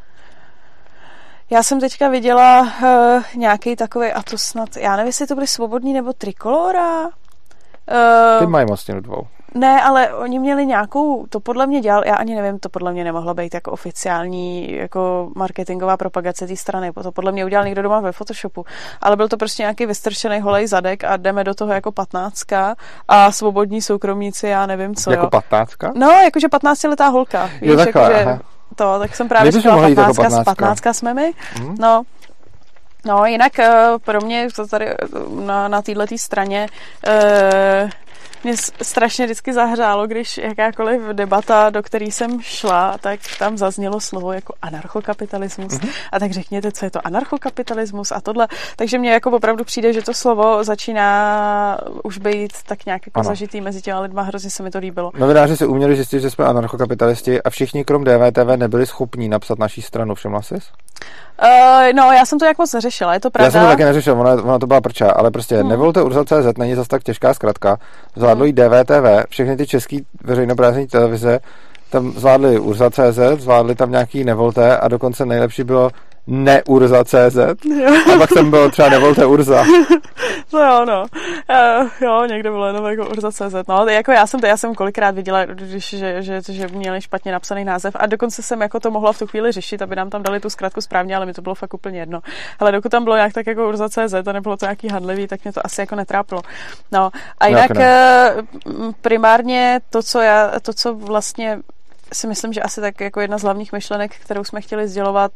já jsem teďka viděla uh, nějaký takový, a to snad, já nevím, jestli to byly Svobodní nebo Trikolora. Uh, Ty mají moc na dvou. Ne, ale oni měli nějakou, to podle mě dělal, já ani nevím, to podle mě nemohlo být jako oficiální jako marketingová propagace té strany, to podle mě udělal někdo doma ve Photoshopu, ale byl to prostě nějaký vystrčený holej zadek a jdeme do toho jako patnáctka a svobodní soukromníci, já nevím co. Jako jo. patnáctka? No, jakože patnáctiletá holka. Jo, víš, takhle, jakože aha. To, tak jsem právě Kdyby říkala mohli jít jako patnáctka, patnáctka. patnáctka jsme my. Hmm. No, no, jinak uh, pro mě to tady na, na této straně uh, mě strašně vždycky zahřálo, když jakákoliv debata, do které jsem šla, tak tam zaznělo slovo jako anarchokapitalismus. Mm-hmm. A tak řekněte, co je to anarchokapitalismus a tohle. Takže mně jako opravdu přijde, že to slovo začíná už být tak nějak jako zažitý mezi těma lidma. Hrozně se mi to líbilo. Novináři si uměli zjistit, že jsme anarchokapitalisti a všichni krom D V T V nebyli schopní napsat naší stranu. Všimla jsi? Uh, no, já jsem to jak moc neřešila, je to pravda. Já jsem to taky neřešil, ona, ona to byla prča, ale prostě hmm. nevolte Urza tečka cé zet, není zas tak těžká zkratka. Zvládlo jí D V T V, všechny ty český veřejnoprávní televize tam zvládli Urza tečka cé zet, zvládli tam nějaký nevolte a dokonce nejlepší bylo ne Urza tečka cé zet a pak tam bylo třeba nevolte Urza. No jo, no. Uh, jo, někde bylo jenom jako Urza tečka cé zet. No, jako já jsem to, já jsem kolikrát viděla, když, že, že, že měli špatně napsaný název a dokonce jsem jako to mohla v tu chvíli řešit, aby nám tam dali tu zkratku správně, ale mi to bylo fakt úplně jedno. Ale dokud tam bylo nějak tak jako Urza tečka cé zet a nebylo to nějaký handlivý, tak mě to asi jako netrápilo. No, a jinak uh, primárně to, co já, to, co vlastně si myslím, že asi tak jako jedna z hlavních myšlenek, kterou jsme chtěli sdělovat,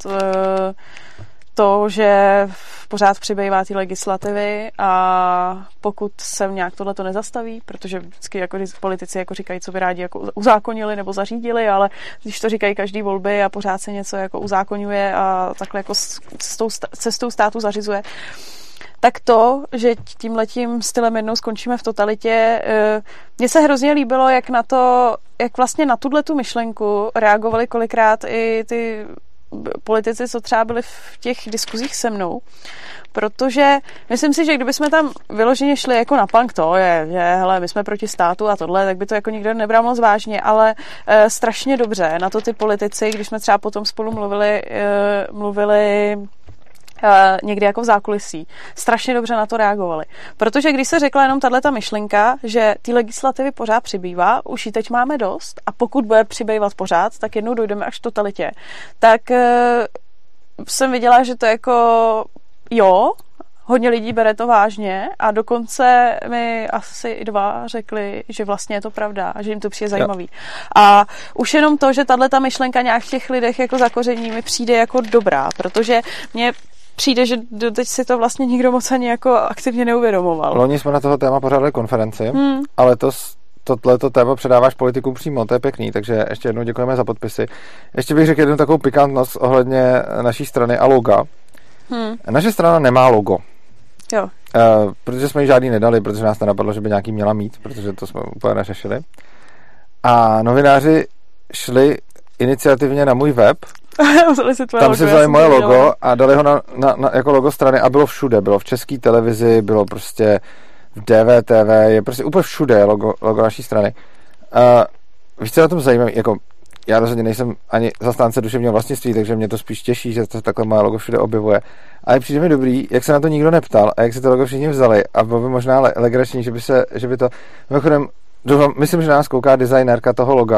to, že pořád přibývá ty legislativy a pokud se nějak tohle to nezastaví, protože vždycky jako politici jako říkají, co by rádi jako uzákonili nebo zařídili, ale když to říkají každý volby a pořád se něco jako uzákonňuje a takhle jako cestou, cestou státu zařizuje, tak to, že tímhletím stylem jednou skončíme v totalitě, mně se hrozně líbilo, jak na to, jak vlastně na tuhletu myšlenku reagovali kolikrát i ty politici, co třeba byli v těch diskuzích se mnou, protože myslím si, že kdybychom tam vyloženě šli jako na punk to, je, že hele, my jsme proti státu a tohle, tak by to jako nikdo nebral moc vážně, ale e, strašně dobře na to ty politici, když jsme třeba potom spolu mluvili, e, mluvili Uh, někdy jako v zákulisí. Strašně dobře na to reagovali. Protože když se řekla jenom tato myšlenka, že ty legislativy pořád přibývá, už ji teď máme dost a pokud bude přibývat pořád, tak jednou dojdeme až k totalitě. Tak uh, jsem viděla, že to jako jo, hodně lidí bere to vážně a dokonce mi asi i dva řekli, že vlastně je to pravda a že jim to přijde zajímavý. Jo. A už jenom to, že tato myšlenka nějak v těch lidech jako zakoření mi přijde jako dobrá, protože mě přijde, že doteď si to vlastně nikdo moc ani jako aktivně neuvědomoval. Loni jsme na toho téma pořádali konferenci, hmm. ale to tohleto téma předáváš politikům přímo, to je pěkný, takže ještě jednou děkujeme za podpisy. Ještě bych řekl jednu takovou pikantnost ohledně naší strany a loga. Hmm. Naše strana nemá logo. Jo. Uh, protože jsme ji žádný nedali, protože nás nenapadlo, že by nějaký měla mít, protože to jsme úplně neřešili. A novináři šli iniciativně na můj web, si tam logo, si vzali moje logo dělala. A dali ho na, na, na, jako logo strany a bylo všude. Bylo v České televizi, bylo prostě v D V T V, je prostě úplně všude logo, logo naší strany. Uh, víš, co na tom zajímavé? Jako, já rozhodně nejsem ani zastánce duševního vlastnictví, takže mě to spíš těší, že to takhle moje logo všude objevuje. Ale přijde mi dobrý, jak se na to nikdo neptal a jak se to logo všichni vzali a bylo by možná legrační, že by, se, že by to... Mimochodem, myslím, že nás kouká designérka toho loga,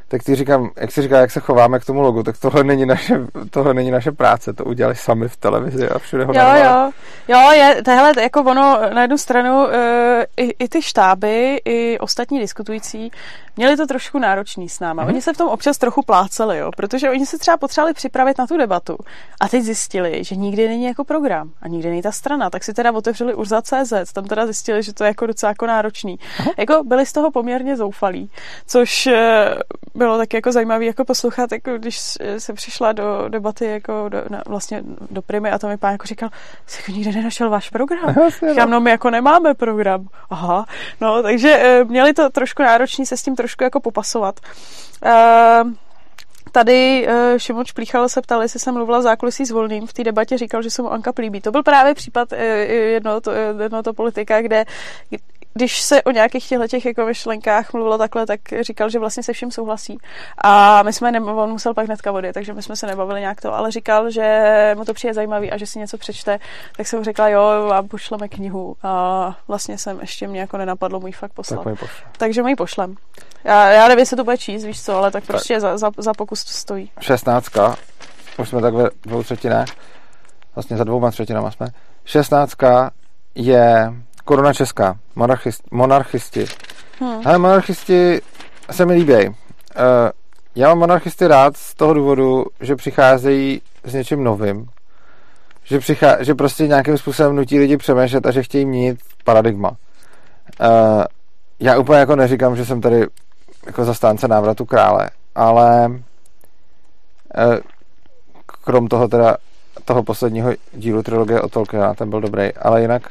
tak ty říkám, jak si říká, jak se chováme k tomu logu, tak tohle není naše, tohle není naše práce, to udělali sami v televizi a všude ho Jo, jo, jo, je, tohle jako ono, na jednu stranu e, i, i ty štáby, i ostatní diskutující měli to trošku náročný s náma. Mm-hmm. Oni se v tom občas trochu pláceli, jo, protože oni se třeba potřebovali připravit na tu debatu a teď zjistili, že nikdy není jako program a nikdy není ta strana, tak si teda otevřeli urza tečka cé zet, tam teda zjistili, že to je jako docela jako náročný. Mm-hmm. Jako byli z toho poměrně zoufalí, což e, bylo taky jako zajímavé jako poslouchat, jako když jsem přišla do debaty jako do, na, vlastně do Primy a to mi pán jako říkal, jsi jako nikdy nenašel váš program. Říkám, no my jako nemáme program. Aha, no takže e, měli to trošku náročný se s tím trošku jako popasovat. E, Tady uh, Šimon Šplíchal se ptal, jestli jsem mluvila v zákulisí s Volným. V té debatě říkal, že se mu Anka líbí. To byl právě případ uh, jednoho to, jednoho to politika, kde když se o nějakých těch jako myšlenkách mluvilo takhle, tak říkal, že vlastně se vším souhlasí. A my jsme, ne, on musel pak hnedka vody, takže my jsme se nebavili nějak to, ale říkal, že mu to přijde zajímavý a že si něco přečte, tak jsem mu řekla, jo, vám pošleme knihu. A vlastně jsem ještě mě jako nenapadlo mu ji fakt poslat. Tak takže mi ji pošlem. Já, já nevím, jestli to bude číst, víš co, ale tak prostě tak. Za, za, za pokus to stojí. šestnáctka, už jsme tak ve dvou třetinách, vlastně za dvouma třetinama jsme. šestnáctka je Koruna česká, monarchist, monarchisti. Hmm. Ale monarchisti se mi líbí. Uh, já mám monarchisty rád z toho důvodu, že přicházejí s něčím novým. Že, přichá, že prostě nějakým způsobem nutí lidi přemýšlet a že chtějí měnit paradigma. Uh, já úplně jako neříkám, že jsem tady jako zastánce návratu krále, ale uh, krom toho teda toho posledního dílu trilogie o Tolkiena, ten byl dobrý, ale jinak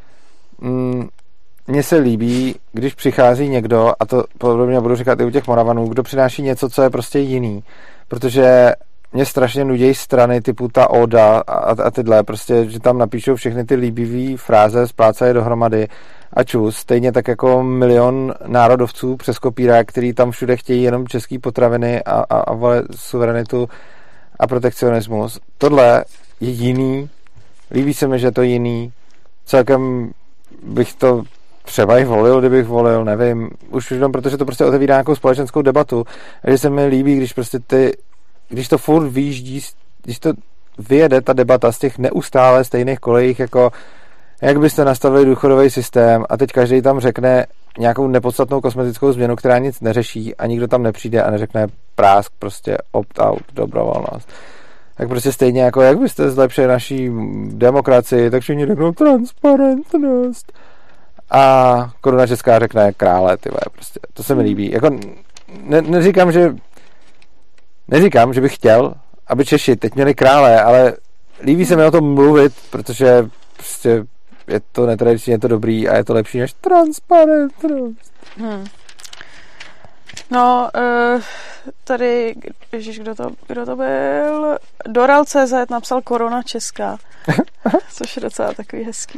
mně se líbí, když přichází někdo, a to podobně budu říkat i u těch Moravanů, kdo přináší něco, co je prostě jiný, protože mě strašně nudějí strany typu ta Oda a, a tyhle, prostě, že tam napíšou všechny ty líbivý fráze, splácají dohromady a čus, stejně tak jako milion národovců přes kopírák, který tam všude chtějí jenom český potraviny a, a, a vole suverenitu a protekcionismus. Tohle je jiný, líbí se mi, že je to jiný, celkem bych to třeba i volil, kdybych volil, nevím, už jenom protože to prostě otevírá nějakou společenskou debatu a že se mi líbí, když prostě ty, když to furt výjíždí, když to vyjede ta debata z těch neustále stejných kolejích, jako jak byste nastavili důchodový systém a teď každý tam řekne nějakou nepodstatnou kosmetickou změnu, která nic neřeší a nikdo tam nepřijde a neřekne prásk, prostě opt-out, dobrovolnost. Tak prostě stejně jako, jak byste zlepšili naší demokracii, tak všichni řeknou transparentnost. A Koruna česká řekne krále, ty vole, prostě. To se mi líbí. Jako, ne, neříkám, že neříkám, že bych chtěl, aby Češi teď měli krále, ale líbí se mi o tom mluvit, protože prostě je to netradičně, je to dobrý a je to lepší než transparentnost. Hmm. No, uh, tady, ježiš, kdo to, kdo to byl? Doral tečka cé zet napsal Koruna česká, což je docela takový hezký.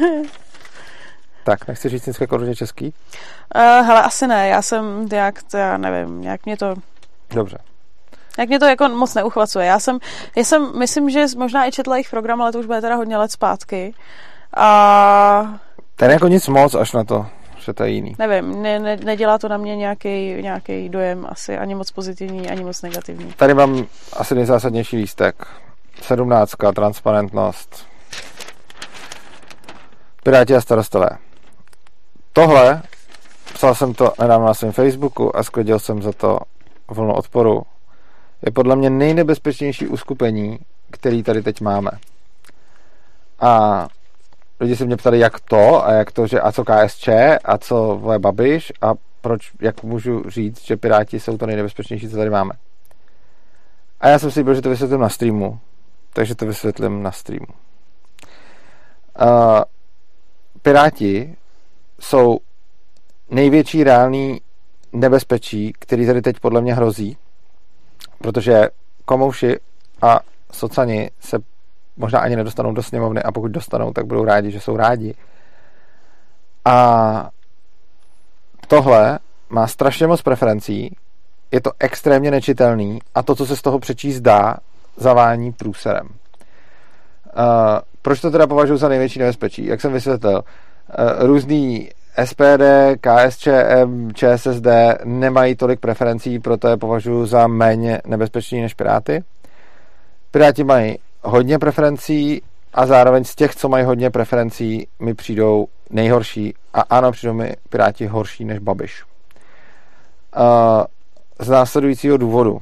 Tak, nechci říct nic ke Koruně český? Uh, hele, asi ne, já jsem nějak, to já nevím, nějak mě to... Dobře. Jak mě to jako moc neuchvacuje. Já jsem, já jsem, myslím, že možná i četla jejich program, ale to už bude teda hodně let zpátky. A... Ten jako nic moc až na to, že to je jiný. Nevím, ne, ne, nedělá to na mě nějaký, nějaký dojem asi ani moc pozitivní, ani moc negativní. Tady mám asi nejzásadnější lístek. Sedmnáctka, transparentnost. Piráti a starostové. Tohle, psal jsem to nedávno na svém Facebooku a sklidil jsem za to vlnu odporu, je podle mě nejnebezpečnější uskupení, který tady teď máme. A lidi se mě ptali, jak to, a jak to, že a co K S Č, a co vole Babiš, a proč, jak můžu říct, že Piráti jsou to nejnebezpečnější, co tady máme. A já jsem si byl, že to vysvětlím na streamu, takže to vysvětlím na streamu. Uh, Piráti jsou největší reálný nebezpečí, který tady teď podle mě hrozí, protože komouši a socani se možná ani nedostanou do sněmovny a pokud dostanou, tak budou rádi, že jsou rádi. A tohle má strašně moc preferencí, je to extrémně nečitelný a to, co se z toho přečíst dá, zavání průserem. Uh, proč to teda považuji za největší nebezpečí? Jak jsem vysvětlil, uh, různý S P D, K S Č M, Č S S D nemají tolik preferencí, proto je považuji za méně nebezpečný než Piráty. Piráti mají hodně preferencí a zároveň z těch, co mají hodně preferencí, mi přijdou nejhorší. A ano, přijdou mi Piráti horší než Babiš. Uh, z následujícího důvodu.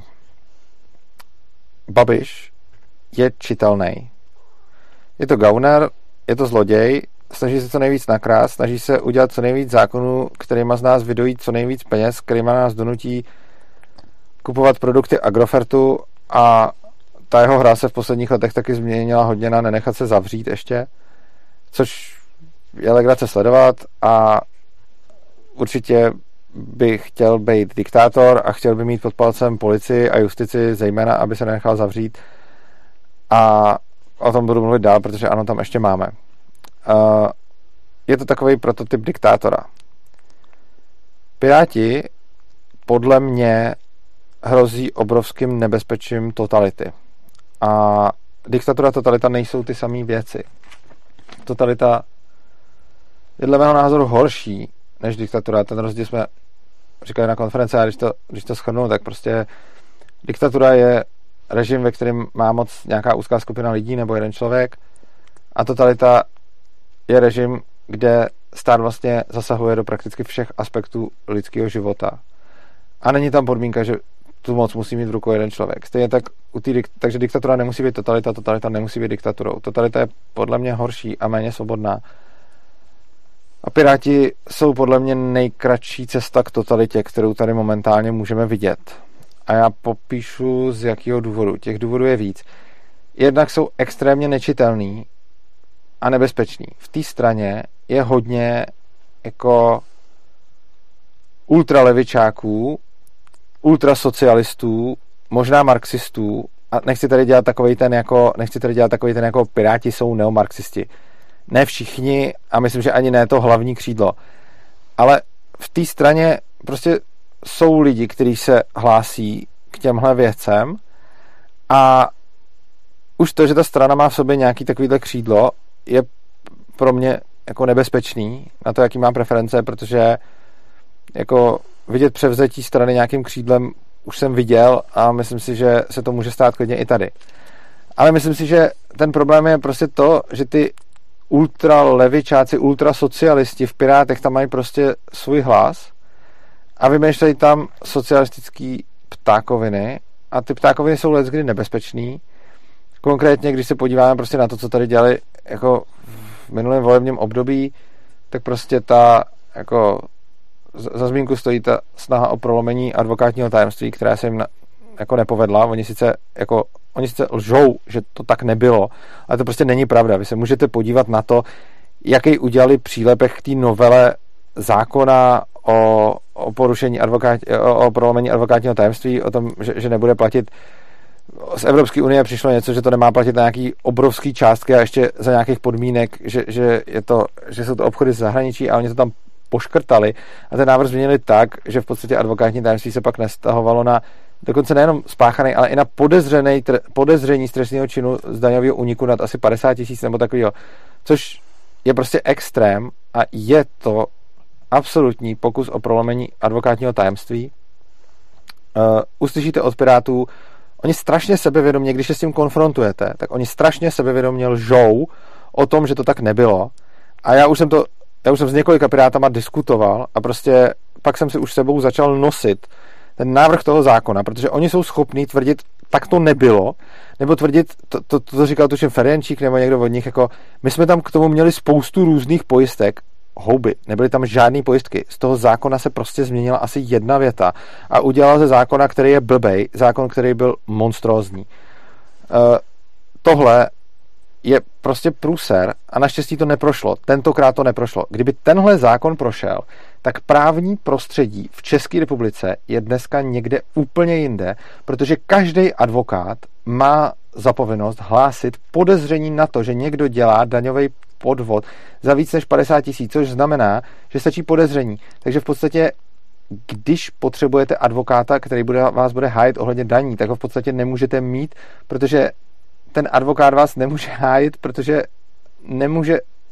Babiš je čitelný. Je to gauner, je to zloděj, snaží se co nejvíc nakrást, snaží se udělat co nejvíc zákonů, kterýma z nás vydojít co nejvíc peněz, kterýma nás donutí kupovat produkty Agrofertu, a ta jeho hra se v posledních letech taky změnila hodně na nenechat se zavřít ještě, což je legrace sledovat, a určitě bych chtěl být diktátor a chtěl by mít pod palcem policii a justici zejména, aby se nenechal zavřít, a o tom budu mluvit dál, protože ano, tam ještě máme. Uh, je to takový prototyp diktátora. Piráti podle mě hrozí obrovským nebezpečím totality. A diktatura a totalita nejsou ty samé věci. Totalita je dle mého názoru horší než diktatura. Ten rozdíl jsme říkali na konferenci, a když to, když to shrnu, tak prostě diktatura je režim, ve kterém má moc nějaká úzká skupina lidí nebo jeden člověk, a totalita je režim, kde stát vlastně zasahuje do prakticky všech aspektů lidského života. A není tam podmínka, že tu moc musí mít v rukou jeden člověk. Stejně tak, u tý, takže diktatura nemusí být totalita, totalita nemusí být diktaturou. Totalita je podle mě horší a méně svobodná. A Piráti jsou podle mě nejkratší cesta k totalitě, kterou tady momentálně můžeme vidět. A já popíšu, z jakého důvodu. Těch důvodů je víc. Jednak jsou extrémně nečitelný a nebezpečný. V té straně je hodně jako ultralevičáků, ultrasocialistů, možná marxistů, a nechci tady dělat takovej ten jako, nechci tady dělat takovej ten jako Piráti jsou neomarxisti. Ne všichni, a myslím, že ani ne to hlavní křídlo. Ale v té straně prostě jsou lidi, kteří se hlásí k těmhle věcem, a už to, že ta strana má v sobě nějaký takovýhle křídlo, je pro mě jako nebezpečný na to, jaký má preference, protože jako vidět převzetí strany nějakým křídlem už jsem viděl, a myslím si, že se to může stát klidně i tady. Ale myslím si, že ten problém je prostě to, že ty ultralevičáci, ultrasocialisti v Pirátech tam mají prostě svůj hlas a vymýšlejí tam socialistický ptákoviny, a ty ptákoviny jsou leckdy nebezpečný. Konkrétně, když se podíváme prostě na to, co tady dělali jako v minulém volebním období, tak prostě ta jako za zmínku stojí ta snaha o prolomení advokátního tajemství, která se jim na, jako nepovedla. Oni sice jako oni sice lžou, že to tak nebylo, ale to prostě není pravda. Vy se můžete podívat na to, jaký udělali přílepek k té novele zákona o, o porušení advokát, o, o prolomení advokátního tajemství, o tom, že, že nebude platit. Z Evropské unie přišlo něco, že to nemá platit na nějaký obrovský částky a ještě za nějakých podmínek, že, že, je to, že jsou to obchody z zahraničí, a oni to tam poškrtali a ten návrh změnili tak, že v podstatě advokátní tajemství se pak nestahovalo na dokonce nejenom spáchaný, ale i na podezřený, podezření z trestného činu z daňového úniku nad asi padesát tisíc nebo takového, což je prostě extrém a je to absolutní pokus o prolomení advokátního tajemství. Uh, uslyšíte od Pirátů, oni strašně sebevědomě, když se s tím konfrontujete, tak oni strašně sebevědomě lžou o tom, že to tak nebylo. A já už jsem to, já už jsem s několika Pirátama diskutoval a prostě pak jsem si už sebou začal nosit ten návrh toho zákona, protože oni jsou schopní tvrdit, tak to nebylo, nebo tvrdit, to, to, to, to říkal tuším Ferjenčík nebo někdo od nich, jako my jsme tam k tomu měli spoustu různých pojistek, houby, nebyly tam žádný pojistky, z toho zákona se prostě změnila asi jedna věta a udělala ze zákona, který je blbej, zákon, který byl monstrózní. Uh, tohle je prostě průser a naštěstí to neprošlo. Tentokrát to neprošlo. Kdyby tenhle zákon prošel, tak právní prostředí v České republice je dneska někde úplně jinde, protože každý advokát má za povinnost hlásit podezření na to, že někdo dělá daňový podvod za víc než padesát tisíc, což znamená, že stačí podezření. Takže v podstatě, když potřebujete advokáta, který bude, vás bude hájit ohledně daní, tak ho v podstatě nemůžete mít, protože ten advokát vás nemůže hájit, protože nemůže,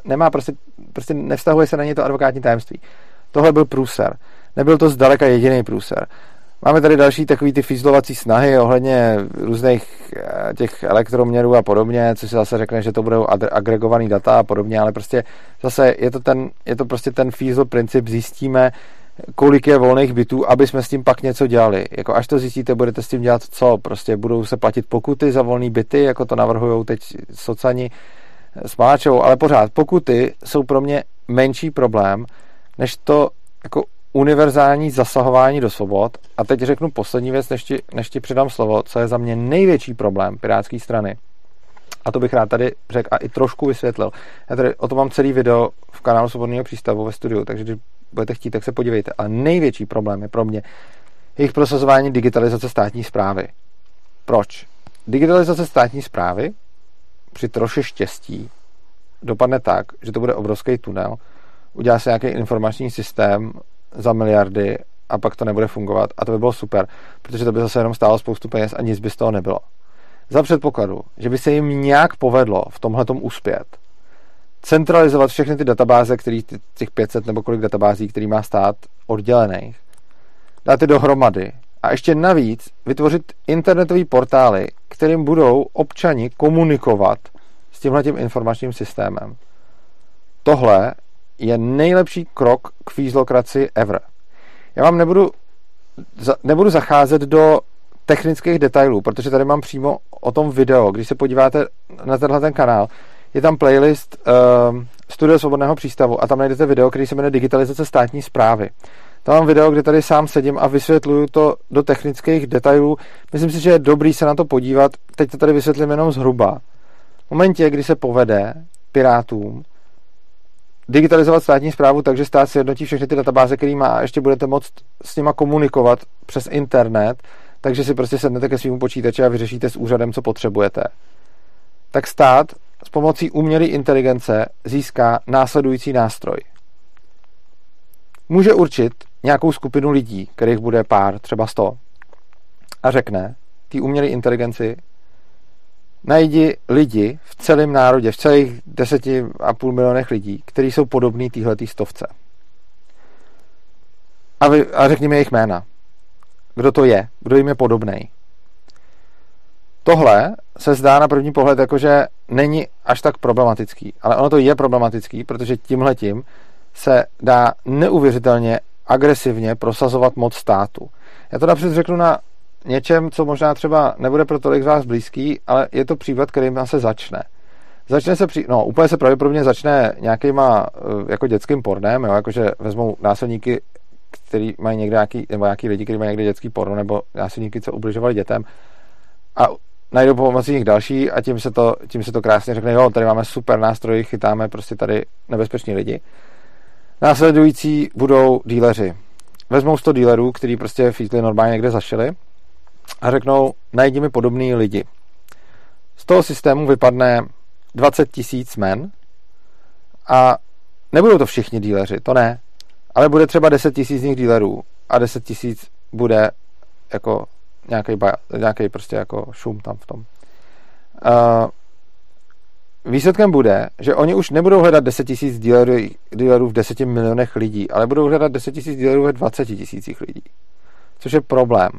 nemá prostě, prostě nevztahuje se na něj to advokátní tajemství. Tohle byl průser. Nebyl to zdaleka jediný průser. Máme tady další takový ty fízlovací snahy ohledně různých těch elektroměrů a podobně, což se zase řekne, že to budou agregovaný data a podobně, ale prostě zase je to, ten, je to prostě ten fízl princip, zjistíme, kolik je volných bytů, aby jsme s tím pak něco dělali. Jako až to zjistíte, budete s tím dělat co? Prostě budou se platit pokuty za volný byty, jako to navrhujou teď socani s Maláčovou, ale pořád pokuty jsou pro mě menší problém, než to jako univerzální zasahování do svobod. A teď řeknu poslední věc, než ti, než ti přidám slovo, co je za mě největší problém pirátské strany. A to bych rád tady řekl a i trošku vysvětlil. Já tady o tom mám celý video v kanálu Svobodného přístavu ve studiu, takže když budete chtít, tak se podívejte. Ale největší problém je pro mě jejich prosazování digitalizace státní správy. Proč? Digitalizace státní správy při troše štěstí dopadne tak, že to bude obrovský tunel, udělá se nějaký informační systém za miliardy a pak to nebude fungovat a to by bylo super, protože to by zase jenom stálo spoustu peněz a nic by z toho nebylo. Za předpokladu, že by se jim nějak povedlo v tomhletom uspět, centralizovat všechny ty databáze, který, těch pět set nebo kolik databází, který má stát oddělených, dát je dohromady a ještě navíc vytvořit internetový portály, kterým budou občani komunikovat s tímhletím informačním systémem. Tohle je nejlepší krok k fízlokracii ever. Já vám nebudu, nebudu zacházet do technických detailů, protože tady mám přímo o tom video. Když se podíváte na tenhle ten kanál, je tam playlist uh, Studio Svobodného přístavu a tam najdete video, který se jmenuje Digitalizace státní správy. Tam mám video, kde tady sám sedím a vysvětluju to do technických detailů. Myslím si, že je dobrý se na to podívat. Teď to tady vysvětlím jenom zhruba. V momentě, kdy se povede Pirátům digitalizovat státní správu, takže stát si jednotí všechny ty databáze, který má a ještě budete moct s nima komunikovat přes internet, takže si prostě sednete ke svému počítači a vyřešíte s úřadem, co potřebujete. Tak stát s pomocí umělé inteligence získá následující nástroj. Může určit nějakou skupinu lidí, kterých bude pár, třeba sto, a řekne té umělé inteligenci: najdi lidi v celém národě, v celých deseti a půl milionech lidí, kteří jsou podobní téhletý stovce. A, vy, a řekni mi jejich jména. Kdo to je? Kdo jim je podobnej? Tohle se zdá na první pohled jakože není až tak problematický, ale ono to je problematický, protože tímhletím se dá neuvěřitelně agresivně prosazovat moc státu. Já to napřed řeknu na něčem, co možná třeba nebude pro tolik z vás blízký, ale je to případ, kterým se začne. Začne se při... no, úplně se pravděpodobně začne nějakýma jako dětským pornem, jo, jakože vezmou násilníky, který mají někde nějaký, nebo nějaký lidi, kteří mají někde dětský porno, nebo násilníky, co ubližovali dětem, a najdou pomocí nich další a tím se to, tím se to krásně řekne: jo, tady máme super nástroj, chytáme prostě tady nebezpeční lidi. Následující budou díleři. Vezmou sto dílerů, kteří prostě fízli normálně někde zašili, a řeknou: najdi mi podobný lidi. Z toho systému vypadne dvacet tisíc men a nebudou to všichni díleři, to ne, ale bude třeba deset tisíc z nich dílerů a deset tisíc bude jako nějaký, nějaký prostě jako šum tam v tom. Uh, výsledkem bude, že oni už nebudou hledat deset tisíc dílerů, dílerů v deseti milionech lidí, ale budou hledat deset tisíc dílerů ve dvaceti tisících lidí. Což je problém.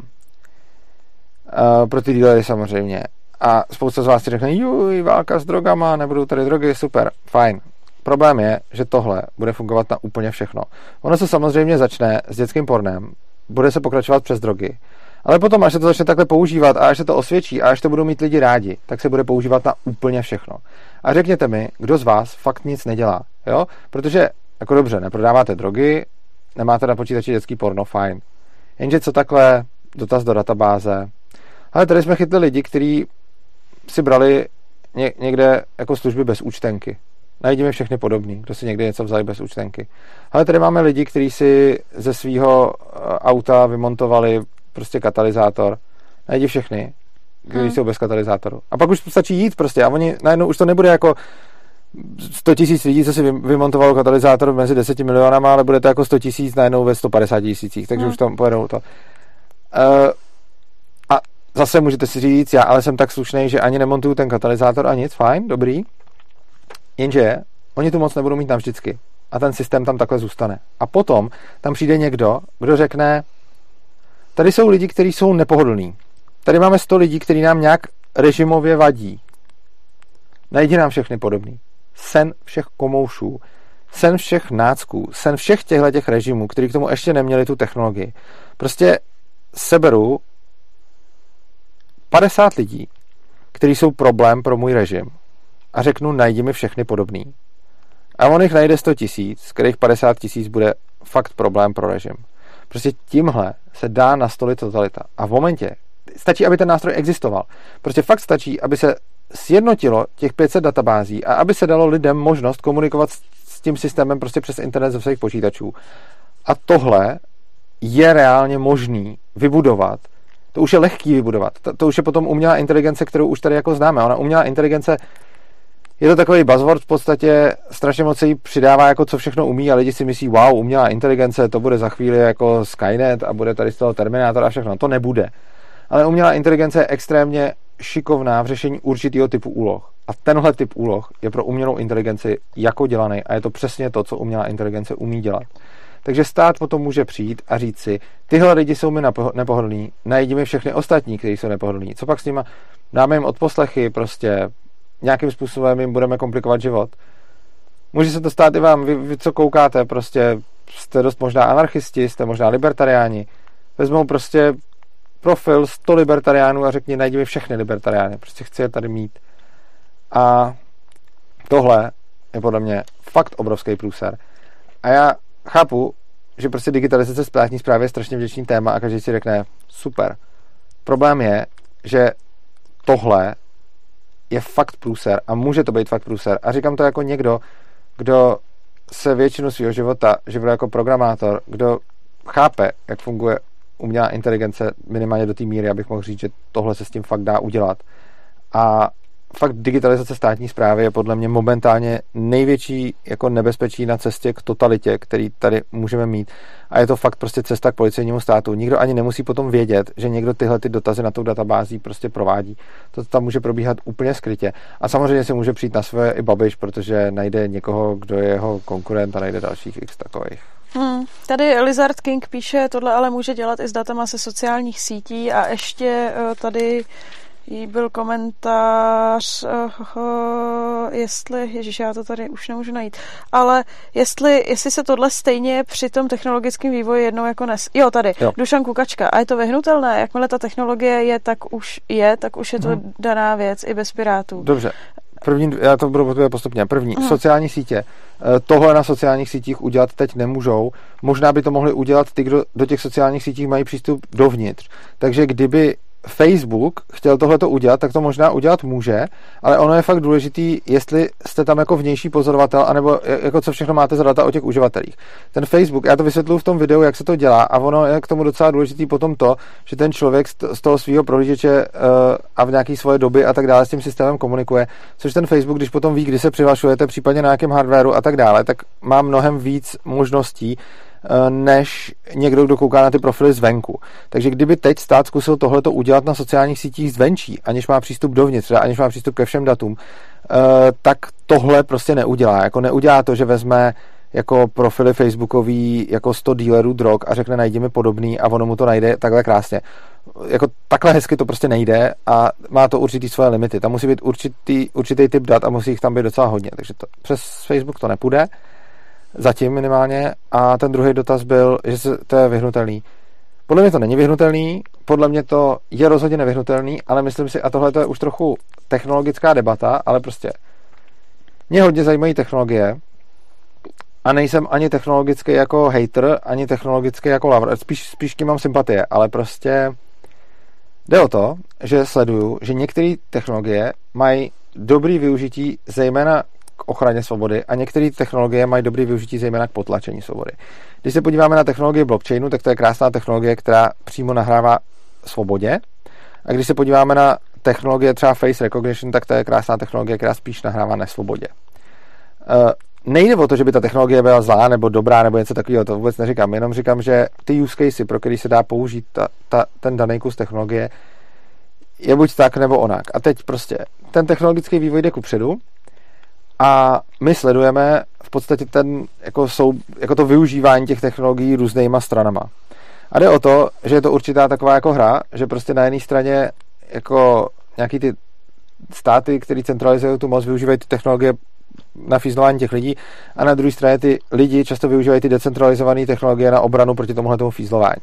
Uh, pro ty dílery samozřejmě. A spousta z vás si řekne: juj, válka s drogama, nebudou tady drogy, super, fajn. Problém je, že tohle bude fungovat na úplně všechno. Ono se samozřejmě začne s dětským pornem, bude se pokračovat přes drogy, ale potom, až se to začne takhle používat a až se to osvědčí a až to budou mít lidi rádi, tak se bude používat na úplně všechno. A řekněte mi, kdo z vás fakt nic nedělá, jo? Protože, jako dobře, neprodáváte drogy, nemáte na počítači dětský porno, fajn. Jenže co takhle, dotaz do databáze. Ale tady jsme chytli lidi, kteří si brali ně, někde jako služby bez účtenky. Najdi mi všechny podobný, kdo si někde něco vzali bez účtenky. Ale tady máme lidi, kteří si ze svého auta vymontovali prostě katalyzátor. Najdi všechny, kteří hmm. jsou bez katalyzátoru. A pak už stačí jít prostě a oni najednou už to nebude jako sto tisíc lidí, co si vymontovalo katalyzátor mezi deseti milionama, ale bude to jako sto tisíc najednou ve sto padesát tisících, takže hmm. už tam pojedou to. Uh, a zase můžete si říct: já ale jsem tak slušnej, že ani nemontuju ten katalyzátor a nic, fajn, dobrý. Jenže oni tu moc nebudou mít navždycky a ten systém tam takhle zůstane. A potom tam přijde někdo, kdo řekne, tady jsou lidi, kteří jsou nepohodlní. Tady máme sto lidí, kteří nám nějak režimově vadí. Najdi nám všechny podobný. Sen všech komoušů, sen všech nácků, sen všech těchto těch režimů, kteří k tomu ještě neměli tu technologii. Prostě seberu padesát lidí, kteří jsou problém pro můj režim a řeknu, najdi mi všechny podobný. A on jich najde sto tisíc, z kterých padesát tisíc bude fakt problém pro režim. Prostě tímhle se dá nastolit totalita. A v momentě, stačí, aby ten nástroj existoval. Prostě fakt stačí, aby se sjednotilo těch pět set databází a aby se dalo lidem možnost komunikovat s tím systémem prostě přes internet ze svých počítačů. A tohle je reálně možný vybudovat. To už je lehký vybudovat. To, to už je potom umělá inteligence, kterou už tady jako známe. Ona umělá inteligence je to takový buzzword, v podstatě strašně moc se jí přidává, jako co všechno umí a lidi si myslí, wow, umělá inteligence, to bude za chvíli jako Skynet a bude tady z toho Terminátor a všechno. To nebude. Ale umělá inteligence je extrémně šikovná v řešení určitého typu úloh. A tenhle typ úloh je pro umělou inteligenci jako dělaný a je to přesně to, co umělá inteligence umí dělat. Takže stát potom může přijít a říct si, tyhle lidi jsou mi nepohodlní, najdi mi všechny ostatní, kteří jsou nepohodlní. Co pak s nima? Dáme jim odposlechy, prostě nějakým způsobem jim budeme komplikovat život. Může se to stát i vám, vy, vy co koukáte, prostě jste dost možná anarchisti, jste možná libertariáni. Vezmou prostě profil sto libertariánů a řekni, najdi mi všechny libertariány. Prostě chci je tady mít. A tohle je podle mě fakt obrovský průser. A já chápu, že prostě digitalizace státní správy je strašně vděčný téma a každý si řekne, super. Problém je, že tohle je fakt průser a může to být fakt průser. A říkám to jako někdo, kdo se většinu svého života živil jako programátor, kdo chápe, jak funguje umělá inteligence minimálně do té míry, abych mohl říct, že tohle se s tím fakt dá udělat. A fakt digitalizace státní správy je podle mě momentálně největší jako nebezpečí na cestě k totalitě, který tady můžeme mít. A je to fakt prostě cesta k policejnímu státu. Nikdo ani nemusí potom vědět, že někdo tyhle ty dotazy na tou databází prostě provádí. To tam může probíhat úplně skrytě. A samozřejmě se může přijít na svoje i Babiš, protože najde někoho, kdo je jeho konkurent a najde dalších x takových. Hmm. Tady Lizard King píše, tohle ale může dělat i s datama se sociálních sítí a ještě tady jí byl komentář, uh, uh, jestli, ježiš, já to tady už nemůžu najít, ale jestli, jestli se tohle stejně při tom technologickém vývoji jednou jako nes... Jo, tady, jo. Dušan Kukačka. A je to vyhnutelné? Jakmile ta technologie je, tak už je, tak už je to hmm. daná věc i bez pirátů. Dobře. První, já to budu postupně. První, hmm. sociální sítě. Tohle na sociálních sítích udělat teď nemůžou. Možná by to mohli udělat ty, kdo do těch sociálních sítích mají přístup dovnitř. Takže kdyby Facebook chtěl tohleto udělat, tak to možná udělat může, ale ono je fakt důležitý, jestli jste tam jako vnější pozorovatel, anebo jako co všechno máte za data o těch uživatelích. Ten Facebook, já to vysvětluji v tom videu, jak se to dělá, a ono je k tomu docela důležitý potom to, že ten člověk z toho svého prohlížeče uh, a v nějaké svoje doby a tak dále s tím systémem komunikuje, což ten Facebook, když potom ví, kdy se přihlašujete, případně na nějakém hardwareu a tak dále, tak má mnohem víc možností, než někdo, kdo kouká na ty profily zvenku. Takže kdyby teď stát zkusil tohleto udělat na sociálních sítích zvenčí, aniž má přístup dovnitř, aniž má přístup ke všem datům, tak tohle prostě neudělá. Jako neudělá to, že vezme jako profily facebookový jako sto dealerů drog a řekne, najdi mi podobný, a ono mu to najde takhle krásně. Jako takhle hezky to prostě nejde a má to určitý svoje limity. Tam musí být určitý, určitý typ dat a musí jich tam být docela hodně. Takže to, přes Facebook to nepůjde. Zatím minimálně. A ten druhý dotaz byl, že se, to je vyhnutelný. Podle mě to není vyhnutelný, podle mě to je rozhodně nevyhnutelný, ale myslím si, a tohle to je už trochu technologická debata, ale prostě mě hodně zajímají technologie a nejsem ani technologický jako hater, ani technologický jako lover, spíš, spíš tím mám sympatie, ale prostě jde o to, že sleduju, že některé technologie mají dobrý využití zejména k ochraně svobody a některé technologie mají dobrý využití zejména k potlačení svobody. Když se podíváme na technologii blockchainu, tak to je krásná technologie, která přímo nahrává svobodě. A když se podíváme na technologie třeba face recognition, tak to je krásná technologie, která spíš nahrává nesvobodě. Uh, nejde o to, že by ta technologie byla zlá nebo dobrá nebo něco takového, to vůbec neříkám, jenom říkám, že ty use casey, pro který se dá použít ta, ta, ten daný kus technologie, je buď tak nebo onak. A teď prostě ten technologický vývoj jde kupředu A my sledujeme v podstatě ten, jako, sou, jako to využívání těch technologií různýma stranama. A jde o to, že je to určitá taková jako hra, že prostě na jedné straně jako nějaký ty státy, které centralizují tu moc, využívají ty technologie na fízlování těch lidí a na druhé straně ty lidi často využívají ty decentralizované technologie na obranu proti tomuhle tomu fízlování.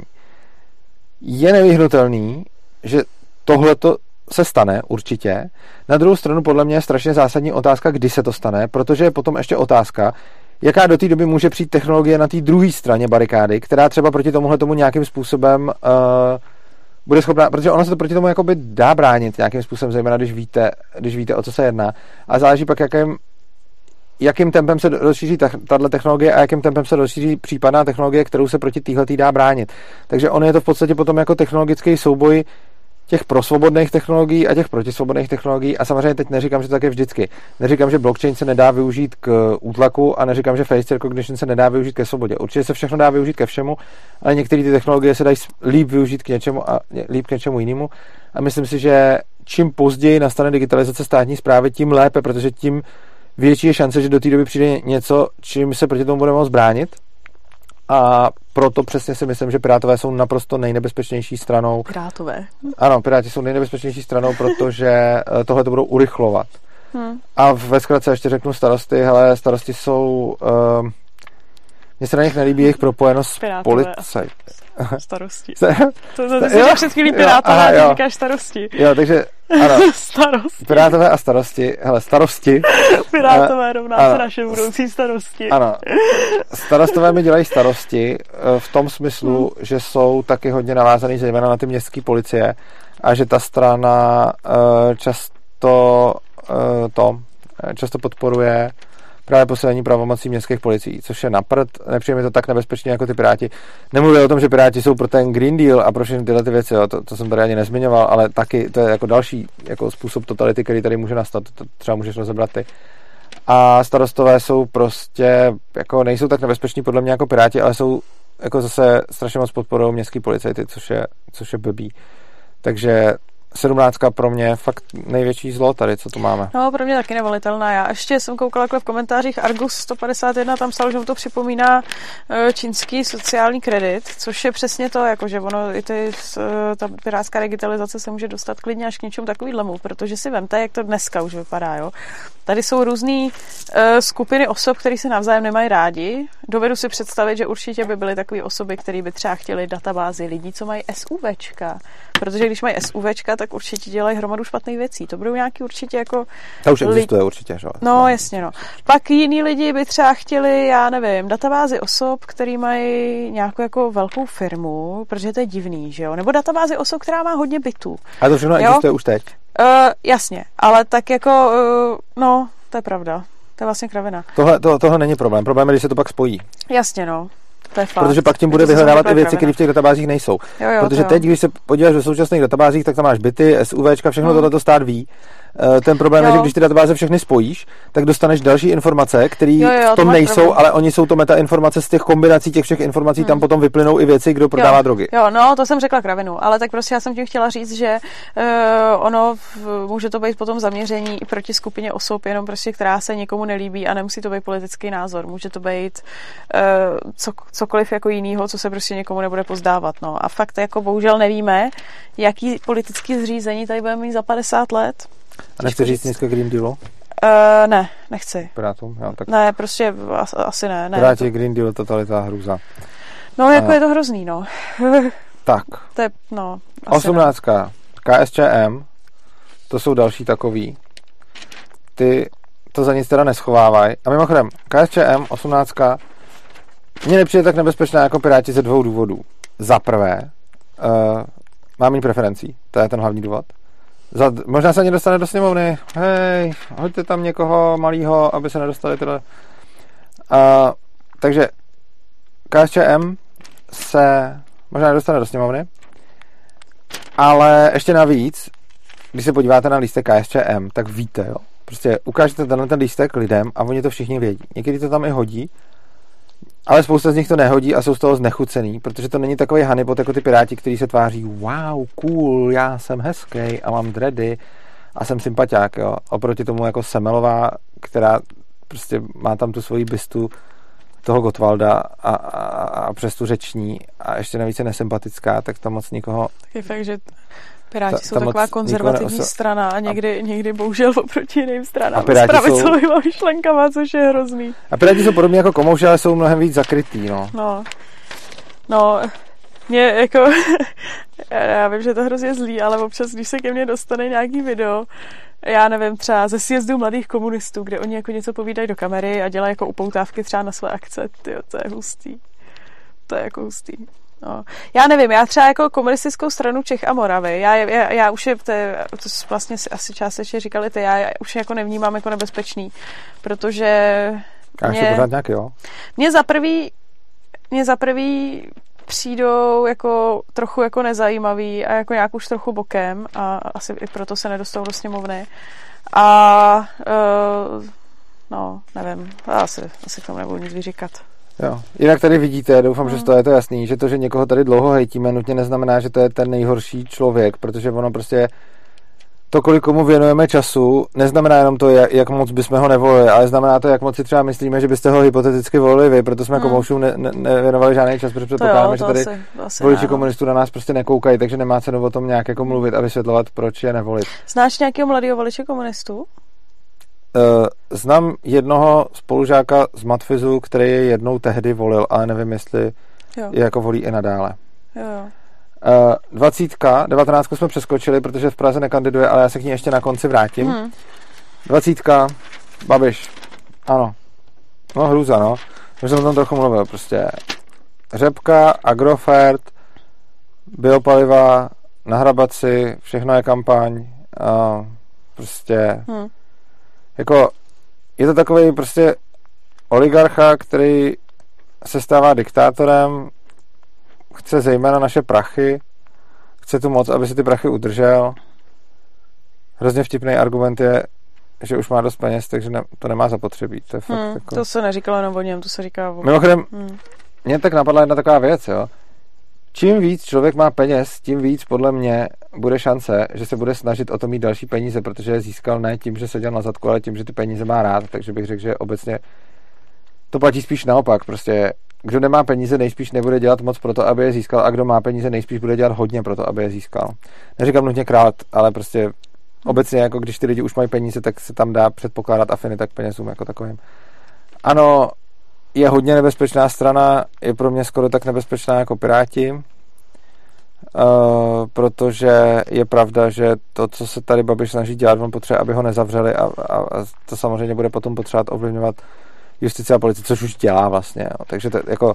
Je nevyhnutelný, že tohleto se stane určitě. Na druhou stranu podle mě je strašně zásadní otázka, kdy se to stane, protože je potom ještě otázka, jaká do té doby může přijít technologie na té druhé straně barikády, která třeba proti tomuhle tomu nějakým způsobem uh, bude schopná, protože ono se to proti tomu jakoby dá bránit nějakým způsobem, zejména když víte, když víte, o co se jedná. A záleží pak, jakým, jakým tempem se rozšíří tato technologie a jakým tempem se rozšíří případná technologie, kterou se proti téhletý dá bránit. Takže ono je to v podstatě potom jako technologický souboj těch prosvobodných technologií a těch protisvobodných technologií a samozřejmě teď neříkám, že to tak je vždycky. Neříkám, že blockchain se nedá využít k útlaku a neříkám, že face recognition se nedá využít ke svobodě. Určitě se všechno dá využít ke všemu, ale některé ty technologie se dají líp využít k něčemu a líp k něčemu jinému. A myslím si, že čím později nastane digitalizace státní správy, tím lépe, protože tím větší je šance, že do té doby přijde něco, čím se proti tomu budeme moct bránit. A proto přesně si myslím, že Pirátové jsou naprosto nejnebezpečnější stranou. Pirátové. Ano, Piráti jsou nejnebezpečnější stranou, protože tohle to budou urychlovat. Hmm. A ve zkratce ještě řeknu starosty, hele, starosti jsou, uh, mně se na nich nelíbí jejich propojenost s policajt. Starosti. To, to, to jsi před chvílí Pirátové, a ty říkáš starosti. Jo, takže ano. Starosti. Pirátové a starosti, hele, starosti. Pirátové rovná se naše budoucí starosti. Ano. Starostové mi dělají starosti v tom smyslu, hmm. že jsou taky hodně navázaný zejména na ty městské policie a že ta strana uh, často uh, to často podporuje právě posílení pravomocí městských policií, což je na prd, nepřijde mi to tak nebezpečně jako ty Piráti. Nemluvím o tom, že Piráti jsou pro ten Green Deal a pro všechny tyhle ty věci, jo, to, to jsem tady ani nezmiňoval, ale taky to je jako další jako způsob totality, který tady může nastat, to třeba můžeš rozebrat ty. A starostové jsou prostě, jako nejsou tak nebezpeční podle mě jako Piráti, ale jsou jako zase strašně moc podporují městský policajty, což je, což je blbý. Takže sedmnáctka pro mě fakt největší zlo tady, co tu máme. No, pro mě taky nevolitelná. Já ještě jsem koukala jako v komentářích Argus sto padesát jedna, tam psal, že mu to připomíná čínský sociální kredit, což je přesně to, jako že ono, i ty, ta pirátská digitalizace se může dostat klidně až k něčemu takovýhlemu, protože si vemte, jak to dneska už vypadá, jo. Tady jsou různý uh, skupiny osob, které se navzájem nemají rádi. Dovedu si představit, že určitě by byly takové osoby, které by třeba chtěly databázi lidí, co mají SUVčka. Protože když mají SUVčka, tak určitě dělají hromadu špatných věcí. To budou nějaký určitě jako... To už existuje li... určitě, že? No, jasně, no. Pak jiní lidi by třeba chtěli, já nevím, databázi osob, který mají nějakou jako velkou firmu, protože to je divný, že jo? Nebo databázi osob, která má hodně bytů. A to všechno existuje už teď? Uh, jasně, ale tak jako, uh, no, to je pravda. To je vlastně kravina. Tohle, to, tohle není problém. Problém je, když se to pak spojí. Jasně, no. To je fakt. Protože pak tím bude vyhledávat i věci, které v těch databázích nejsou. Jo, jo, Protože teď, když se podíváš do současných databázích, tak tam máš byty, SUVčka, všechno hmm. tohleto stát ví. Ten problém jo. je, že když ty databáze všechny spojíš, tak dostaneš další informace, které v tom nejsou, problém. Ale oni jsou to metainformace z těch kombinací těch všech informací, hmm. tam potom vyplynou i věci, kdo prodává jo. drogy. Jo, no, to jsem řekla kravinu, ale tak prostě já jsem tím chtěla říct, že uh, ono v, může to být potom zaměření i proti skupině osob, jenom prostě, která se někomu nelíbí a nemusí to být politický názor. Může to být uh, co, cokoliv jako jinýho, co se prostě někomu nebude pozdávat. No. A fakt jako bohužel nevíme, jaký politický zřízení tady budeme mít za padesát let. A nechci říct nic ke Green Dealu? Uh, ne, nechci. Pirátům? Jo, tak... Ne, prostě as, asi ne. ne Piráti, to... Green Deal, totalita, hrůza. No, jako uh, je to hrozný, no. Tak. To je, no, osmnáctka. K S Č M. To jsou další takový. Ty to za nic teda neschovávají. A mimochodem, K S Č M, osmnáctka. Mně nepřijde tak nebezpečná jako Piráti ze dvou důvodů. Za prvé, uh, mám méně preferencí. To je ten hlavní důvod. Za, možná se ani dostane do sněmovny. Hej, hoďte tam někoho malýho, aby se nedostali tyhle. Uh, takže K S Č M se možná nedostane do sněmovny, ale ještě navíc, když se podíváte na lístek K S Č M, tak víte, jo. Prostě ukážete tenhle ten lístek lidem a oni to všichni vědí. Někdy to tam i hodí, ale spousta z nich to nehodí a jsou z toho znechucený, protože to není takový honeypot jako ty Piráti, kteří se tváří wow, cool, já jsem hezký a mám dready a jsem sympatiák, jo. Oproti tomu jako Semelová, která prostě má tam tu svoji bystu toho Gottwalda a, a, a přes tu řeční a ještě navíc je nesympatická, tak tam moc nikoho... Tak je fakt, že Piráti ta, jsou taková konzervativní neosa... strana a někdy, a... někdy bohužel oproti jiným stranám s pravicovýma jsou... myšlenkama, což je hrozný. A Piráti jsou podobně jako komouši, ale jsou mnohem víc zakrytý, no. No, no mě jako... já vím, že to hrozně zlý, ale občas, když se ke mně dostane nějaký video, já nevím, třeba ze sjezdu mladých komunistů, kde oni jako něco povídají do kamery a dělají jako upoutávky třeba na své akce, tyjo, to je hustý. To je jako hustý. No. Já nevím, já třeba jako komunistickou stranu Čech a Moravy, já, já, já už je, to, je, to vlastně si asi částečně říkali ty, já, já už je jako nevnímám jako nebezpečný, protože mě, pořád nějak, jo? mě za prvý mě za prvý přijdou jako trochu jako nezajímavý a jako nějak už trochu bokem a asi i proto se nedostanou do sněmovny a uh, no, nevím, asi, asi k tomu nebudu nic vyříkat. Jo. Jinak tady vidíte, doufám, hmm. že to je to jasný, že to, že někoho tady dlouho hejtíme, nutně neznamená, že to je ten nejhorší člověk, protože ono prostě to, kolik komu věnujeme času, neznamená jenom to, jak, jak moc bychom ho nevolili, ale znamená to, jak moc si třeba myslíme, že byste ho hypoteticky volili vy, proto jsme hmm. komoušům ne, ne, nevěnovali žádný čas, protože předpokládáme, že tady asi, asi voliči ne, komunistů na nás prostě nekoukají, takže nemá cenu o tom nějak jako mluvit a vysvětlovat, proč je nevolit. Znáš nějakého mladého voliče komunistů? Uh, znám jednoho spolužáka z matfizu, který je jednou tehdy volil, ale nevím, jestli jo. je jako volí i nadále. Jo, jo. Uh, dvacítka, devatenáctku jsme přeskočili, protože v Praze nekandiduje, ale já se k ní ještě na konci vrátím. Hmm. Dvacítka, Babiš, ano. No hrůza, no. Už jsem o tom trochu mluvil, prostě. Řepka, Agrofert, biopaliva, na hrabaci, všechno je kampaň. Uh, prostě... Hmm. Jako, je to takový prostě oligarcha, který se stává diktátorem, chce zejména naše prachy, chce tu moc, aby si ty prachy udržel. Hrozně vtipný argument je, že už má dost peněz, takže ne, to nemá zapotřebí. To, je fakt hmm, jako... to se neříkalo jenom o něm, to se říká o... Mimochodem, hmm. mě tak napadla jedna taková věc, jo. Čím víc člověk má peněz, tím víc podle mě bude šance, že se bude snažit o to mít další peníze, protože je získal ne tím, že seděl na zadku, ale tím, že ty peníze má rád. Takže bych řekl, že obecně to platí spíš naopak. Prostě kdo nemá peníze, nejspíš nebude dělat moc pro to, aby je získal, a kdo má peníze, nejspíš bude dělat hodně pro to, aby je získal. Neříkám nutně krát, ale prostě obecně, jako když ty lidi už mají peníze, tak se tam dá předpokládat afinita k penězům jako takovým. Ano, je hodně nebezpečná strana, je pro mě skoro tak nebezpečná jako Piráti, uh, protože je pravda, že to, co se tady Babiš snaží dělat, on potřebuje, aby ho nezavřeli a, a, a to samozřejmě bude potom potřebovat ovlivňovat justici a policii, což už dělá vlastně. Jo. Takže to jako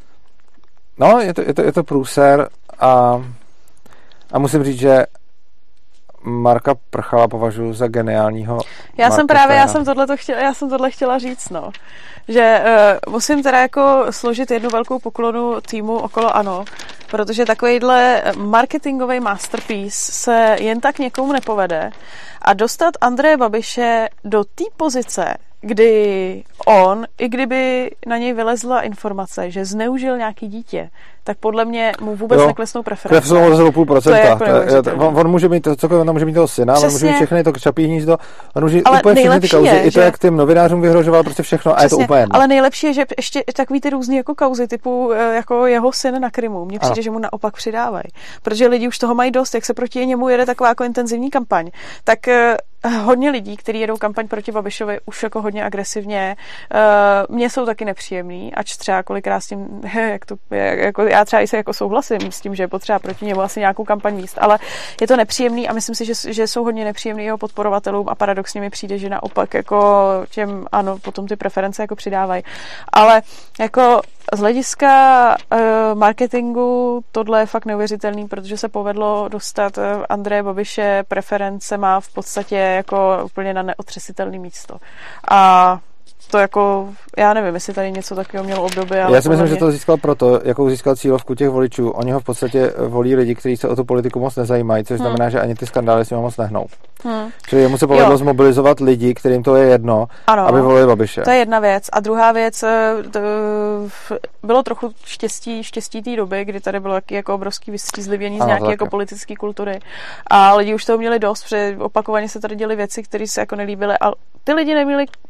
no, je to, je to, je to průser a, a musím říct, že Marka Prchala považuji za geniálního. Já jsem právě, já jsem tohle chtěla, já jsem tohle chtěla říct, no. Že uh, musím teda jako složit jednu velkou poklonu týmu okolo ANO, protože takovýhle marketingový masterpiece se jen tak někomu nepovede a dostat Andreje Babiše do té pozice, kdy on, i kdyby na něj vylezla informace, že zneužil nějaký dítě, tak podle mě mu vůbec jo, neklesnou preference. Klesnou o půl procenta. Jako on, on může mít to, cokoliv, on může mít toho syna, on může mít všechny to Čapí hnízdo, on může ale úplně všechny ty kauzy, je, i to, že... jak těm novinářům vyhrožoval prostě všechno. Přesně, a je to úplně jedno. Ale nejlepší je, že ještě takový ty různý jako kauzy, typu jako jeho syn na Krymu, mně přijde, ano. že mu naopak přidávají. Protože lidi už toho mají dost, jak se proti němu jede taková jako intenzivní kampaň. Tak hodně lidí, kteří jedou kampaň proti Babišovi už jako hodně agresivně, uh, mně jsou taky nepříjemný, ač třeba kolikrát s tím, jak to, jako, já třeba i se jako souhlasím s tím, že je potřeba proti němu asi nějakou kampaň míst, ale je to nepříjemný a myslím si, že, že jsou hodně nepříjemný jeho podporovatelům a paradoxně mi přijde, že naopak jako těm, ano, potom ty preference jako přidávají. Ale jako z hlediska uh, marketingu tohle je fakt neuvěřitelný, protože se povedlo dostat uh, Andreje Babiše, preference má v podstatě jako úplně na neotřesitelné místo. A to jako, já nevím, jestli tady něco takového mělo období. Já si myslím, mě... že to získal proto, jakou získal cílovku těch voličů. Oni ho v podstatě volí lidi, kteří se o tu politiku moc nezajímají, což hmm. znamená, že ani ty skandály s ním moc nehnou. Hmm. Čili jemu se povedlo jo. zmobilizovat lidi, kterým to je jedno, ano, aby volili Babiše. To je jedna věc. A druhá věc, to, bylo trochu štěstí, štěstí té doby, kdy tady bylo jako obrovský vystřízlivění z nějaké jako politické kultury. A lidi už toho měli dost, protože opakovaně se tady děly věci, které se jako nelíbily. A ty lidi neměli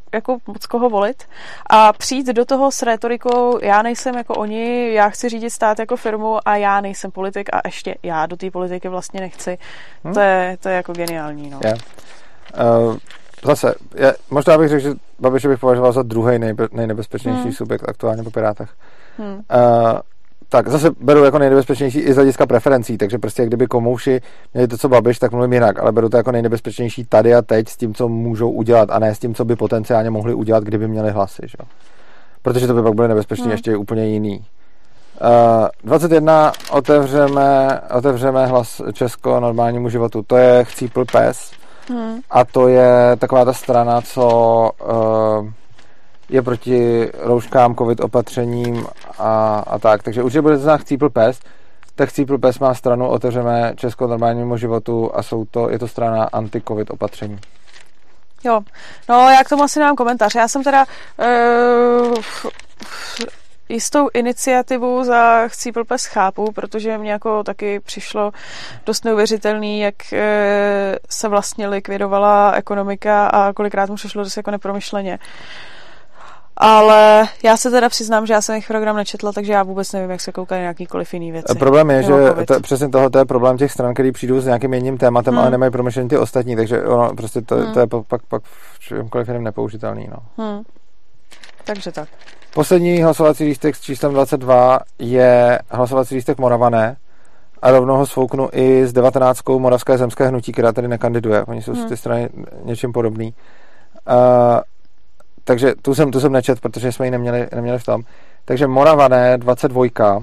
jako moc koho volit a přijít do toho s rétorikou, já nejsem jako oni, já chci řídit stát jako firmu a já nejsem politik a ještě já do té politiky vlastně nechci. Hmm. To, je, to je jako geniální. No. Yeah. Uh, zase, je, možná bych řekl, že Babiše bych považoval za druhý nejbe, nejnebezpečnější hmm. subjekt aktuálně po Pirátech. Hmm. Uh, tak zase beru jako nejnebezpečnější i z hlediska preferencí, takže prostě kdyby komouši měli to, co Babiš, tak mluvím jinak, ale beru to jako nejnebezpečnější tady a teď s tím, co můžou udělat a ne s tím, co by potenciálně mohli udělat, kdyby měli hlasy, že? Protože to by pak byly nebezpečně hmm. ještě úplně jiný. Uh, dvacet jedna otevřeme, otevřeme hlas Česko normálnímu životu. To je Chcípl pes hmm. a to je taková ta strana, co uh, je proti rouškám, covid opatřením a, a tak. Takže určitě budete znát Chcípl pes. Tak Chcípl pes má stranu Otevřeme Česko normálnímu životu a jsou to, je to strana anti-covid opatření. Jo, no já k tomu asi nemám komentář. Já jsem teda uh, jistou iniciativu za Chcípl pes chápu, protože mě jako taky přišlo dost neuvěřitelný, jak uh, se vlastně likvidovala ekonomika a kolikrát mu přišlo dost jako nepromyšleně. Ale já se teda přiznám, že já jsem jejich program nečetla, takže já vůbec nevím, jak se koukají na jakýkoliv jiný věci. Problém je, že to, přesně tohle je problém těch stran, který přijdou s nějakým jedním tématem, hmm. ale nemají promyšlení ty ostatní, takže ono prostě to, hmm. to je pak, pak v čemkoliv jiném nepoužitelný. No. Hmm. Takže tak. Poslední hlasovací lístek s číslem dvacet dva je hlasovací lístek Moravané a rovnou ho svouknu i s devatenáctkou Moravské zemské hnutí, která tady nekandiduje. Oni jsou hmm. z ty strany něčím podobný. Uh, Takže tu jsem, tu jsem nečet, protože jsme ji neměli, neměli v tom. Takže Moravané dvacet dva.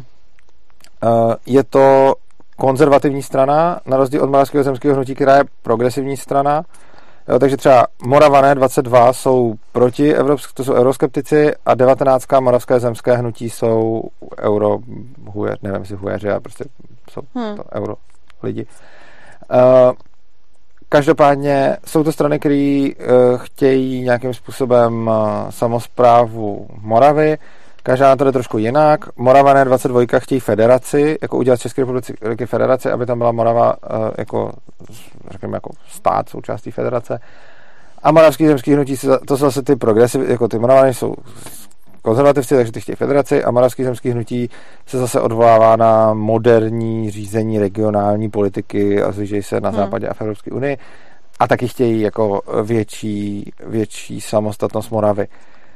Je to konzervativní strana, na rozdíl od Moravského zemského hnutí, která je progresivní strana. Jo, takže třeba Moravané dvacet dva jsou proti, evropsk, to jsou euroskeptici a devatenáctka Moravské zemské hnutí jsou euro, huje, nevím, jestli hujeři, ale prostě jsou hmm. to euro lidi. Uh, Každopádně jsou to strany, které uh, chtějí nějakým způsobem uh, samosprávu Moravy. Každá na to jde trošku jinak. Moravané dvacet dva chtějí federaci, jako udělat České republiky federaci, aby tam byla Morava uh, jako, řekněme, jako stát, součástí federace. A Moravský zemský hnutí, to jsou zase ty progresivy, jako ty Moravané jsou konzervativci, takže ty chtějí federaci a Moravský zemský hnutí se zase odvolává na moderní řízení regionální politiky a zlížejí se na hmm. západě a v Evropské unii a taky chtějí jako větší, větší samostatnost Moravy.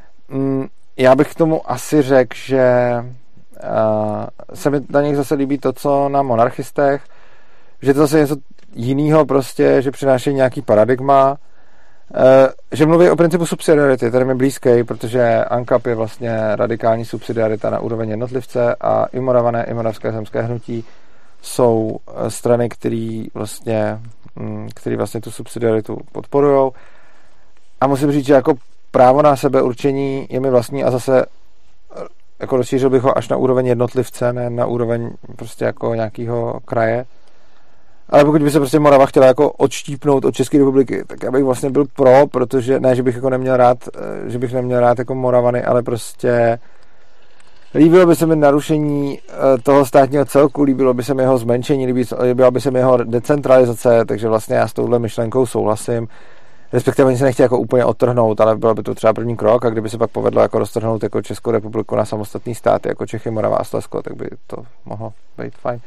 Já bych k tomu asi řekl, že uh, se mi na nich zase líbí to, co na monarchistech, že to zase něco jiného prostě, že přináší nějaký paradigma, Uh, že mluví o principu subsidiarity, tady mi blízkej, protože ANCAP je vlastně radikální subsidiarita na úroveň jednotlivce a i Moravané, i Moravské zemské hnutí jsou strany, které vlastně, který vlastně tu subsidiaritu podporujou. A musím říct, že jako právo na sebeurčení je mi vlastní a zase jako rozšířil bych ho až na úroveň jednotlivce, ne na úroveň prostě jako nějakého kraje. Ale pokud by se prostě Morava chtěla jako odštípnout od České republiky, tak já bych vlastně byl pro, protože ne, že bych jako neměl rád, že bych neměl rád jako Moravany, ale prostě líbilo by se mi narušení toho státního celku, líbilo by se mi jeho zmenšení, líbilo by se mi jeho decentralizace, takže vlastně já s touhle myšlenkou souhlasím. Respektive oni se nechtějí jako úplně odtrhnout, ale bylo by to třeba první krok a kdyby se pak povedlo jako roztrhnout jako Českou republiku na samostatný státy, jako Čechy, Morava a Slezsko, tak by to mohlo být fajn.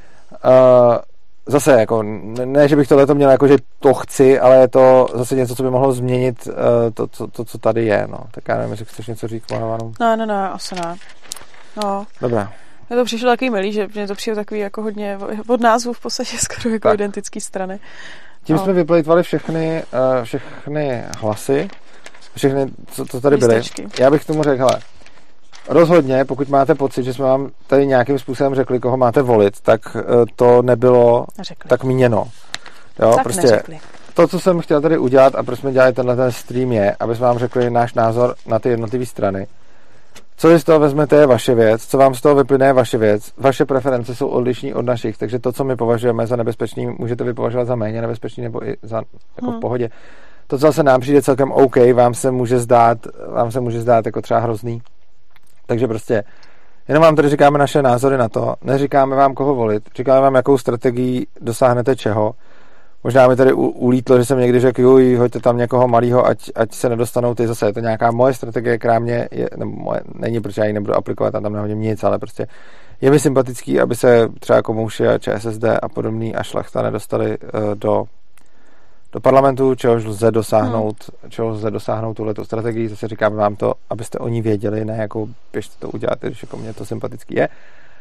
Uh, Zase, jako, ne, že bych tohleto měl, jako, že to chci, ale je to zase něco, co by mohlo změnit uh, to, to, to, co tady je, no. Tak já nevím, jestli chceš něco říct Moravanům. Ne, ne, ne, asi ne. No. Dobrá. Mně to přišlo takový milý, že mě to přijde takový jako hodně od názvu v podstatě skoro jako tak. Identický strany. Tím no. jsme vyplejtvali všechny, uh, všechny hlasy, všechny, co, co tady byly. Já bych tomu řekl, hele, rozhodně, pokud máte pocit, že jsme vám tady nějakým způsobem řekli, koho máte volit, tak to nebylo řekli. Tak míněno. Jo, tak prostě neřekli. To, co jsem chtěl tady udělat a proč jsme dělali tenhle ten stream je, aby jsme vám řekli náš názor na ty jednotlivé strany. Co vy z toho vezmete je vaše věc, co vám z toho vyplyne je vaše věc. Vaše preference jsou odlišní od našich, takže to, co my považujeme za nebezpečný, můžete vy považovat za méně nebezpečný nebo i za jako hmm. v pohodě. To, co se nám přijde celkem OK, vám se může zdát, vám se může zdát jako třeba hrozný. Takže prostě jenom vám tady říkáme naše názory na to, neříkáme vám, koho volit, říkáme vám, jakou strategii dosáhnete čeho. možná mi tady u, ulítlo, že jsem někdy řekl, juj, hoďte tam někoho malýho, ať, ať se nedostanou ty zase. Je to nějaká moje strategie, která mě je, nebo moje, není, protože já ji nebudu aplikovat a tam nehodím nic, ale prostě je mi sympatický, aby se třeba Komouši a ČSSD a podobný a Šlachta nedostali uh, do, do parlamentu, čehož lze dosáhnout, hmm. čeho lze dosáhnout tuhletou strategii. Zase říkám vám to, abyste o ní věděli, ne jako běžte to udělat, když jako mě to sympatický je.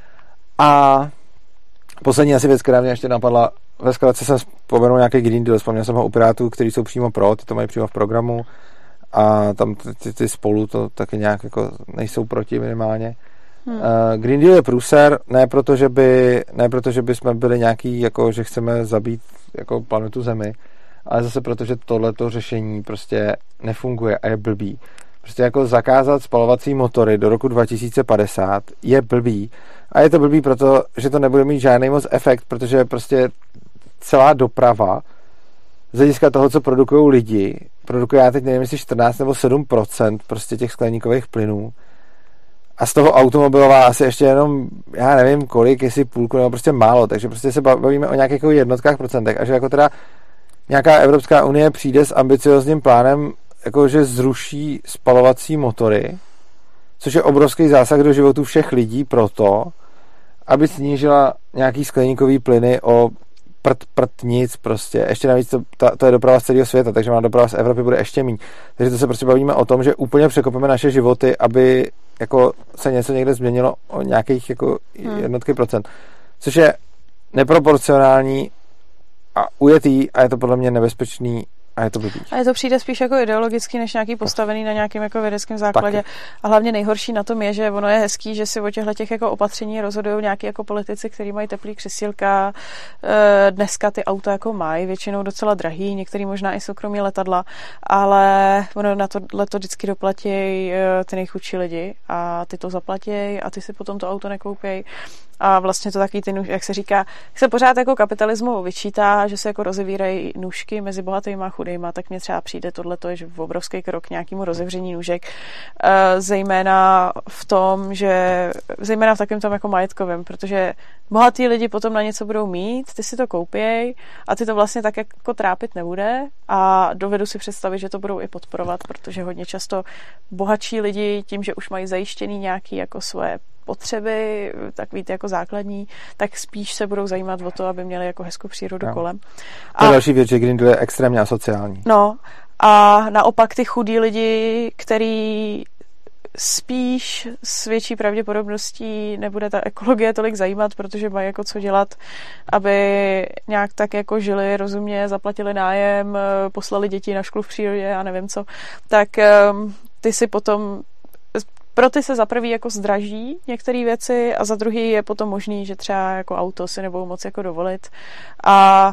A poslední asi věc, která mě ještě napadla, ve zkratce jsem vzpomenul nějaký Green Deal, vzpomněl jsem ho u Pirátů, kteří jsou přímo pro, ty to mají přímo v programu a tam ty, ty, ty spolu to taky nějak jako nejsou proti minimálně. Hmm. Uh, Green Deal je průser, ne proto, že by, ne proto, že by jsme byli nějaký, jako, že chceme zabít jako planetu Zemi, ale zase proto, že tohleto řešení prostě nefunguje a je blbý. Prostě jako zakázat spalovací motory do roku dva tisíce padesát je blbý. A je to blbý proto, že to nebude mít žádný moc efekt, protože prostě celá doprava z hlediska toho, co produkují lidi, produkuje, já teď nevím, jestli čtrnáct nebo sedm procent prostě těch skleníkových plynů. A z toho automobilová asi ještě jenom, já nevím kolik, jestli půlku nebo prostě málo, takže prostě se bavíme o nějakých jednotkách procentech. A že jako teda nějaká Evropská unie přijde s ambiciozním plánem, jakože zruší spalovací motory, což je obrovský zásah do životů všech lidí proto, aby snížila nějaký skleníkový plyny o prd, prd nic prostě. Ještě navíc to, ta, to je doprava z celého světa, takže má doprava z Evropy bude ještě méně. Takže to se prostě bavíme o tom, že úplně překopeme naše životy, aby jako se něco někde změnilo o nějakých jako hmm. jednotky procent. Což je neproporcionální a ujetý a je to podle mě nebezpečný a je to blbý. A je to přijde spíš jako ideologicky, než nějaký postavený na nějakém jako vědeckém základě. Taky. A hlavně nejhorší na tom je, že ono je hezký, že si o těchto těch jako opatření rozhodují nějaký jako politici, kteří mají teplý křesílka. Dneska ty auta jako mají, většinou docela drahý, některý možná i soukromí letadla, ale ono na to leto vždycky doplatí ty nejchudší lidi a ty to zaplatí a ty si potom to auto nekoupějí. A vlastně to taky ty, jak se říká, se pořád jako kapitalismu vyčítá, že se jako rozevírají nůžky mezi bohatýma a chudejma, tak mně třeba přijde tohleto, že v obrovský krok k nějakému rozevření nůžek, zejména v tom, že zejména v takovém tom jako majetkovém, protože bohatý lidi potom na něco budou mít, ty si to koupěj a ty to vlastně tak jako trápit nebude a dovedu si představit, že to budou i podporovat, protože hodně často bohatší lidi tím, že už mají zajištěný nějaký jako svoje potřeby, takový ty jako základní, tak spíš se budou zajímat o to, aby měli jako hezkou přírodu no. kolem. A to je další věc, že Green Deal je extrémně asociální. No a naopak ty chudí lidi, který spíš s větší pravděpodobností nebude ta ekologie tolik zajímat, protože mají jako co dělat, aby nějak tak jako žili rozumně, zaplatili nájem, poslali děti na školu v přírodě a nevím co, tak um, ty si potom pro ty se za prvý jako zdraží některé věci a za druhý je potom možný, že třeba jako auto si nebudou moc jako dovolit a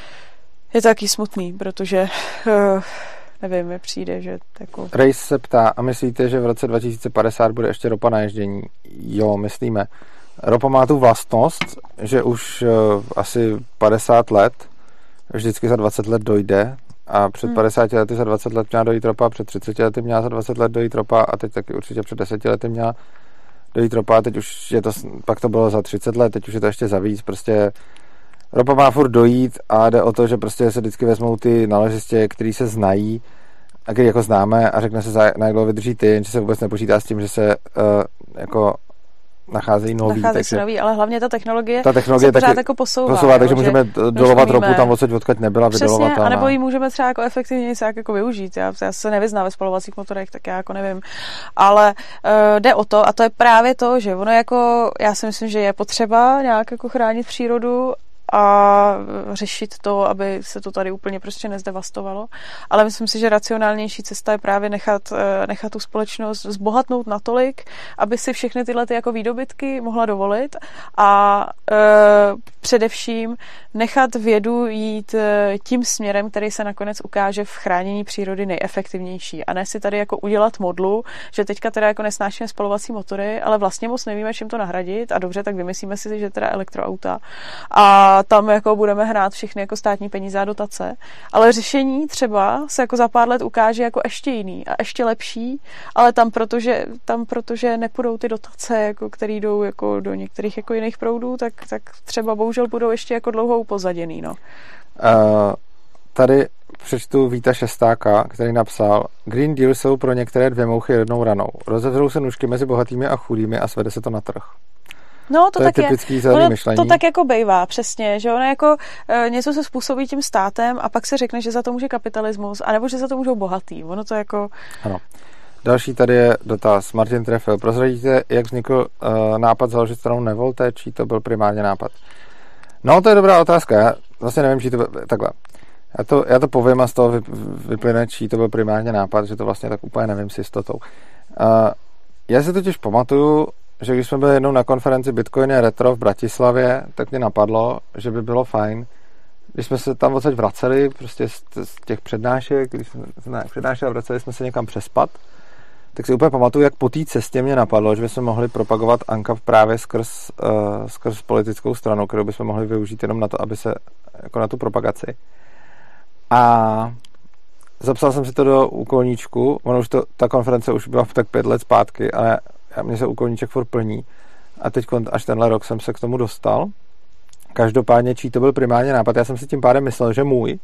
je to taky smutný, protože uh, nevím, mi přijde, že jako... Rejs se ptá, a myslíte, že v roce dva tisíce padesát bude ještě ropa na ježdění? Jo, myslíme. Ropa má tu vlastnost, že už uh, asi padesát let, vždycky za dvacet let dojde a před hmm. padesáti lety za dvacet let měla dojít ropa, před třiceti lety měla za dvacet let dojít ropa a teď taky určitě před deseti lety měla dojít ropa a teď už je to, pak to bylo za třicet let, teď už je to ještě za víc, prostě ropa má furt dojít a jde o to, že prostě se vždycky vezmou ty naležistě, který se znají a který jako známe a řekne se, na jak dlouho vydrží ty, jenže se vůbec nepočítá s tím, že se uh, jako nacházejí nový. Nacházejí se nový, ale hlavně ta technologie, ta technologie se pořád jako posouvá. posouvá takže můžeme dolovat ropu tam odsaď odkud nebyla vydolovatelná. Přesně, anebo ji můžeme třeba jako efektivně se jako využít. Já, já se nevyznám ve spalovacích motorech, tak já jako nevím. Ale uh, jde o to, a to je právě to, že ono jako, já si myslím, že je potřeba nějak jako chránit přírodu a řešit to, aby se to tady úplně prostě nezdevastovalo. Ale myslím si, že racionálnější cesta je právě nechat, nechat tu společnost zbohatnout natolik, aby si všechny tyhle ty jako výdobytky mohla dovolit a e, především nechat vědu jít tím směrem, který se nakonec ukáže v chránění přírody nejefektivnější. A ne si tady jako udělat modlu, že teďka teda jako nesnášíme spalovací motory, ale vlastně moc nevíme, čím to nahradit a dobře, tak vymyslíme si, že teda elektroauta a tam jako budeme hrát všechny jako státní peníze a dotace, ale řešení třeba se jako za pár let ukáže jako ještě jiný a ještě lepší, ale tam protože, tam protože nepůjdou ty dotace, jako, které jdou jako do některých jako jiných proudů, tak, tak třeba bohužel budou ještě jako dlouho upozaděný, no. Uh, tady přečtu Víta Šestáka, který napsal: Green Deal jsou pro některé dvě mouchy jednou ranou. Rozevřou se nůžky mezi bohatými a chudými a svede se to na trh. No, to, to tak je typický zelený myšlení. To tak jako bejvá, přesně, že ono jako e, něco se způsobí tím státem a pak se řekne, že za to může kapitalismus, anebo že za to můžou bohatý. Ono to jako... Ano. Další tady je dotaz. Martin Trefil. Prozradíte, jak vznikl uh, nápad založit stranu Nevolte, čí to byl primárně nápad? No, to je dobrá otázka. Já vlastně nevím, čí to byl... Takhle. Já to, já to povím a z toho vyplyne, čí to byl primárně nápad, že to vlastně tak úplně nevím s jistotou. Uh, já si totiž pamatuju, že když jsme byli jednou na konferenci Bitcoin a Retro v Bratislavě, tak mě napadlo, že by bylo fajn, když jsme se tam odsaď vraceli, prostě z, z těch přednášek, když jsme ne, přednášeli a vraceli jsme se někam přespat, tak si úplně pamatuju, jak po té cestě mě napadlo, že bychom mohli propagovat ANCAP právě skrz, uh, skrz politickou stranu, kterou bychom mohli využít jenom na to, aby se, jako na tu propagaci. A zapsal jsem si to do úkolníčku, ono už to, ta konference už byla tak pět let zpátky, ale mně se úkolníček furt plní. A teď až tenhle rok jsem se k tomu dostal. Každopádně, čí to byl primárně nápad, já jsem si tím pádem myslel, že můj,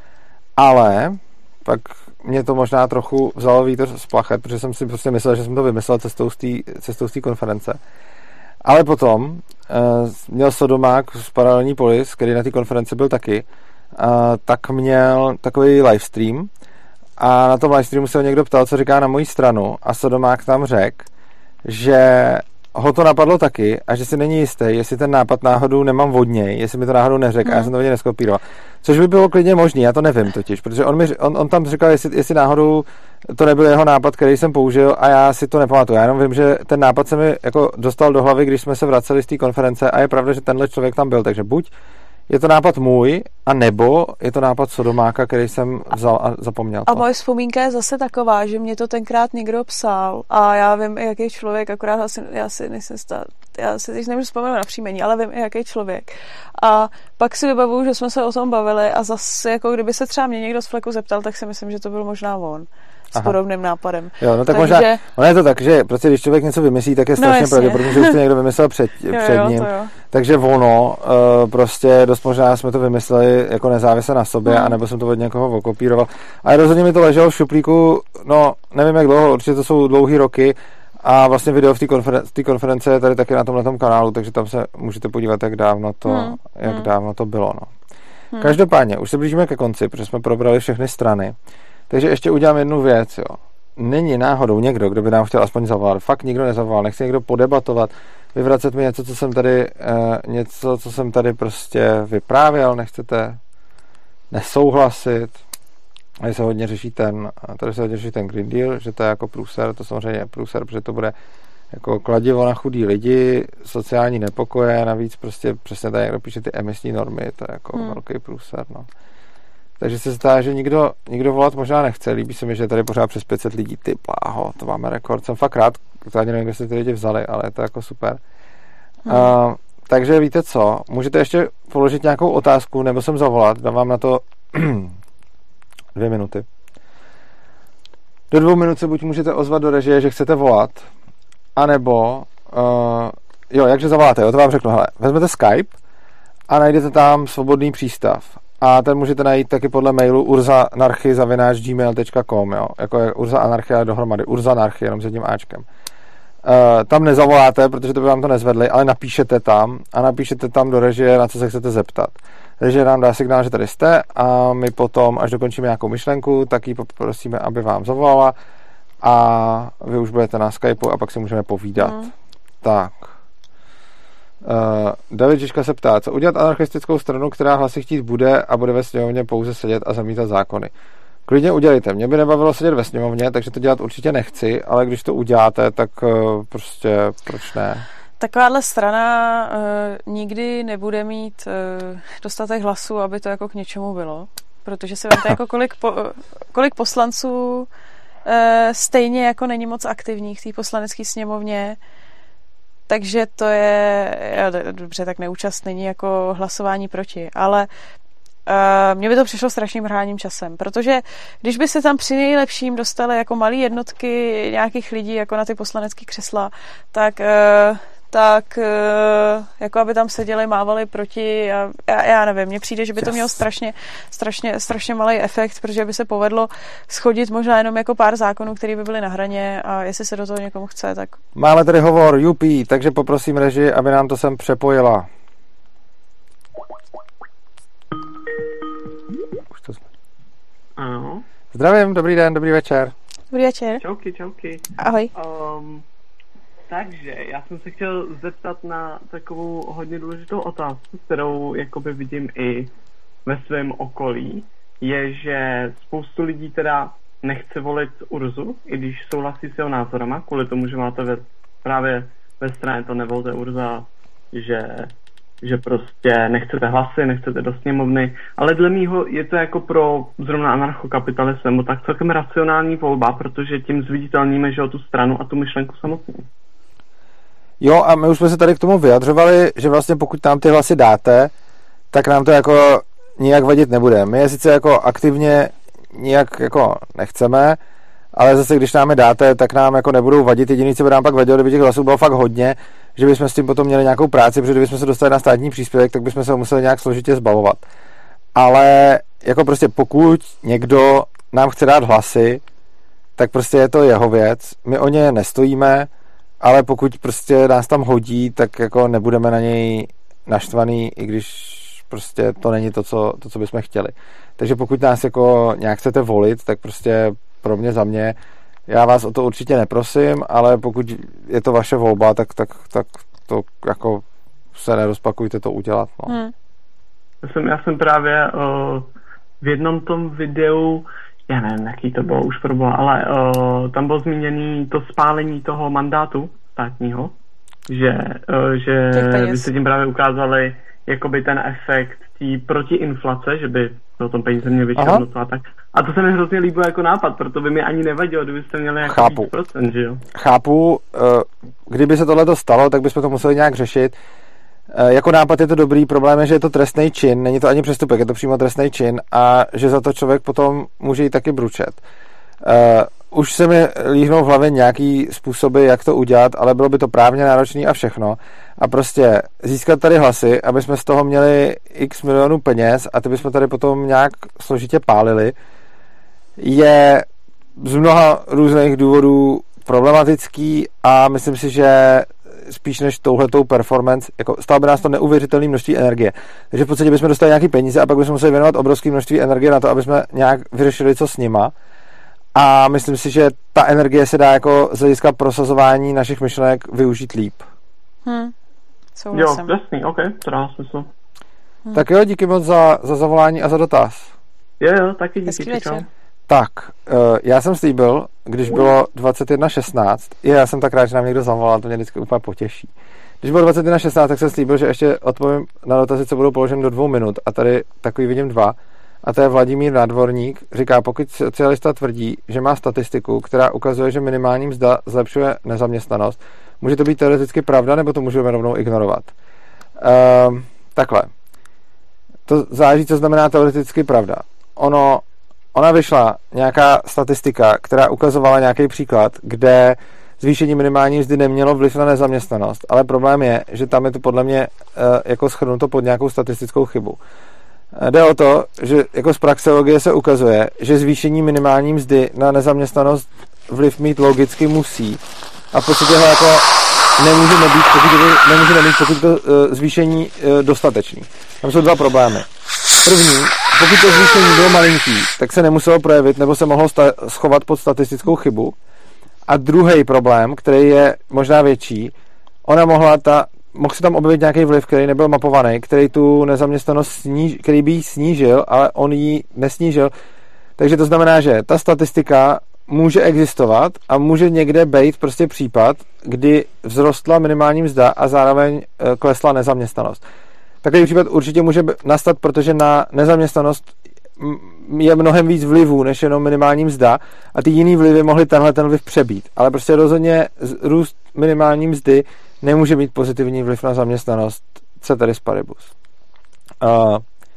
ale pak mě to možná trochu vzalo vítr z plachet, protože jsem si prostě myslel, že jsem to vymyslel cestou z té cestou z té konference. Ale potom uh, měl Sodomák z Paralelní polis, který na té konferenci byl taky, uh, tak měl takový livestream a na tom livestreamu se ho někdo ptal, co říká na moji stranu a Sodomák tam řekl, že ho to napadlo taky a že si není jistý, jestli ten nápad náhodou nemám od něj, jestli mi to náhodou neřekl hmm. a já jsem to od něj neskopíroval. Což by bylo klidně možný, já to nevím totiž, protože on, mi, on, on tam říkal, jestli, jestli náhodou to nebyl jeho nápad, který jsem použil a já si to nepamatuju. Já jenom vím, že ten nápad se mi jako dostal do hlavy, když jsme se vraceli z té konference a je pravda, že tenhle člověk tam byl, takže buď je to nápad můj, a nebo je to nápad Sodomáka, který jsem vzal a zapomněl. A moje vzpomínka je zase taková, že mě to tenkrát někdo psal a já vím, jaký člověk, akorát asi, já si nejsem stát, já si teď nemůžu vzpomenout na příjmení, ale vím, jaký člověk. A pak si vybavuju, že jsme se o tom bavili a zase, jako kdyby se třeba mě někdo z fleku zeptal, tak si myslím, že to byl možná on. S Aha. podobným nápadem. Jo, no tak takže... možná, ono je to tak, že prostě když člověk něco vymyslí, tak je strašně no, pravděpodobně, že už to někdo vymyslel před, jo, před jo, ním. Takže ono, uh, prostě dost možná jsme to vymysleli jako nezávisle na sobě, hmm. anebo jsem to od někoho okopíroval. A rozhodně mi to leželo v šuplíku, no nevím jak dlouho, určitě to jsou dlouhý roky a vlastně video v té konferen- konference je tady taky na tomhletom kanálu, takže tam se můžete podívat, jak dávno to, hmm. jak hmm. dávno to bylo. No. Hmm. Každopádně, už se blížíme ke konci, protože jsme probrali všechny strany. Takže ještě udělám jednu věc, jo. Není náhodou někdo, kdo by nám chtěl aspoň zavolat. Fakt nikdo nezavolal, nechce někdo podebatovat, vyvracet mi něco, co jsem tady, eh, něco, co jsem tady prostě vyprávěl, nechcete nesouhlasit. Tady se hodně řeší ten, tady se hodně řeší ten Green Deal, že to je jako průser, to samozřejmě je průser, protože to bude jako kladivo na chudý lidi, sociální nepokoje, navíc prostě přesně tady někdo píše ty emisní normy, to je jako hmm. velký průser, no. Takže se zdá, že nikdo, nikdo volat možná nechce. Líbí se mi, že je tady pořád přes pět set lidí. Ty bláho, to máme rekord. Jsem fakt rád, to ani nevím, kde se ty lidi vzali, ale je to jako super. Hmm. Uh, takže víte co, můžete ještě položit nějakou otázku, nebo sem zavolat, dám vám na to dvě minuty. Do dvou minut se buď můžete ozvat do režie, že chcete volat, anebo uh, jo, jakže zavoláte, jo, to vám řeknu, hele, vezmete Skype a najdete tam svobodný přístav. A ten můžete najít taky podle mailu urzanarchy zavináč gmail tečka com, jo? Jako je urzanarchy dohromady, urzanarchy, jenom s jedním áčkem. Uh, tam nezavoláte, protože to by vám to nezvedli, ale napíšete tam a napíšete tam do režie, na co se chcete zeptat. Režie nám dá signál, že tady jste a my potom, až dokončíme nějakou myšlenku, tak ji poprosíme, aby vám zavolala a vy už budete na Skypeu a pak si můžeme povídat. Mm. Tak. Uh, David Žižka se ptá, co udělat anarchistickou stranu, která hlasy chtít bude a bude ve sněmovně pouze sedět a zamítat zákony. Klidně udělejte. Mě by nebavilo sedět ve sněmovně, takže to dělat určitě nechci, ale když to uděláte, tak uh, prostě proč ne? Takováhle strana uh, nikdy nebude mít uh, dostatek hlasů, aby to jako k něčemu bylo, protože se vemte jako kolik, po, kolik poslanců uh, stejně jako není moc aktivních v té poslanecké sněmovně. Takže to je, dobře, tak neúčast není jako hlasování proti, ale uh, mně by to přišlo strašným mrháním časem, protože když by se tam při nejlepším dostali jako malé jednotky nějakých lidí jako na ty poslanecké křesla, tak uh, tak jako aby tam seděli, mávali proti a já, já nevím, mně přijde, že by to mělo strašně, strašně, strašně malý efekt, protože by se povedlo schodit možná jenom jako pár zákonů, které by byly na hraně a jestli se do toho někomu chce, tak... Máme tady hovor, jupí, takže poprosím režii, aby nám to sem přepojila. Už to jsme. Ano. Zdravím, dobrý den, dobrý večer. Dobrý večer. Čauky, čauky. Ahoj. Um, takže, já jsem se chtěl zeptat na takovou hodně důležitou otázku, kterou jakoby vidím i ve svém okolí, je, že spoustu lidí teda nechce volit Urzu, i když souhlasí s jeho názorama, kvůli tomu, že máte ve, právě ve straně to nevolte Urza, že, že prostě nechcete hlasy, nechcete do sněmovny, ale dle mýho je to jako pro zrovna anarchokapitalismu tak celkem racionální volba, protože tím zviditelníme, že o tu stranu a tu myšlenku samotnou. Jo, a my už jsme se tady k tomu vyjadřovali, že vlastně pokud nám ty hlasy dáte, tak nám to jako nijak vadit nebude. My je sice jako aktivně nijak jako nechceme, ale zase když nám je dáte, tak nám jako nebudou vadit. Jediný, co by nám pak vadilo, kdyby těch hlasů bylo fakt hodně, že bychom s tím potom měli nějakou práci, protože kdybychom se dostali na státní příspěvek, tak bychom se ho museli nějak složitě zbavovat. Ale jako prostě pokud někdo nám chce dát hlasy, tak prostě je to jeho věc. My o ně nestojíme, ale pokud prostě nás tam hodí, tak jako nebudeme na něj naštvaný, i když prostě to není to, co, to, co bychom chtěli. Takže pokud nás jako nějak chcete volit, tak prostě pro mě, za mě, já vás o to určitě neprosím, ale pokud je to vaše volba, tak, tak, tak to jako se nerozpakujte to udělat. No. Hmm. Já jsem, já jsem právě uh, v jednom tom videu, já nevím, jaký to bylo už pro boha, ale uh, tam bylo zmíněný to spálení toho mandátu státního, že, uh, že vy se tím právě ukázali jakoby ten efekt té protiinflace, že by o tom peníze měly větší hodnotu a tak. A to se mi hrozně líbilo jako nápad, proto by mi ani nevadilo, kdybyste měli jako Chápu. víc procent, že jo? Chápu, kdyby se tohle stalo, tak bychom to museli nějak řešit. Jako nápad je to dobrý, problém je, že je to trestný čin, není to ani přestupek, je to přímo trestný čin a že za to člověk potom může jít taky bručet. Už se mi líhnou v hlavě nějaký způsoby, jak to udělat, ale bylo by to právně náročné a všechno. A prostě získat tady hlasy, aby jsme z toho měli x milionů peněz a ty bychom tady potom nějak složitě pálili, je z mnoha různých důvodů problematický a myslím si, že spíš než touhletou performance, jako stalo by nás to neuvěřitelné množství energie. Takže v podstatě bychom dostali nějaké peníze a pak bychom museli věnovat obrovské množství energie na to, aby jsme nějak vyřešili, co s nima. A myslím si, že ta energie se dá jako z hlediska prosazování našich myšlenek využít líp. Hmm. Jo, jasný, ok, to dá smysl. Hmm. Tak jo, díky moc za, za zavolání a za dotaz. Jo, jo, taky díky, čau. Tak, uh, já jsem slíbil, když bylo dvacet jedna šestnáct, je, já jsem tak rád, že nám někdo zavolal, to mě vždycky úplně potěší. Když bylo dvacet jedna šestnáct, tak jsem slíbil, že ještě odpovím na dotazy, co budou položeny do dvou minut a tady takový vidím dva. A to je Vladimír Nadvorník, říká, pokud socialista tvrdí, že má statistiku, která ukazuje, že minimální mzda zlepšuje nezaměstnanost, může to být teoreticky pravda, nebo to můžeme rovnou ignorovat? Ehm, takhle. To záleží, co znamená teoreticky pravda. Ono, ona vyšla nějaká statistika, která ukazovala nějaký příklad, kde zvýšení minimální mzdy nemělo vliv na nezaměstnanost, ale problém je, že tam je to podle mě e, jako shrnuto pod nějakou statistickou chybu. Jde o to, že jako z praxeologie se ukazuje, že zvýšení minimální mzdy na nezaměstnanost vliv mít logicky musí. A v podstatě ho jako nemůže nebýt, pokud to, nemůže nebýt, pokud to uh, zvýšení uh, dostatečný. Tam jsou dva problémy. První, pokud to zvýšení bylo malinký, tak se nemuselo projevit, nebo se mohlo sta- schovat pod statistickou chybu. A druhý problém, který je možná větší, ona mohla ta mohl se tam objevit nějaký vliv, který nebyl mapovaný, který tu nezaměstnanost sníž, který by ji snížil, ale on ji nesnížil. Takže to znamená, že ta statistika může existovat a může někde být prostě případ, kdy vzrostla minimální mzda a zároveň klesla nezaměstnanost. Takový případ určitě může nastat, protože na nezaměstnanost je mnohem víc vlivů, než jenom minimální mzda a ty jiný vlivy mohly tenhle ten vliv přebít. Ale prostě rozhodně růst minimální mzdy nemůže mít pozitivní vliv na zaměstnanost. Ceteris paribus. Uh,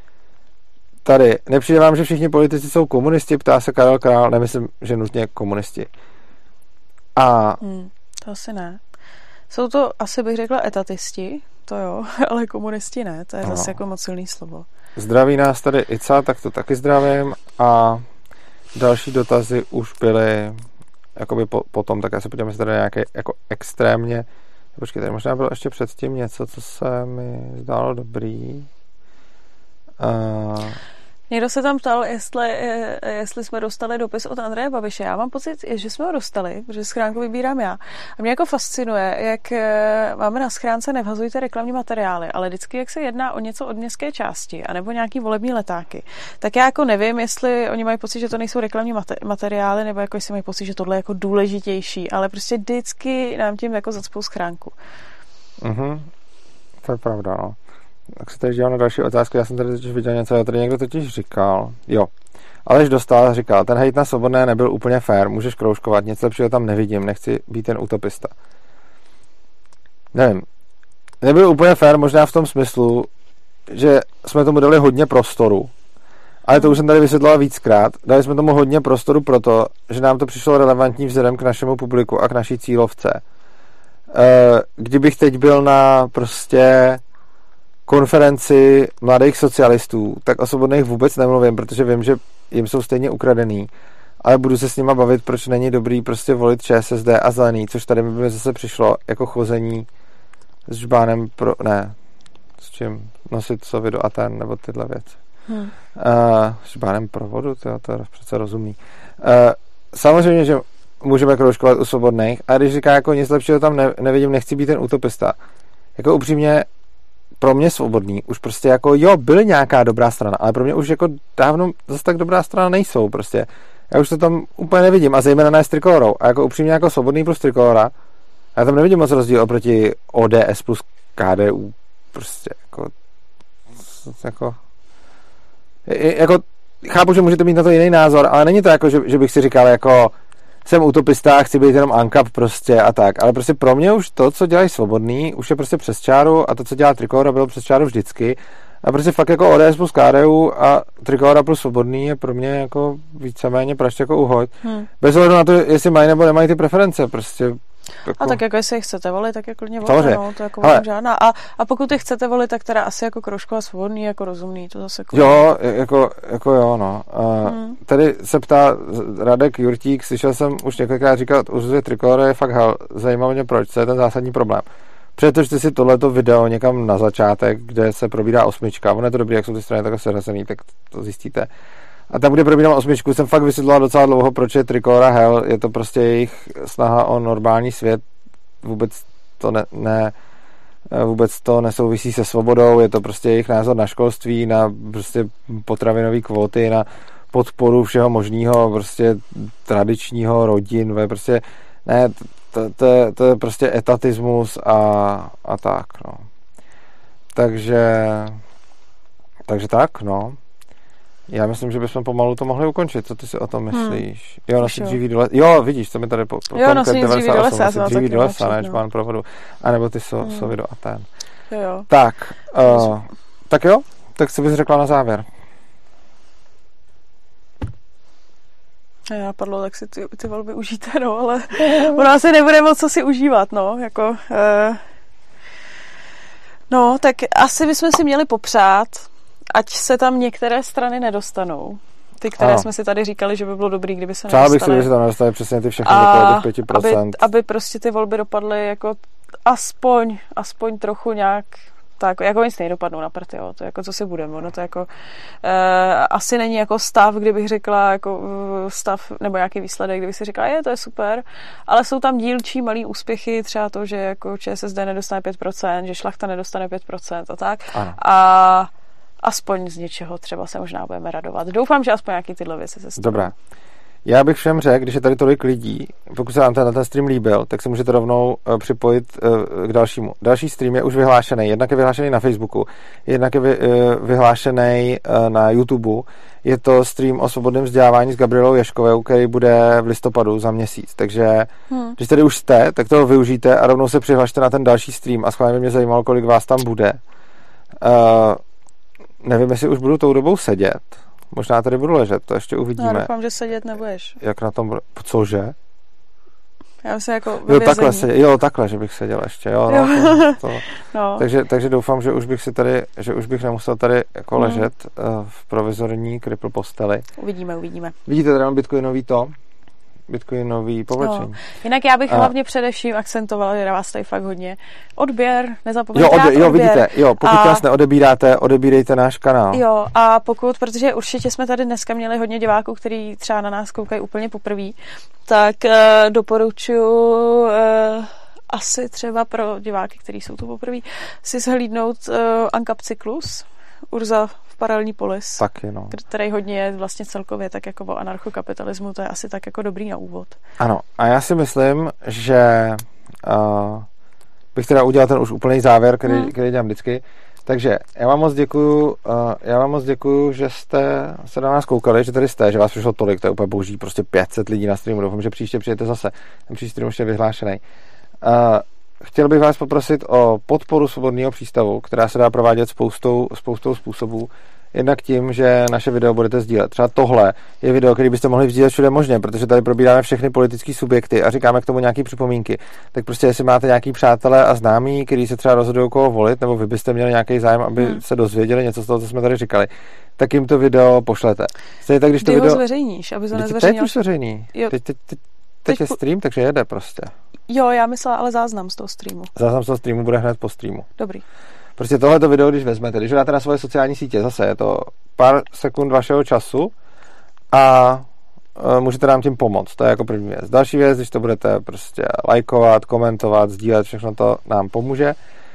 tady, nepřijde vám, že všichni politici jsou komunisti? Ptá se Karel Král, nemyslím, že nutně komunisti. A hmm, to asi ne. Jsou to, asi bych řekla, etatisti, to jo, ale komunisti ne, to je no. zase jako moc silný slovo. Zdraví nás tady Ica, tak to taky zdravím a další dotazy už byly jakoby po, potom, tak já se podívám, jestli tady nějaké jako extrémně, počkej, tady možná bylo ještě předtím něco, co se mi zdálo dobrý. Uh, Někdo se tam ptal, jestli, jestli jsme dostali dopis od Andreje Babiše. Já mám pocit, že jsme ho dostali, protože schránku vybírám já. A mě jako fascinuje, jak máme na schránce nevhazujte reklamní materiály, ale vždycky, jak se jedná o něco od městské části, anebo nějaký volební letáky, tak já jako nevím, jestli oni mají pocit, že to nejsou reklamní materiály, nebo jako jestli mají pocit, že tohle je jako důležitější, ale prostě vždycky nám tím jako zacpou schránku. Mhm, to je pravda, no. Tak se tady dívám na další otázku, já jsem tady totiž viděl něco, já tady někdo totiž říkal, jo, Aleš Dostal říkal, ten hejt na Svobodné nebyl úplně fair, můžeš kroužkovat, nic lepšího tam nevidím, nechci být ten utopista. Nevím, nebyl úplně fair možná v tom smyslu, že jsme tomu dali hodně prostoru, ale to už jsem tady vysvětlila víckrát, dali jsme tomu hodně prostoru proto, že nám to přišlo relevantní vzhledem k našemu publiku a k naší cílovce. Kdybych teď byl na prostě konferenci mladých socialistů, tak o Svobodných vůbec nemluvím, protože vím, že jim jsou stejně ukradený, ale budu se s nima bavit, proč není dobrý prostě volit ČSSD a zelený, což tady mi zase přišlo jako chození s žbánem pro, ne, s čím nosit sovy do Aten, nebo tyhle věci. Hmm. Uh, s žbánem provodu, to, to je přece rozumný. Uh, samozřejmě, že můžeme kroužkovat u Svobodných, a když říká jako nic lepšího tam ne, nevidím, nechci být ten utopista. Jako upřímně pro mě Svobodný už prostě jako jo, byly nějaká dobrá strana, ale pro mě už jako dávno zase tak dobrá strana nejsou prostě. Já už to tam úplně nevidím a zejména ne s Trikolorou. A jako upřímně jako Svobodný plus Trikolora, já tam nevidím moc rozdíl oproti O D S plus K D U. Prostě jako jako jako chápu, že můžete mít na to jiný názor, ale není to jako, že, že bych si říkal jako jsem utopista, chci být jenom ANCAP prostě a tak, ale prostě pro mě už to, co dělají Svobodný, už je prostě přes čáru a to, co dělá Trikolora, bylo přes čáru vždycky a prostě fakt jako O D S plus K D U a Trikolora plus Svobodný je pro mě jako víceméně praště jako uhoď. Hmm. Bez ohledu na to, jestli mají nebo nemají ty preference, prostě jako... A tak jako jestli chcete volit, tak je klidně volit, no, to jako ale... žádná. A, a pokud je chcete volit, tak teda asi jako Kroužková Svobodný, jako rozumný, to zase klidně. Jo, jako, jako jo, no. Uh, hmm. Tady se ptá Radek Jurtík, slyšel jsem už několikrát říkat, uzuje Trikolora je fakt hal, zajímá mě proč, co je ten zásadní problém. Přetožte si tohleto video někam na začátek, kde se probírá osmička, ono je to dobrý, jak jsou ty strany takhle seřazený, tak to zjistíte. A tam, kde probírám osmičku, jsem fakt vysvětloval docela dlouho, proč je Trikolora hell, je to prostě jejich snaha o normální svět, vůbec to ne, ne vůbec to nesouvisí se svobodou, je to prostě jejich názor na školství, na prostě potravinové kvóty, na podporu všeho možného, prostě tradičního rodin, prostě ne, to, to, je, to je prostě etatismus a, a tak, no. Takže takže tak, no. Já myslím, že bychom pomalu to mohli ukončit. Co ty si o tom myslíš? Hmm. Jo, nosit dříví do lesa. Jo, vidíš, to mi tady po, po jo, nosit dříví do lesa. Nosit dříví do lesa, ne, čmán provodu. A nebo ty so, hmm. sovy do Aten. Jo, jo. Tak, uh, tak jo, tak co bys řekla na závěr? Já padlo, tak si ty, ty volby užijte, no, ale ono asi nebude moc co si užívat, no, jako... Uh, no, tak asi bychom si měli popřát, ať se tam některé strany nedostanou. Ty, které ano. jsme si tady říkali, že by bylo dobrý, kdyby se nedostaly. Třeba bych si, kdyby se tam nedostaly přesně ty všechny okolo těch pět procent. Aby, aby prostě ty volby dopadly jako aspoň, aspoň trochu nějak tak, jako nic nejdopadnou na prty, jo. To jako, co si budeme, no to jako e, asi není jako stav, kdybych řekla jako stav, nebo nějaký výsledek, kdybych si řekla, je, to je super, ale jsou tam dílčí malý úspěchy, třeba to, že jako ČSSD nedostane pět procent, že Šlachta nedostane pět procent a tak. Ano. A aspoň z něčeho třeba se možná budeme radovat. Doufám, že aspoň nějaký tyhle věci se stanou. Dobrá. Já bych všem řekl, když je tady tolik lidí, pokud se vám ten, ten stream líbil, tak se můžete rovnou uh, připojit uh, k dalšímu. Další stream je už vyhlášený. Jednak je vyhlášený na Facebooku, jednak je vy, uh, vyhlášený uh, na YouTube. Je to stream o svobodném vzdělávání s Gabrielou Ješkovou, který bude v listopadu za měsíc. Takže hmm. když tady už jste, tak toho využijte a rovnou se přihlašte na ten další stream. A schválně by mě zajímalo, kolik vás tam bude. Uh, nevím, jestli už budu tou dobou sedět. Možná tady budu ležet, to ještě uvidíme. Já doufám, že sedět nebudeš. Jak na tom... Cože? Já myslím jako ve jo, takhle vězení. se, jo, takhle, že bych seděl ještě, jo. Jo. No, to, to. No. Takže, takže doufám, že už bych si tady, že už bych nemusel tady jako Mm. ležet uh, v provizorní kripl posteli. Uvidíme, uvidíme. Vidíte, tady mám bitcoinový to, bitcoinový povlečení. No. Jinak já bych A- hlavně především akcentovala, že na vás tady fakt hodně. Odběr, nezapomeňte Jo, dát odběr, jo, odběr. vidíte, jo, pokud A- nás neodebíráte, odebírejte náš kanál. Jo, a pokud, protože určitě jsme tady dneska měli hodně diváků, který třeba na nás koukají úplně poprvé, tak uh, doporučuji uh, asi třeba pro diváky, kteří jsou tu poprvé, si zhlídnout uh, Ankap cyklus, Urza v paralelní polis, Taky, no. který hodně je vlastně celkově tak jako o anarchokapitalismu, to je asi tak jako dobrý na úvod. Ano, a já si myslím, že uh, bych teda udělal ten už úplný závěr, který, Hmm. který dělám vždycky. Takže já vám moc děkuju, uh, já vám moc děkuju, že jste se na nás koukali, že tady jste, že vás přišlo tolik, to je úplně boží, prostě pět set lidí na streamu, doufám, že příště přijete zase, ten příští stream už je vyhlášený. Uh, chtěl bych vás poprosit o podporu Svobodného přístavu, která se dá provádět spoustou, spoustou způsobů. Jednak tím, že naše video budete sdílet. Třeba tohle je video, který byste mohli sdílet všude možně, protože tady probíráme všechny politické subjekty a říkáme k tomu nějaké připomínky. Tak prostě, jestli máte nějaký přátelé a známí, kteří se třeba rozhodují, koho volit, nebo vy byste měli nějaký zájem, aby Hmm. se dozvěděli něco z toho, co jsme tady říkali, tak jim to video pošlete. Stejně tak, když to Kdy video. ho zveřejníš, aby to Teď- nezveřejnil. Teď už veřejný. Jo. Teď, teď, teď, Teď teď je po- stream, takže jede prostě. Jo, já myslela ale záznam z toho streamu. Záznam z toho streamu bude hned po streamu. Dobrý. Prostě tohleto video, když vezmete, když ho dáte na svoje sociální sítě, zase je to pár sekund vašeho času a e, můžete nám tím pomoct. To je jako první věc. Další věc, když to budete prostě lajkovat, komentovat, sdílet, všechno to nám pomůže. E,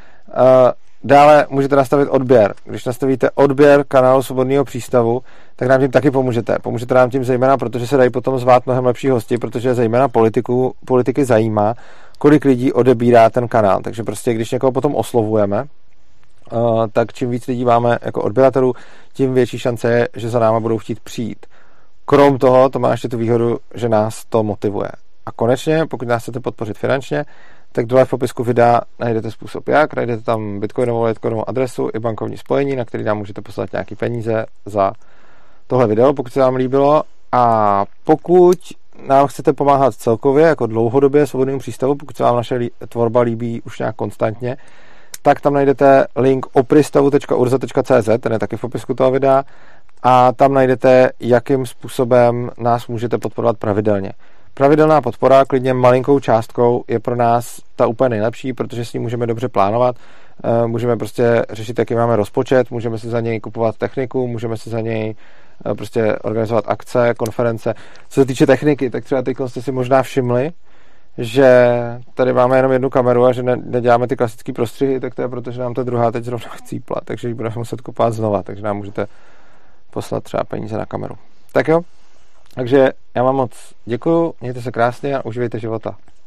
dále můžete nastavit odběr. Když nastavíte odběr kanálu Svobodného přístavu, tak nám tím taky pomůžete. Pomůžete nám tím zejména, protože se dají potom zvát mnohem lepší hosti, protože zejména politiku, politiky zajímá, kolik lidí odebírá ten kanál. Takže prostě, když někoho potom oslovujeme, Uh, tak čím víc lidí máme jako odběratelů, tím větší šance je, že za náma budou chtít přijít. Krom toho, to má ještě tu výhodu, že nás to motivuje. A konečně, pokud nás chcete podpořit finančně, tak dole v popisku videa najdete způsob jak, najdete tam bitcoinovou, bitcoinovou adresu i bankovní spojení, na který nám můžete poslat nějaký peníze za tohle video, pokud se vám líbilo. A pokud nám chcete pomáhat celkově, jako dlouhodobě Svobodnému přístavu, pokud se vám naše lí- tvorba líbí už nějak konstantně, tak tam najdete link opristavu tečka urza tečka cé zet, ten je taky v popisku toho videa, a tam najdete, jakým způsobem nás můžete podporovat pravidelně. Pravidelná podpora, klidně malinkou částkou, je pro nás ta úplně nejlepší, protože s ní můžeme dobře plánovat, můžeme prostě řešit, jaký máme rozpočet, můžeme si za něj kupovat techniku, můžeme si za něj prostě organizovat akce, konference. Co se týče techniky, tak třeba teď jste si možná všimli, že tady máme jenom jednu kameru a že ne, neděláme ty klasické prostřihy, tak to je proto, že nám ta druhá teď zrovna chcípla, takže ji budeme muset kupovat znova, takže nám můžete poslat třeba peníze na kameru. Tak jo, takže já vám moc děkuju, mějte se krásně a užívejte života.